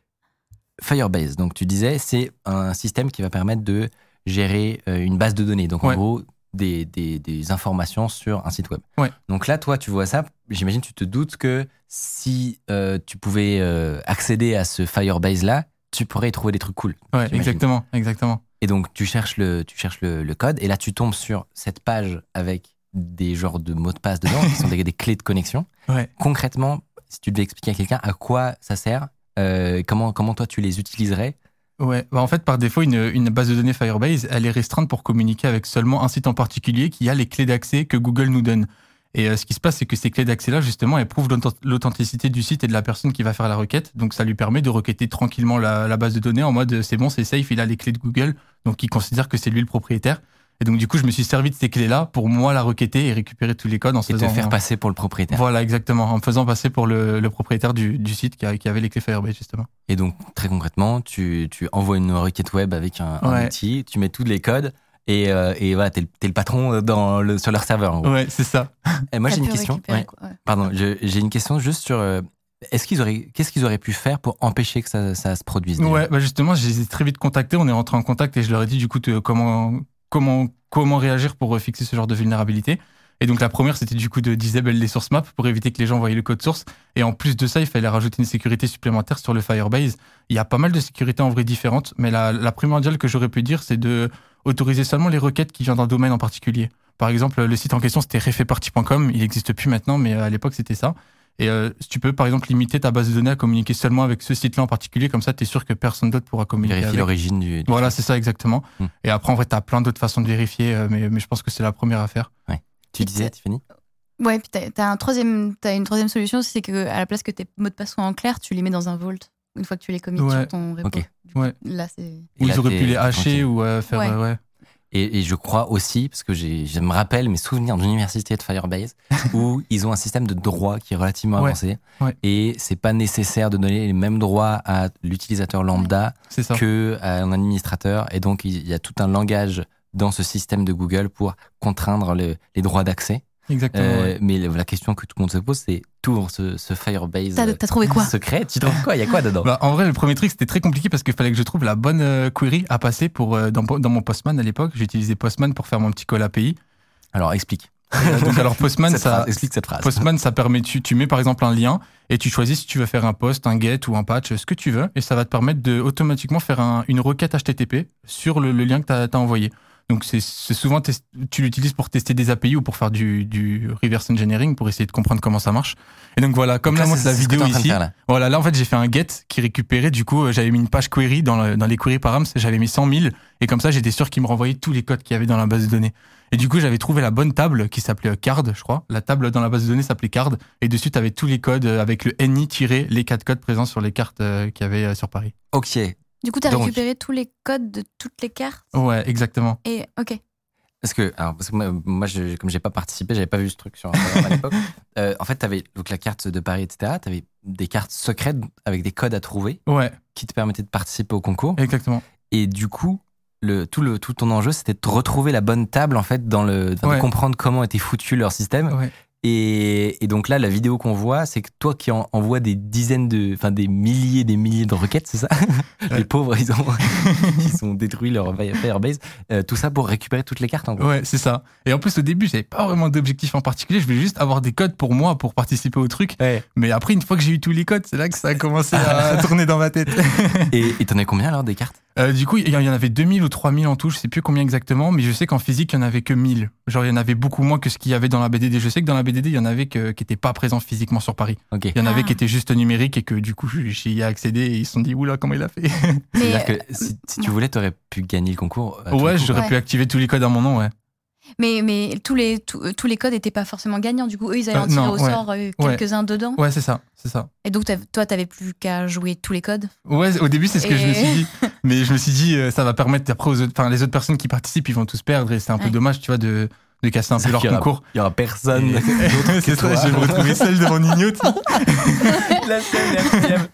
Firebase, donc tu disais, c'est un système qui va permettre de gérer euh, une base de données. Donc en Ouais. gros, des, des, des informations sur un site web. Ouais. Donc là, toi, tu vois ça, j'imagine tu te doutes que si euh, tu pouvais euh, accéder à ce Firebase-là, tu pourrais y trouver des trucs cool. Ouais, j'imagine. exactement, exactement. Et donc, tu cherches, le, tu cherches le, le code, et là, tu tombes sur cette page avec des genres de mots de passe dedans, qui sont des, des clés de connexion. Ouais. Concrètement, si tu devais expliquer à quelqu'un à quoi ça sert, euh, comment, comment toi, tu les utiliserais? Ouais, bah en fait, par défaut, une, une base de données Firebase, elle est restreinte pour communiquer avec seulement un site en particulier qui a les clés d'accès que Google nous donne. Et euh, ce qui se passe, c'est que ces clés d'accès-là, justement, elles prouvent l'authent- l'authenticité du site et de la personne qui va faire la requête. Donc, ça lui permet de requêter tranquillement la, la base de données en mode c'est bon, c'est safe, il a les clés de Google, donc il considère que c'est lui le propriétaire. Et donc, du coup, je me suis servi de ces clés-là pour moi la requêter et récupérer tous les codes en se Et te faisant faire passer pour le propriétaire. Voilà, exactement, en me faisant passer pour le, le propriétaire du, du site qui, a- qui avait les clés Firebase, justement. Et donc, très concrètement, tu, tu envoies une requête web avec un, un Ouais. outil, tu mets tous les codes, et, euh, et voilà, t'es, le- t'es le patron dans le, sur leur serveur. En gros. Ouais, c'est ça. Et moi, Ça j'ai une peut question. récupérer, Ouais. quoi, ouais. Pardon, je- j'ai une question juste sur. euh, est-ce qu'ils auraient, qu'est-ce qu'ils auraient pu faire pour empêcher que ça, ça se produise déjà? Ouais, bah justement, je les ai très vite contactés. On est rentré en contact et je leur ai dit du coup de- comment comment comment réagir pour euh, fixer ce genre de vulnérabilité. Et donc la première, c'était du coup de disable les source maps pour éviter que les gens voient le code source. Et en plus de ça, il fallait rajouter une sécurité supplémentaire sur le Firebase. Il y a pas mal de sécurités en vrai différentes, mais la, la primordiale que j'aurais pu dire, c'est de autoriser seulement les requêtes qui viennent d'un domaine en particulier. Par exemple, le site en question, c'était refaiparty point com. Il n'existe plus maintenant, mais à l'époque, c'était ça. Et euh, si tu peux, par exemple, limiter ta base de données à communiquer seulement avec ce site-là en particulier, comme ça, tu es sûr que personne d'autre pourra communiquer Vérifier avec. l'origine du. du- Voilà, c'est ça exactement. Hmm. Et après, en vrai, tu as plein d'autres façons de vérifier, euh, mais, mais je pense que c'est la première à faire. Tu disais, Tiffany? Ouais, puis t'as, t'as un troisième, t'as une troisième solution, c'est que à la place que tes mots de passe soient en clair, tu les mets dans un vault une fois que tu les commits Ouais. sur ton repo. Ok. Du coup, Ouais. Là, c'est. Et Ou là, ils auraient t'es- pu les t'es hacher tranquille. ou euh, faire. Ouais. euh, ouais. Et, et je crois aussi, parce que j'ai, je me rappelle mes souvenirs d'université de Firebase, où ils ont un système de droit qui est relativement Ouais. avancé. Ouais. Et c'est pas nécessaire de donner les mêmes droits à l'utilisateur lambda C'est ça. que à un administrateur. Et donc, il y a tout un langage dans ce système de Google pour contraindre le- les droits d'accès. Exactement. Euh, ouais. Mais la question que tout le monde se pose, c'est tout ce, ce Firebase T'as, t'as trouvé quoi? secret. Tu trouves quoi? Il y a quoi dedans? Bah, en vrai, le premier truc, c'était très compliqué parce qu'il fallait que je trouve la bonne euh, query à passer pour, euh, dans, dans mon Postman à l'époque. J'utilisais Postman pour faire mon petit call A P I. Alors, explique. Euh, donc, alors, Postman, Cette ça, phrase, explique cette phrase. Postman, ça permet, tu, tu mets par exemple un lien et tu choisis si tu veux faire un post, un get ou un patch, ce que tu veux, et ça va te permettre de automatiquement faire un- une requête H T T P sur le, le lien que tu as envoyé. Donc c'est c'est souvent, test- tu l'utilises pour tester des A P I ou pour faire du, du reverse engineering, pour essayer de comprendre comment ça marche. Et donc voilà, comme Donc là, moi, c'est- c'est la c'est ce que vidéo t'es en train de ici. faire, là. Voilà, là en fait j'ai fait un get qui récupérait, du coup euh, j'avais mis une page query dans, le- dans les query params, j'avais mis cent mille, et comme ça j'étais sûr qu'il me renvoyait tous les codes qu'il y avait dans la base de données. Et du coup j'avais trouvé la bonne table qui s'appelait card, je crois. La table dans la base de données s'appelait card, et dessus tu avais tous les codes euh, avec le N I- les quatre codes présents sur les cartes euh, qu'il y avait euh, sur Paris. Ok. Du coup, t'as Donc- récupéré tous les codes de toutes les cartes. Ouais, exactement. Et ok. Parce que, alors, parce que moi, moi je, comme j'ai pas participé, j'avais pas vu ce truc sur Instagram à l'époque. Euh, en fait, t'avais donc la carte de Paris, et cetera. T'avais des cartes secrètes avec des codes à trouver Ouais, qui te permettaient de participer au concours. exactement. Et du coup, le, tout, le, tout ton enjeu, c'était de retrouver la bonne table, en fait, dans le, enfin, Ouais. de comprendre comment était foutu leur système. Ouais. Et, et donc là, la vidéo qu'on voit, c'est que toi qui en, envoies des dizaines de, enfin des milliers, des milliers de requêtes, c'est ça? Les Ouais. pauvres, ils ont, ils ont détruit leur Firebase. Euh, tout ça pour récupérer toutes les cartes, en gros. Ouais, c'est ça. Et en plus, au début, j'avais pas vraiment d'objectif en particulier. Je voulais juste avoir des codes pour moi, pour participer au truc. Ouais. Mais après, une fois que j'ai eu tous les codes, c'est là que ça a commencé à tourner dans ma tête. Et et t'en as combien alors des cartes? Euh, du coup, il y en avait deux mille ou trois mille en tout, je sais plus combien exactement, mais je sais qu'en physique, il y en avait que mille. Genre, il y en avait beaucoup moins que ce qu'il y avait dans la B D D. Je sais que dans la B D D, il y en avait que, qui n'étaient pas présents physiquement sur Paris. Ok. Il y en avait Ah. qui étaient juste numériques et que du coup, j'y ai accédé et ils se sont dit, oula, comment il a fait? C'est-à-dire Mais, que si, si tu voulais, t'aurais pu gagner le concours. à tout Ouais, le coup. j'aurais Ouais. pu activer tous les codes à mon nom, ouais. mais, mais tous, les, tous, tous les codes n'étaient pas forcément gagnants. Du coup, eux, ils allaient Euh, en tirer non, au ouais. sort euh, Ouais. quelques-uns dedans. Ouais, c'est ça, c'est ça. Et donc, t'avais- toi, t'avais plus qu'à jouer tous les codes. Ouais, au début, c'est ce que Et- je me suis dit. Mais je me suis dit, euh, ça va permettre après aux autres, enfin, les autres personnes qui participent, ils vont tous perdre et c'est un peu Ouais. dommage, tu vois, de, de casser un Ça peu leur qu'il y aura- concours. Il y aura personne. Et- d'autre que c'est ça, toi. je vais me retrouver seul devant Nino. tu sais. La scène est incroyable.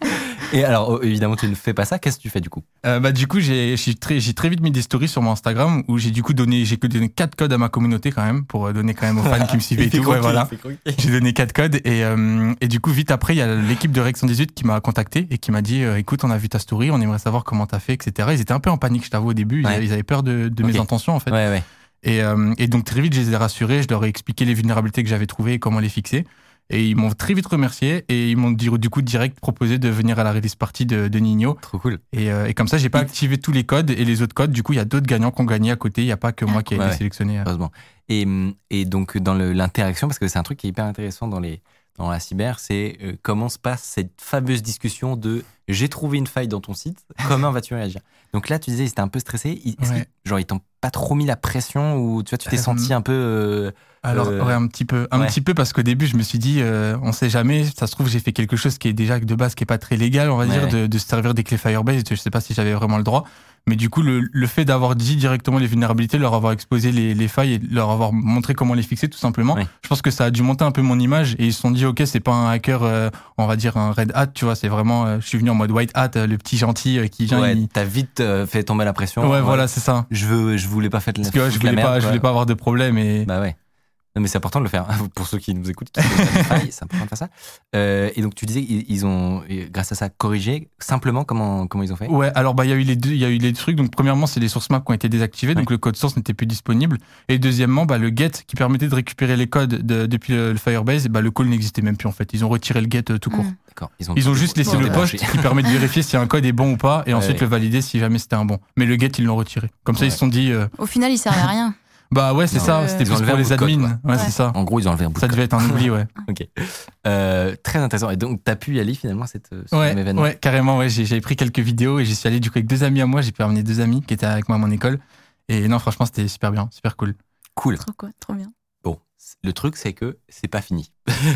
Et alors, oh, évidemment, tu ne fais pas ça. Qu'est-ce que tu fais du coup? Euh, bah, du coup, j'ai, j'ai, très, j'ai très vite mis des stories sur mon Instagram où j'ai du coup donné, j'ai que donné quatre codes à ma communauté quand même, pour donner quand même aux fans qui me suivaient et tout. Ouais, voilà. J'ai donné quatre codes et, euh, et du coup, vite après, il y a l'équipe de Rec cent dix-huit qui m'a contacté et qui m'a dit euh, écoute, on a vu ta story, on aimerait savoir comment t'as fait, et cetera. Ils étaient un peu en panique, je t'avoue, au début. Ouais. Ils, ils avaient peur de, de okay. mes intentions en fait. Ouais, ouais. Et, euh, et donc, très vite, je les ai rassurés, je leur ai expliqué les vulnérabilités que j'avais trouvées et comment les fixer. Et ils m'ont très vite remercié et ils m'ont du coup direct proposé de venir à la release party de, de Nino. Trop cool. Et, euh, et comme ça, j'ai pas activé tous les codes et les autres codes. Du coup, il y a d'autres gagnants qui ont gagné à côté. Il n'y a pas que moi qui ai ouais, été ouais. sélectionné. Heureusement. Et, et donc, dans le, l'interaction, parce que c'est un truc qui est hyper intéressant dans, les, dans la cyber, c'est euh, comment se passe cette fameuse discussion de j'ai trouvé une faille dans ton site, comment vas-tu réagir? Donc là, tu disais, ils étaient un peu stressés. Est-ce ouais. qu'ils, genre, ils t'ont pas trop mis la pression ou tu vois, tu t'es euh, senti un peu. Euh, Alors, euh... ouais, un petit peu. Un ouais. petit peu parce qu'au début, je me suis dit, euh, on sait jamais, ça se trouve, j'ai fait quelque chose qui est déjà de base, qui est pas très légal, on va ouais. dire, de, de se servir des clés Firebase. Je sais pas si j'avais vraiment le droit. Mais du coup, le, le fait d'avoir dit directement les vulnérabilités, leur avoir exposé les, les failles et leur avoir montré comment les fixer, tout simplement, oui. je pense que ça a dû monter un peu mon image et ils se sont dit, ok, c'est pas un hacker, euh, on va dire un red hat, tu vois, c'est vraiment, euh, je suis venu en mode white hat, euh, le petit gentil euh, qui vient. Ouais, il... t'as vite euh, fait tomber la pression. Ouais, ouais, voilà, c'est ça. Je veux, je voulais pas faire de la, Parce que ouais, je voulais merde, pas, je voulais pas avoir de problème et. Bah ouais. Non, mais c'est important de le faire. Pour ceux qui nous écoutent, qui failles, c'est important de faire ça. Euh, et donc, tu disais, ils ont, grâce à ça, corrigé. Simplement, comment, comment ils ont fait? Ouais, alors, bah, il y a eu les deux, il y a eu les trucs. Donc, premièrement, c'est les source maps qui ont été désactivés. Ouais. Donc, le code source n'était plus disponible. Et deuxièmement, bah, le get qui permettait de récupérer les codes de, depuis le, le Firebase, bah, le call n'existait même plus, en fait. Ils ont retiré le get euh, tout court. Mmh. D'accord. Ils ont, ils ont juste laissé le post qui permet de vérifier si un code est bon ou pas et ouais, ensuite ouais. le valider si jamais c'était un bon. Mais le get, ils l'ont retiré. Comme ça, ouais. ils se sont dit. Euh... Au final, il servait à rien. Bah ouais, c'est non, ça, euh... c'était plus pour les admins. Code, ouais, ouais, c'est ça. En gros, ils ont enlevé un bout de Ça devait être un oubli, ouais. Ok. Euh, très intéressant. Et donc, t'as pu y aller finalement à cette, ce ouais, même événement? Ouais, carrément, ouais. J'ai, j'avais pris quelques vidéos et j'y suis allé du coup avec deux amis à moi. J'ai pu ramener deux amis qui étaient avec moi à mon école. Et non, franchement, c'était super bien, super cool. Cool. Trop cool, trop bien. Bon, le truc, c'est que c'est pas fini.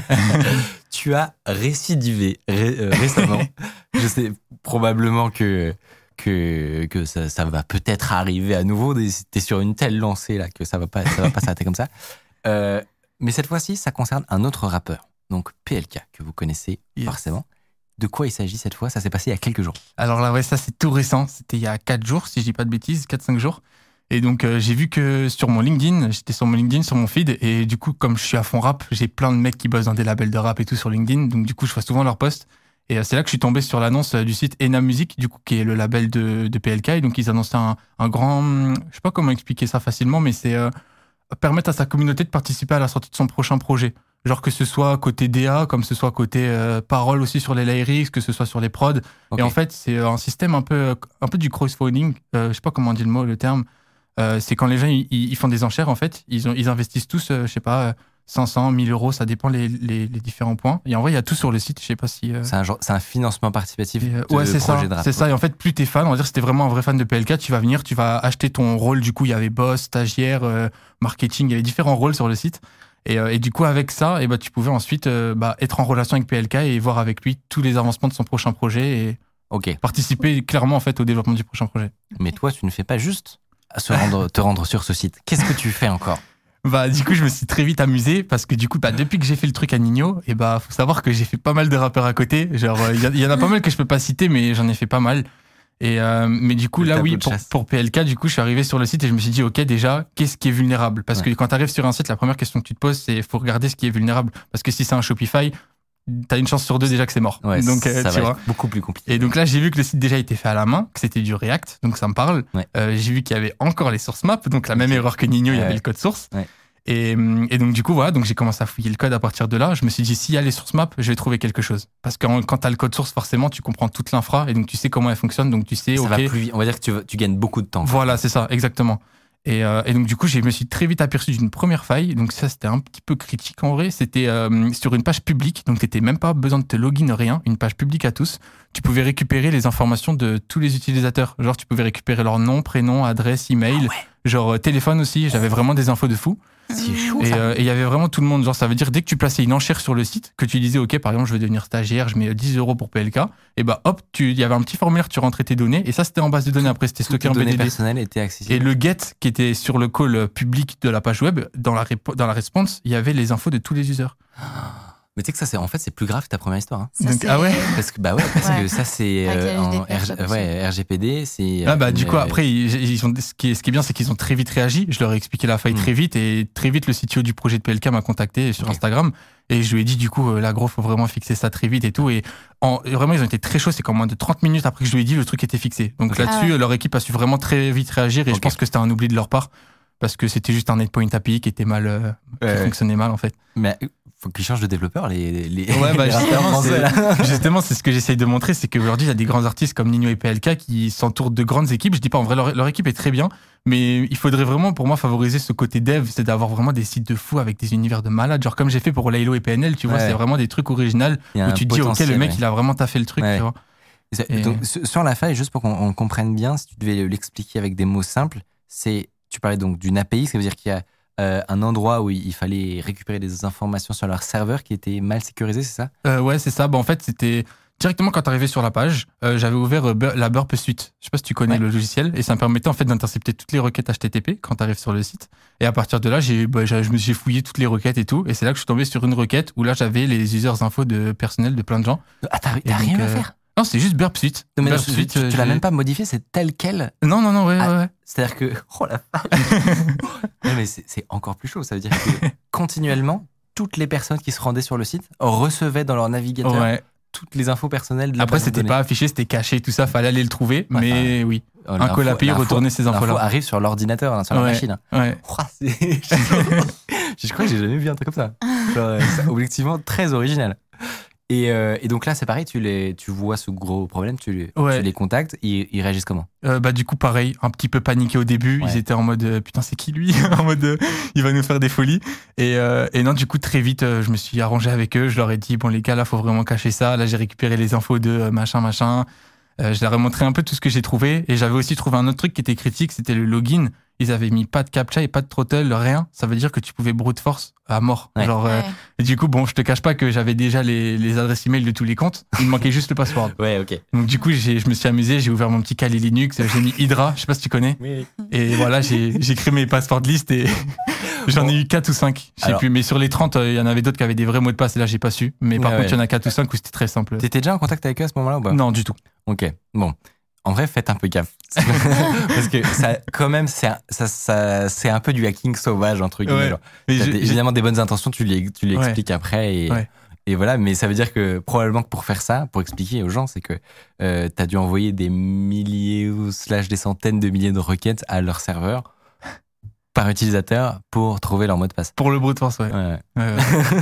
Tu as récidivé ré, euh, récemment. Je sais probablement que. que, que ça, ça va peut-être arriver à nouveau. T'es sur une telle lancée là que ça va pas, ça va pas s'arrêter comme ça. Euh, mais cette fois-ci, ça concerne un autre rappeur, donc P L K, que vous connaissez yes. forcément. De quoi il s'agit cette fois? Ça s'est passé il y a quelques jours. Alors là, ouais, ça c'est tout récent. C'était il y a quatre jours, si je dis pas de bêtises, quatre cinq jours. Et donc euh, j'ai vu que sur mon LinkedIn, j'étais sur mon LinkedIn, sur mon feed, et du coup, comme je suis à fond rap, j'ai plein de mecs qui bossent dans des labels de rap et tout sur LinkedIn. Donc du coup, je vois souvent leurs posts. Et c'est là que je suis tombé sur l'annonce du site Ena Music, du coup, qui est le label de, de P L K. Et donc, ils annonçaient un, un grand... Je sais pas comment expliquer ça facilement, mais c'est euh, permettre à sa communauté de participer à la sortie de son prochain projet. Genre que ce soit côté D A, comme ce soit côté euh, parole aussi sur les lyrics, que ce soit sur les prods. Okay. Et en fait, c'est un système un peu, un peu du crowdfunding. Euh, je sais pas comment on dit le mot, le terme. Euh, c'est quand les gens, ils, ils font des enchères, en fait. Ils, ont, ils investissent tous, euh, je sais pas... Euh, cinq cents, mille euros, ça dépend les, les, les différents points. Et en vrai, il y a tout sur le site. Je sais pas si. Euh... C'est un genre, c'est un financement participatif. Et, euh, de ouais, c'est projet ça. de rap. C'est ça. Et en fait, plus t'es fan, on va dire, si t'es vraiment un vrai fan de P L K, tu vas venir, tu vas acheter ton rôle. Du coup, il y avait boss, stagiaire, euh, marketing. Il y avait différents rôles sur le site. Et, euh, et du coup, avec ça, et bah, tu pouvais ensuite euh, bah, être en relation avec P L K et voir avec lui tous les avancements de son prochain projet et okay. participer clairement en fait au développement du prochain projet. Mais toi, tu ne fais pas juste se rendre, te rendre sur ce site. Qu'est-ce que tu fais encore? Bah, du coup, je me suis très vite amusé parce que du coup, bah, depuis que j'ai fait le truc à Nino, et bah, faut savoir que j'ai fait pas mal de rappeurs à côté. Genre, il y, y en a pas mal que je peux pas citer, mais j'en ai fait pas mal. Et, euh, mais du coup, le là, oui, pour, pour P L K, du coup, je suis arrivé sur le site et je me suis dit, OK, déjà, qu'est-ce qui est vulnérable? Parce ouais. que quand tu arrives sur un site, la première question que tu te poses, c'est, faut regarder ce qui est vulnérable. Parce que si c'est un Shopify, t'as une chance sur deux déjà que c'est mort. Ouais, donc, ça euh, va tu être vois. beaucoup plus compliqué. Et donc là, j'ai vu que le site déjà était fait à la main, que c'était du React, donc ça me parle. Ouais. Euh, j'ai vu qu'il y avait encore les source maps, donc la même erreur que Nino, il y ouais. avait le code source. Ouais. Et, et donc du coup voilà, donc j'ai commencé à fouiller le code à partir de là. Je me suis dit s'il y a les source maps, je vais trouver quelque chose. Parce que quand t'as le code source, forcément, tu comprends toute l'infra et donc tu sais comment elle fonctionne. Donc tu sais. Ça okay, va plus vite. On va dire que tu, tu gagnes beaucoup de temps. Voilà, c'est ça, exactement. Et, euh, et donc du coup, je me suis très vite aperçu d'une première faille. Donc ça, c'était un petit peu critique en vrai. C'était euh, sur une page publique. Donc t'étais même pas besoin de te login rien. Une page publique à tous. Tu pouvais récupérer les informations de tous les utilisateurs. Genre tu pouvais récupérer leur nom, prénom, adresse, email. Ah ouais. Genre euh, téléphone aussi. J'avais vraiment des infos de fou. C'est chaud, et il euh, y avait vraiment tout le monde. Genre, ça veut dire dès que tu plaçais une enchère sur le site, que tu disais, OK, par exemple, je veux devenir stagiaire, je mets dix euros pour P L K, et bah hop, il y avait un petit formulaire, tu rentrais tes données, et ça, c'était en base de données. Après, c'était stocké en B D D. Les données personnelles étaient accessibles. Et le get qui était sur le call public de la page web, dans la, dans la response, il y avait les infos de tous les users. Mais tu sais que ça, c'est, en fait, c'est plus grave que ta première histoire. Hein. Ça, Donc, c'est- ah ouais Parce que, bah ouais, parce Ouais. que ça, c'est Avec euh, la en G D P R, R- ça, ouais, R G P D. C'est, Ah bah du euh, coup après ils, ils ont ce qui est ce qui est bien c'est qu'ils ont très vite réagi. Je leur ai expliqué la faille Mm. très vite et très vite le C T O du projet de P L K m'a contacté sur Ok. Instagram et je lui ai dit du coup euh, là gros faut vraiment fixer ça très vite et tout et, en, et vraiment ils ont été très chauds. C'est qu'en moins de trente minutes après que je lui ai dit le truc était fixé. Donc Ok. là-dessus Ah ouais. leur équipe a su vraiment très vite réagir et Ok. je pense que c'était un oubli de leur part parce que c'était juste un endpoint A P I qui était mal euh, qui Ouais. fonctionnait mal en fait. Mais euh, faut qu'ils changent de développeur, les, les, Ouais, bah les rappeurs justement, français, là. c'est, justement, c'est ce que j'essaye de montrer, c'est qu'aujourd'hui, il y a des grands artistes comme Nino et P L K qui s'entourent de grandes équipes. Je dis pas, en vrai, leur, leur équipe est très bien, mais il faudrait vraiment, pour moi, favoriser ce côté dev, c'est d'avoir vraiment des sites de fous avec des univers de malades. Genre, comme j'ai fait pour Laylo et P N L, tu vois, Ouais. c'est vraiment des trucs originaux Il y a où un tu te dis, ok, potentiel, le mec, ouais. il a vraiment taffé le truc, Ouais. tu vois. Et ça- Et- donc, sur sur la faille, juste pour qu'on on comprenne bien, si tu devais l'expliquer avec des mots simples, c'est, tu parlais donc d'une A P I, ça veut dire qu'il y a euh, un endroit où il fallait récupérer des informations sur leur serveur qui était mal sécurisé, c'est ça? Euh, ouais, c'est ça. Bah, en fait, c'était directement quand tu arrivais sur la page, euh, j'avais ouvert euh, Bur- la Burp Suite. Je sais pas si tu connais Ouais. le logiciel et ça me permettait en fait d'intercepter toutes les requêtes H T T P quand tu arrives sur le site. Et à partir de là, j'ai, bah, j'ai, je me suis fouillé toutes les requêtes et tout. Et c'est là que je suis tombé sur une requête où là j'avais les users infos de personnel de plein de gens. Ah, t'as, Et t'as rien donc, à euh, faire? Non, c'est juste Burp Suite. Non, mais Burp tu, Suite, tu- euh, tu l'as j'ai- même pas modifié, c'est tel quel. Non, non, non, ouais, Ah, ouais, ouais. C'est-à-dire que, oh la vache. Non, mais c'est, c'est encore plus chaud. Ça veut dire que continuellement, toutes les personnes qui se rendaient sur le site recevaient dans leur navigateur Ouais. toutes les infos personnelles de la Après, base de c'était données. pas affiché, c'était caché, tout ça, fallait aller le trouver. Ouais, mais oui, Oh, un l'info- call A P I, l'info- retourner ces L'info infos-là. arrive sur l'ordinateur, hein, sur la Ouais, machine. ouais. Ouah, c'est- je crois que j'ai jamais vu un truc comme ça. Genre, euh, c'est objectivement très original. Et, euh, et donc là, c'est pareil, tu, les, tu vois ce gros problème, tu les, Ouais. tu les contactes, ils, ils réagissent comment? Euh, bah du coup pareil, un petit peu paniqué au début, Ouais. ils étaient en mode euh, putain c'est qui lui en mode euh, il va nous faire des folies et, euh, et non du coup très vite euh, je me suis arrangé avec eux, je leur ai dit bon les gars là faut vraiment cacher ça, là j'ai récupéré les infos de euh, machin machin, euh, je leur ai montré un peu tout ce que j'ai trouvé et j'avais aussi trouvé un autre truc qui était critique, c'était le login. Ils avaient mis pas de captcha et pas de throttle, rien. Ça veut dire que tu pouvais brute force à mort. Ouais. Genre, euh, Ouais. et du coup, bon, je te cache pas que j'avais déjà les, les adresses email de tous les comptes. Il me manquait juste le password. Ouais, ok. Donc du coup, j'ai, je me suis amusé, j'ai ouvert mon petit Kali Linux, j'ai mis Hydra, je sais pas si tu connais. Et voilà, j'ai, j'ai créé mes password list et j'en ai eu quatre ou cinq. Je sais Alors- plus, mais sur les trente, euh, il y en avait d'autres qui avaient des vrais mots de passe et là, j'ai pas su. Mais par Ouais, contre, il y en ouais. a quatre ou cinq où c'était très simple. T'étais déjà en contact avec eux à ce moment-là ou pas? Non, du tout. Ok, bon. En vrai, faites un peu gaffe. Parce que ça, quand même, c'est un, ça, ça, c'est un peu du hacking sauvage, entre guillemets. Ouais. genre. Mais T'as j'ai- des- j'ai- évidemment des bonnes intentions, tu les, tu les Ouais. expliques après. Et, Ouais. et voilà, mais ça veut dire que probablement que pour faire ça, pour expliquer aux gens, c'est que euh, tu as dû envoyer des milliers ou slash des centaines de milliers de requêtes à leur serveur par utilisateur pour trouver leur mot de passe. Pour le brute force, ouais. Ouais. Ouais, ouais.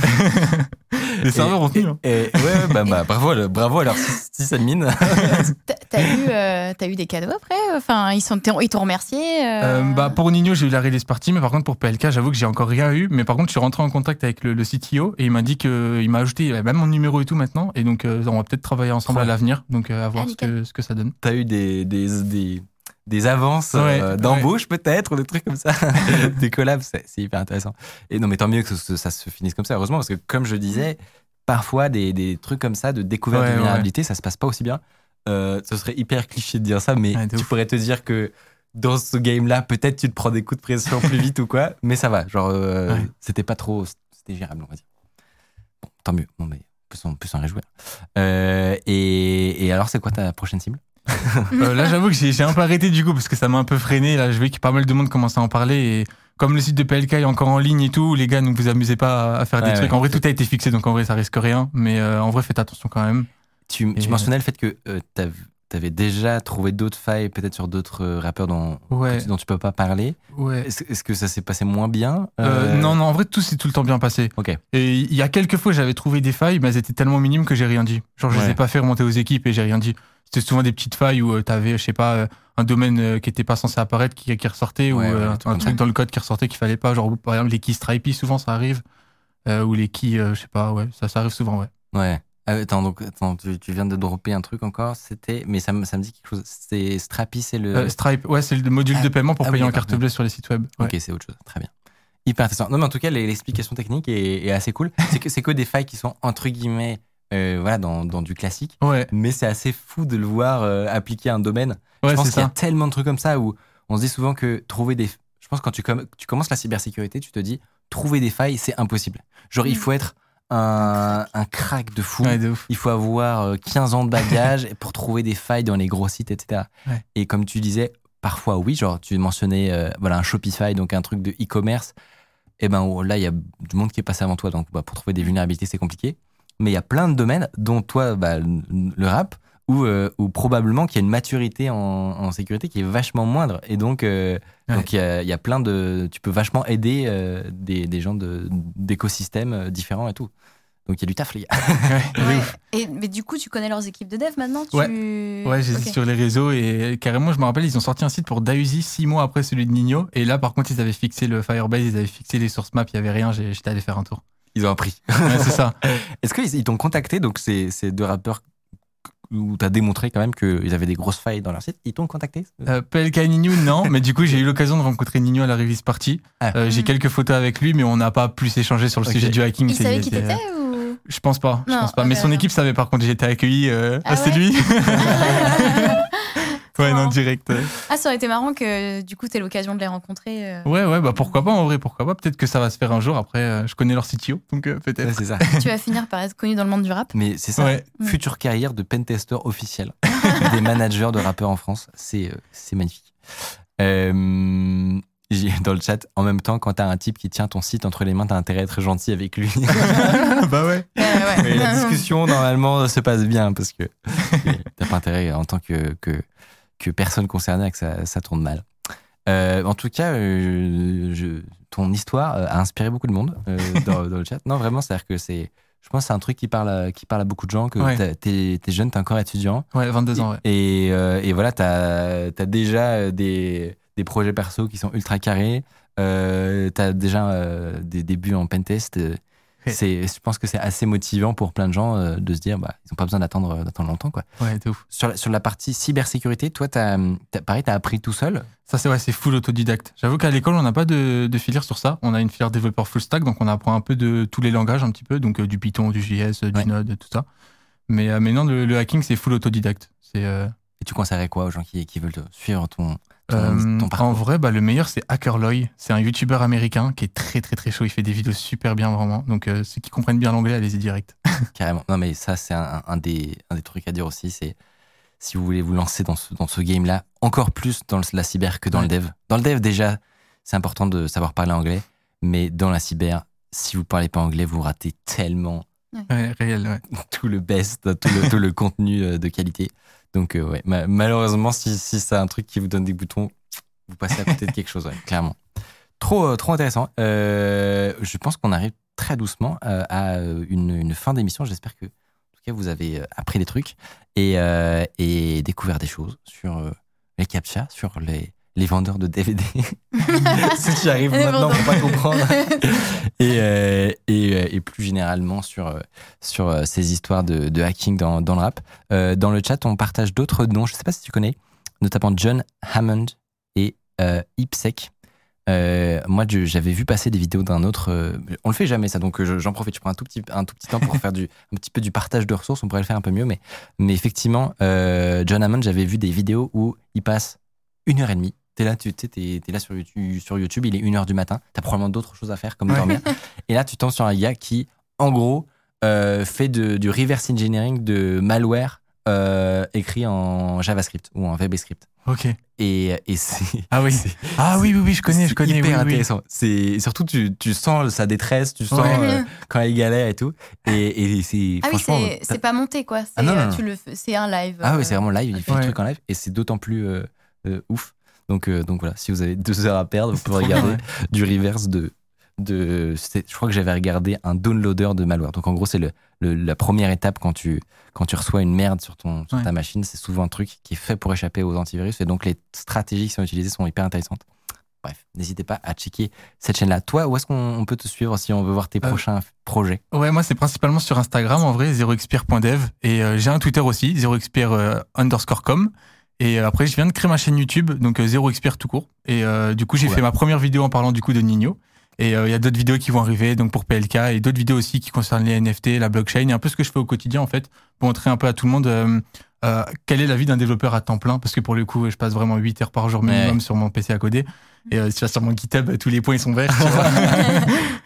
les serveurs ont tenu. hein. Et, ouais, ouais, bah, bah, bravo, à le- bravo à leur sysadmin. T'as- T'as eu, euh, t'as eu des cadeaux après? Enfin, ils sont, ils t'ont remercié? euh, Euh, bah, pour Nino, j'ai eu la release party, mais par contre, pour P L K, j'avoue que j'ai encore rien eu. Mais par contre, je suis rentré en contact avec le, le C T O et il m'a dit qu'il m'a ajouté il avait même mon numéro et tout maintenant. Et donc, euh, on va peut-être travailler ensemble Ouais. à l'avenir. Donc, euh, à voir Ah, ce, que, ce que ça donne. T'as eu des, des, des, des avances Ouais, euh, d'embauche peut-être, ou des trucs comme ça, des collabs, c'est, c'est hyper intéressant. Et non, mais tant mieux que ce- ça se finisse comme ça, heureusement, parce que comme je disais, parfois des, des trucs comme ça, de découverte Ouais, de ouais. vulnérabilité, ça se passe pas aussi bien. Euh, ce serait hyper cliché de dire ça, mais Ouais, de tu ouf. pourrais te dire que dans ce game-là, peut-être tu te prends des coups de pression plus vite ou quoi, mais ça va, genre, euh, Ouais. c'était pas trop, c'était gérable, on va dire. Bon, tant mieux, bon, mais on peut s'en, on peut s'en réjouir. Euh, et, et alors, c'est quoi ta prochaine cible? Euh, là, j'avoue que j'ai, j'ai un peu arrêté du coup parce que ça m'a un peu freiné. Là, je vois que pas mal de monde commence à en parler. Et comme le site de P L K est encore en ligne et tout, les gars, ne vous amusez pas à faire Ouais, des trucs. ouais. En vrai, tout a été fixé, donc en vrai, ça risque rien. Mais euh, en vrai, faites attention quand même. Tu, tu Et- mentionnais le fait que euh, t'av- t'avais déjà trouvé d'autres failles, peut-être sur d'autres euh, rappeurs dont, Ouais. que tu- dont tu peux pas parler. Ouais. Est-ce, est-ce que ça s'est passé moins bien? Euh, Euh, non, non, en vrai, tout s'est tout le temps bien passé. Ok. Et il y a quelques fois, j'avais trouvé des failles, mais elles étaient tellement minimes que j'ai rien dit. Genre, je Ouais. les ai pas fait remonter aux équipes et j'ai rien dit. C'était souvent des petites failles où euh, t'avais, je sais pas, euh, un domaine euh, qui était pas censé apparaître, qui, qui ressortait, Ouais, ou ouais, euh, des trucs un comme truc ça. dans le code qui ressortait qu'il fallait pas. Genre, par exemple, les keys stripey, souvent ça arrive. Euh, ou les keys, euh, je sais pas, ouais, ça, ça arrive souvent, ouais. Ouais. Ah, attends, donc, attends, tu, tu viens de dropper un truc encore. C'était, mais ça, me- ça me dit quelque chose. C'était Strapi, c'est le. Euh, Stripe, ouais, c'est le module Ah, de paiement pour ah oui, payer en d'accord, carte ouais. bleue sur les sites web. Ouais. Ok, c'est autre chose. Très bien. Hyper intéressant. Non, mais en tout cas, les- l'explication technique est, est assez cool. C'est que, c'est que des failles qui sont entre guillemets, euh, voilà, dans, dans du classique. Ouais, Mais c'est assez fou de le voir euh, appliquer à un domaine. ouais, je pense c'est qu'il y a ça. tellement de trucs comme ça où on se dit souvent que trouver des. Je pense que quand tu, com- tu commences la cybersécurité, tu te dis trouver des failles, c'est impossible. Genre, il Mm. faut être un, un crack de fou. Ouais, de ouf. Il faut avoir euh, quinze ans de bagage pour trouver des failles dans les gros sites, et cetera. Ouais. Et comme tu disais, parfois oui, genre tu mentionnais euh, voilà, un Shopify, donc un truc de e-commerce. Et ben oh, là, il y a du monde qui est passé avant toi, donc bah, pour trouver des vulnérabilités, c'est compliqué. Mais il y a plein de domaines, dont toi, bah, le, le rap, où, euh, où probablement qu'il y a une maturité en, en sécurité qui est vachement moindre. Et donc, euh, Ouais. donc il y a, il y a plein de... Tu peux vachement aider euh, des, des gens de, d'écosystèmes différents et tout. Donc il y a du taf, les gars. Ouais. Et, mais du coup, tu connais leurs équipes de dev maintenant tu... Ouais, ouais j'ai Ok. sur les réseaux et carrément, je me rappelle, ils ont sorti un site pour Dausi six mois après celui de Nino. Et là, par contre, ils avaient fixé le Firebase, ils avaient fixé les source maps, il n'y avait rien, j'ai- j'étais allé faire un tour. Ils ont appris. Ouais, c'est ça. Est-ce qu'ils ils t'ont contacté, donc ces, ces deux rappeurs où tu as démontré quand même qu'ils avaient des grosses failles dans leur site, ils t'ont contacté Euh, P L K et Nino, non, mais du coup, j'ai eu l'occasion de rencontrer Nino à la release party. Ah. Euh, j'ai Mm. quelques photos avec lui, mais on n'a pas plus échangé sur le Ok. sujet du hacking. Ils C'est- savaient il qui était- t'étais ou... Je pense pas, je Non, pense pas. ok, Mais son non. équipe savait par contre, j'ai été accueilli. Euh... Ah Ah, c'est ouais lui Ouais, non, marrant. direct. Ah, ça aurait été marrant que du coup, t'aies l'occasion de les rencontrer. euh. Ouais, ouais, bah pourquoi pas en vrai, pourquoi pas. Peut-être que ça va se faire un jour. Après, euh, je connais leur C T O, donc euh, Ouais, peut-être. c'est ça. Tu vas finir par être connu dans le monde du rap. Mais c'est ça, Ouais. future carrière de pentester officiel des managers de rappeurs en France. C'est, euh, c'est magnifique. Euh, j'ai- dans le chat, en même temps, quand t'as un type qui tient ton site entre les mains, t'as intérêt à être gentil avec lui. Bah ouais. Ouais, ouais. Mais la discussion, normalement, se passe bien parce que t'as pas intérêt en tant que, que, que personne concernée à que ça, ça tourne mal. Euh, en tout cas, euh, je, ton histoire euh, a inspiré beaucoup de monde euh, dans, dans le chat. Non, vraiment, c'est-à-dire que c'est, je pense que c'est un truc qui parle à, qui parle à beaucoup de gens, que Ouais. t'as- t'es, t'es jeune, t'es encore étudiant. Ouais, vingt-deux ans, ouais. Et, euh, et voilà, t'as as déjà des, des projets perso qui sont ultra carrés. Euh, t'as déjà euh, des débuts en pentest. Euh, Ouais. C'est, je pense que c'est assez motivant pour plein de gens euh, de se dire, bah, ils n'ont pas besoin d'attendre, d'attendre longtemps, quoi. Ouais, de ouf. Sur la, sur la partie cybersécurité, toi, t'as, t'as, pareil, t'as appris tout seul. Ça, c'est ouais, c'est full autodidacte. J'avoue qu'à l'école, on n'a pas de, de filière sur ça. On a une filière développeur full stack, donc on apprend un peu de tous les langages, un petit peu, donc euh, du Python, du J S, euh, du Ouais. Node, tout ça. Mais, euh, mais non, le, le hacking, c'est full autodidacte. C'est euh, Et tu conseillerais quoi aux gens qui, qui veulent te suivre ton, ton, euh, ton parcours? en vrai, bah, le meilleur, c'est HackerLoy. C'est un YouTuber américain qui est très très très chaud. Il fait des vidéos super bien, vraiment. Donc euh, ceux qui comprennent bien l'anglais, allez-y direct. Carrément. Non, mais ça, c'est un, un, des, un des trucs à dire aussi. C'est si vous voulez vous lancer dans ce, dans ce game-là, encore plus dans le- la cyber que dans Ouais. le dev. Dans le dev, déjà, c'est important de savoir parler anglais. Mais dans la cyber, si vous parlez pas anglais, vous ratez tellement Ouais, réel, ouais. tout le best, tout le, tout le contenu euh, de qualité. Donc, euh, ouais, ma- malheureusement, si, si c'est un truc qui vous donne des boutons, vous passez à côté de quelque chose, ouais, clairement. Trop, euh, trop intéressant. Euh, je pense qu'on arrive très doucement euh, à une, une fin d'émission. J'espère que, en tout cas, vous avez euh, appris des trucs et, euh, et découvert des choses sur euh, les captcha, sur les, les vendeurs de D V D. Si tu arrives Les maintenant, vendeurs. faut pas comprendre. Et, euh, et, euh, et plus généralement sur, euh, sur euh, ces histoires de, de hacking dans, dans le rap. Euh, dans le chat, on partage d'autres noms. Je ne sais pas si tu connais, notamment John Hammond et euh, Ipsec. Euh, moi, je- j'avais vu passer des vidéos d'un autre. Euh, on le fait jamais ça, donc euh, je- j'en profite. Je prends un tout petit, un tout petit temps pour faire du, un petit peu du partage de ressources. On pourrait le faire un peu mieux, mais, mais effectivement, euh, John Hammond, j'avais vu des vidéos où il passe une heure et demie. T'es là, tu t'es, t'es, t'es là sur YouTube, sur YouTube, il est une heure du matin. T'as probablement d'autres choses à faire comme Ouais. dormir. Et là, tu tombes sur un gars qui, en gros, euh, fait de, du reverse engineering de malware euh, écrit en JavaScript ou en VBScript. Ok. Et, et c'est. Ah oui. c'est- Ah oui, oui, oui, je connais, c'est je connais. hyper oui, oui. intéressant. C'est surtout tu, tu sens sa détresse, tu sens Ouais. euh, quand il galère et tout. Et, et c'est Ah oui, franchement. c'est t'as- c'est pas monté quoi. C'est Ah non, non, euh, non. tu le fais- c'est un live. Ah euh, oui, c'est vraiment live. Il fait Ouais. le truc en live et c'est d'autant plus euh, euh, ouf. Donc, euh, donc voilà, si vous avez deux heures à perdre, vous pouvez trop bien, regarder du reverse de. de c'est- je crois que j'avais regardé un downloader de malware. Donc en gros, c'est le, le- la première étape quand tu, quand tu reçois une merde sur, ton, sur Ouais. ta machine. C'est souvent un truc qui est fait pour échapper aux antivirus. Et donc les stratégies qui sont utilisées sont hyper intéressantes. Bref, n'hésitez pas à checker cette chaîne-là. Toi, où est-ce qu'on on peut te suivre si on veut voir tes Euh, prochains projets? Ouais, moi, c'est principalement sur Instagram, en vrai, zero expert point dev. Et euh, j'ai un Twitter aussi, zero expert euh, underscore com. Et euh, après, je viens de créer ma chaîne YouTube, donc euh, zero expert tout court. Et euh, du coup, j'ai Ouais. fait ma première vidéo en parlant du coup de Nino. Et euh, il y a d'autres vidéos qui vont arriver, donc pour P L K, et d'autres vidéos aussi qui concernent les N F T, la blockchain, et un peu ce que je fais au quotidien, en fait, pour montrer un peu à tout le monde euh, euh, quelle est la vie d'un développeur à temps plein. Parce que pour le coup, je passe vraiment huit heures par jour minimum Ouais. sur mon P C à coder. Et euh, si tu vas sur mon GitHub, tous les points, ils sont verts. Tu vois.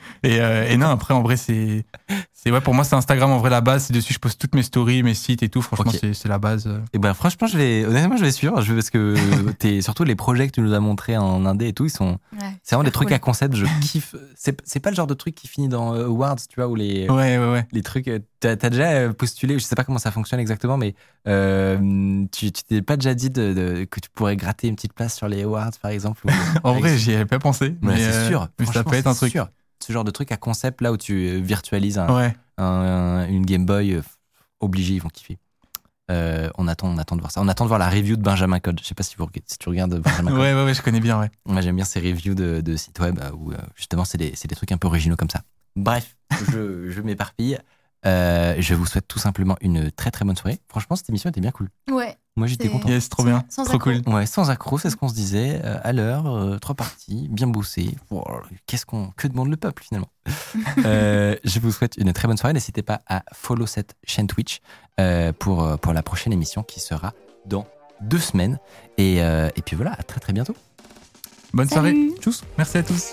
Et, euh, et non, après, en vrai, c'est, c'est ouais, pour moi, c'est Instagram en vrai la base. C'est dessus, je poste toutes mes stories, mes sites et tout. Franchement, Ok. c'est, c'est la base. Et ben franchement, je vais honnêtement, je vais suivre, je vais, parce que t'es surtout les projets que tu nous as montrés en indé et tout, ils sont, Ouais, c'est vraiment des super trucs cool. à concept. Je kiffe. C'est, c'est pas le genre de truc qui finit dans euh, Awards, tu vois, où les Ouais, ouais, ouais. les trucs. euh, T'as, t'as déjà euh, postulé, je sais pas comment ça fonctionne exactement, mais euh, tu, tu t'es pas déjà dit de, de- que tu pourrais gratter une petite place sur les Awards, par exemple ou- En avec- vrai, j'y avais pas pensé. Mais Mais, c'est euh, sûr. Mais ça franchement, peut être un c'est truc. sûr. Ce genre de truc à concept là où tu euh, virtualises un, Ouais. un- une Game Boy, euh, obligé, ils vont kiffer. Euh, on attend, on attend de voir ça. On attend de voir la review de Benjamin Code. Je sais pas si vous si tu regardes Benjamin Code. Ouais, ouais, ouais, je connais bien, ouais. Moi, j'aime bien ces reviews de, de sites web euh, où euh, justement c'est des, c'est des trucs un peu originaux comme ça. Bref, je, je m'éparpille. Euh, je vous souhaite tout simplement une très très bonne soirée. Franchement, cette émission était bien cool. Ouais. Moi, j'étais C'est- content. Yes, trop bien. Sans Trop accro. cool. Ouais, sans accro, c'est ce qu'on se disait. euh, à l'heure, euh, trois parties, bien bossé. Oh, qu'est-ce qu'on, que demande le peuple finalement. Euh, je vous souhaite une très bonne soirée. N'hésitez pas à follow cette chaîne Twitch euh, pour, euh, pour la prochaine émission qui sera dans deux semaines. Et, euh, et puis voilà, à très très bientôt. Bonne Salut. soirée. Tchuss. Merci à tous.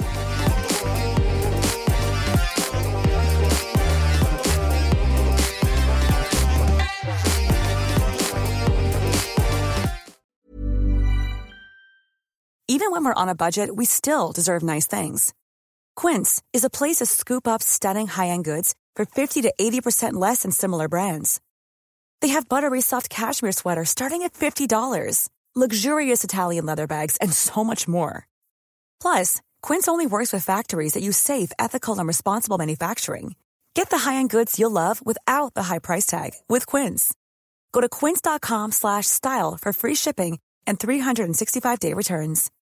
Even when we're on a budget, we still deserve nice things. Quince is a place to scoop up stunning high-end goods for fifty to eighty percent less than similar brands. They have buttery soft cashmere sweaters starting at fifty dollars, luxurious Italian leather bags, and so much more. Plus, Quince only works with factories that use safe, ethical, and responsible manufacturing. Get the high-end goods you'll love without the high price tag with Quince. Go to quince.com slash style for free shipping and three sixty-five day returns.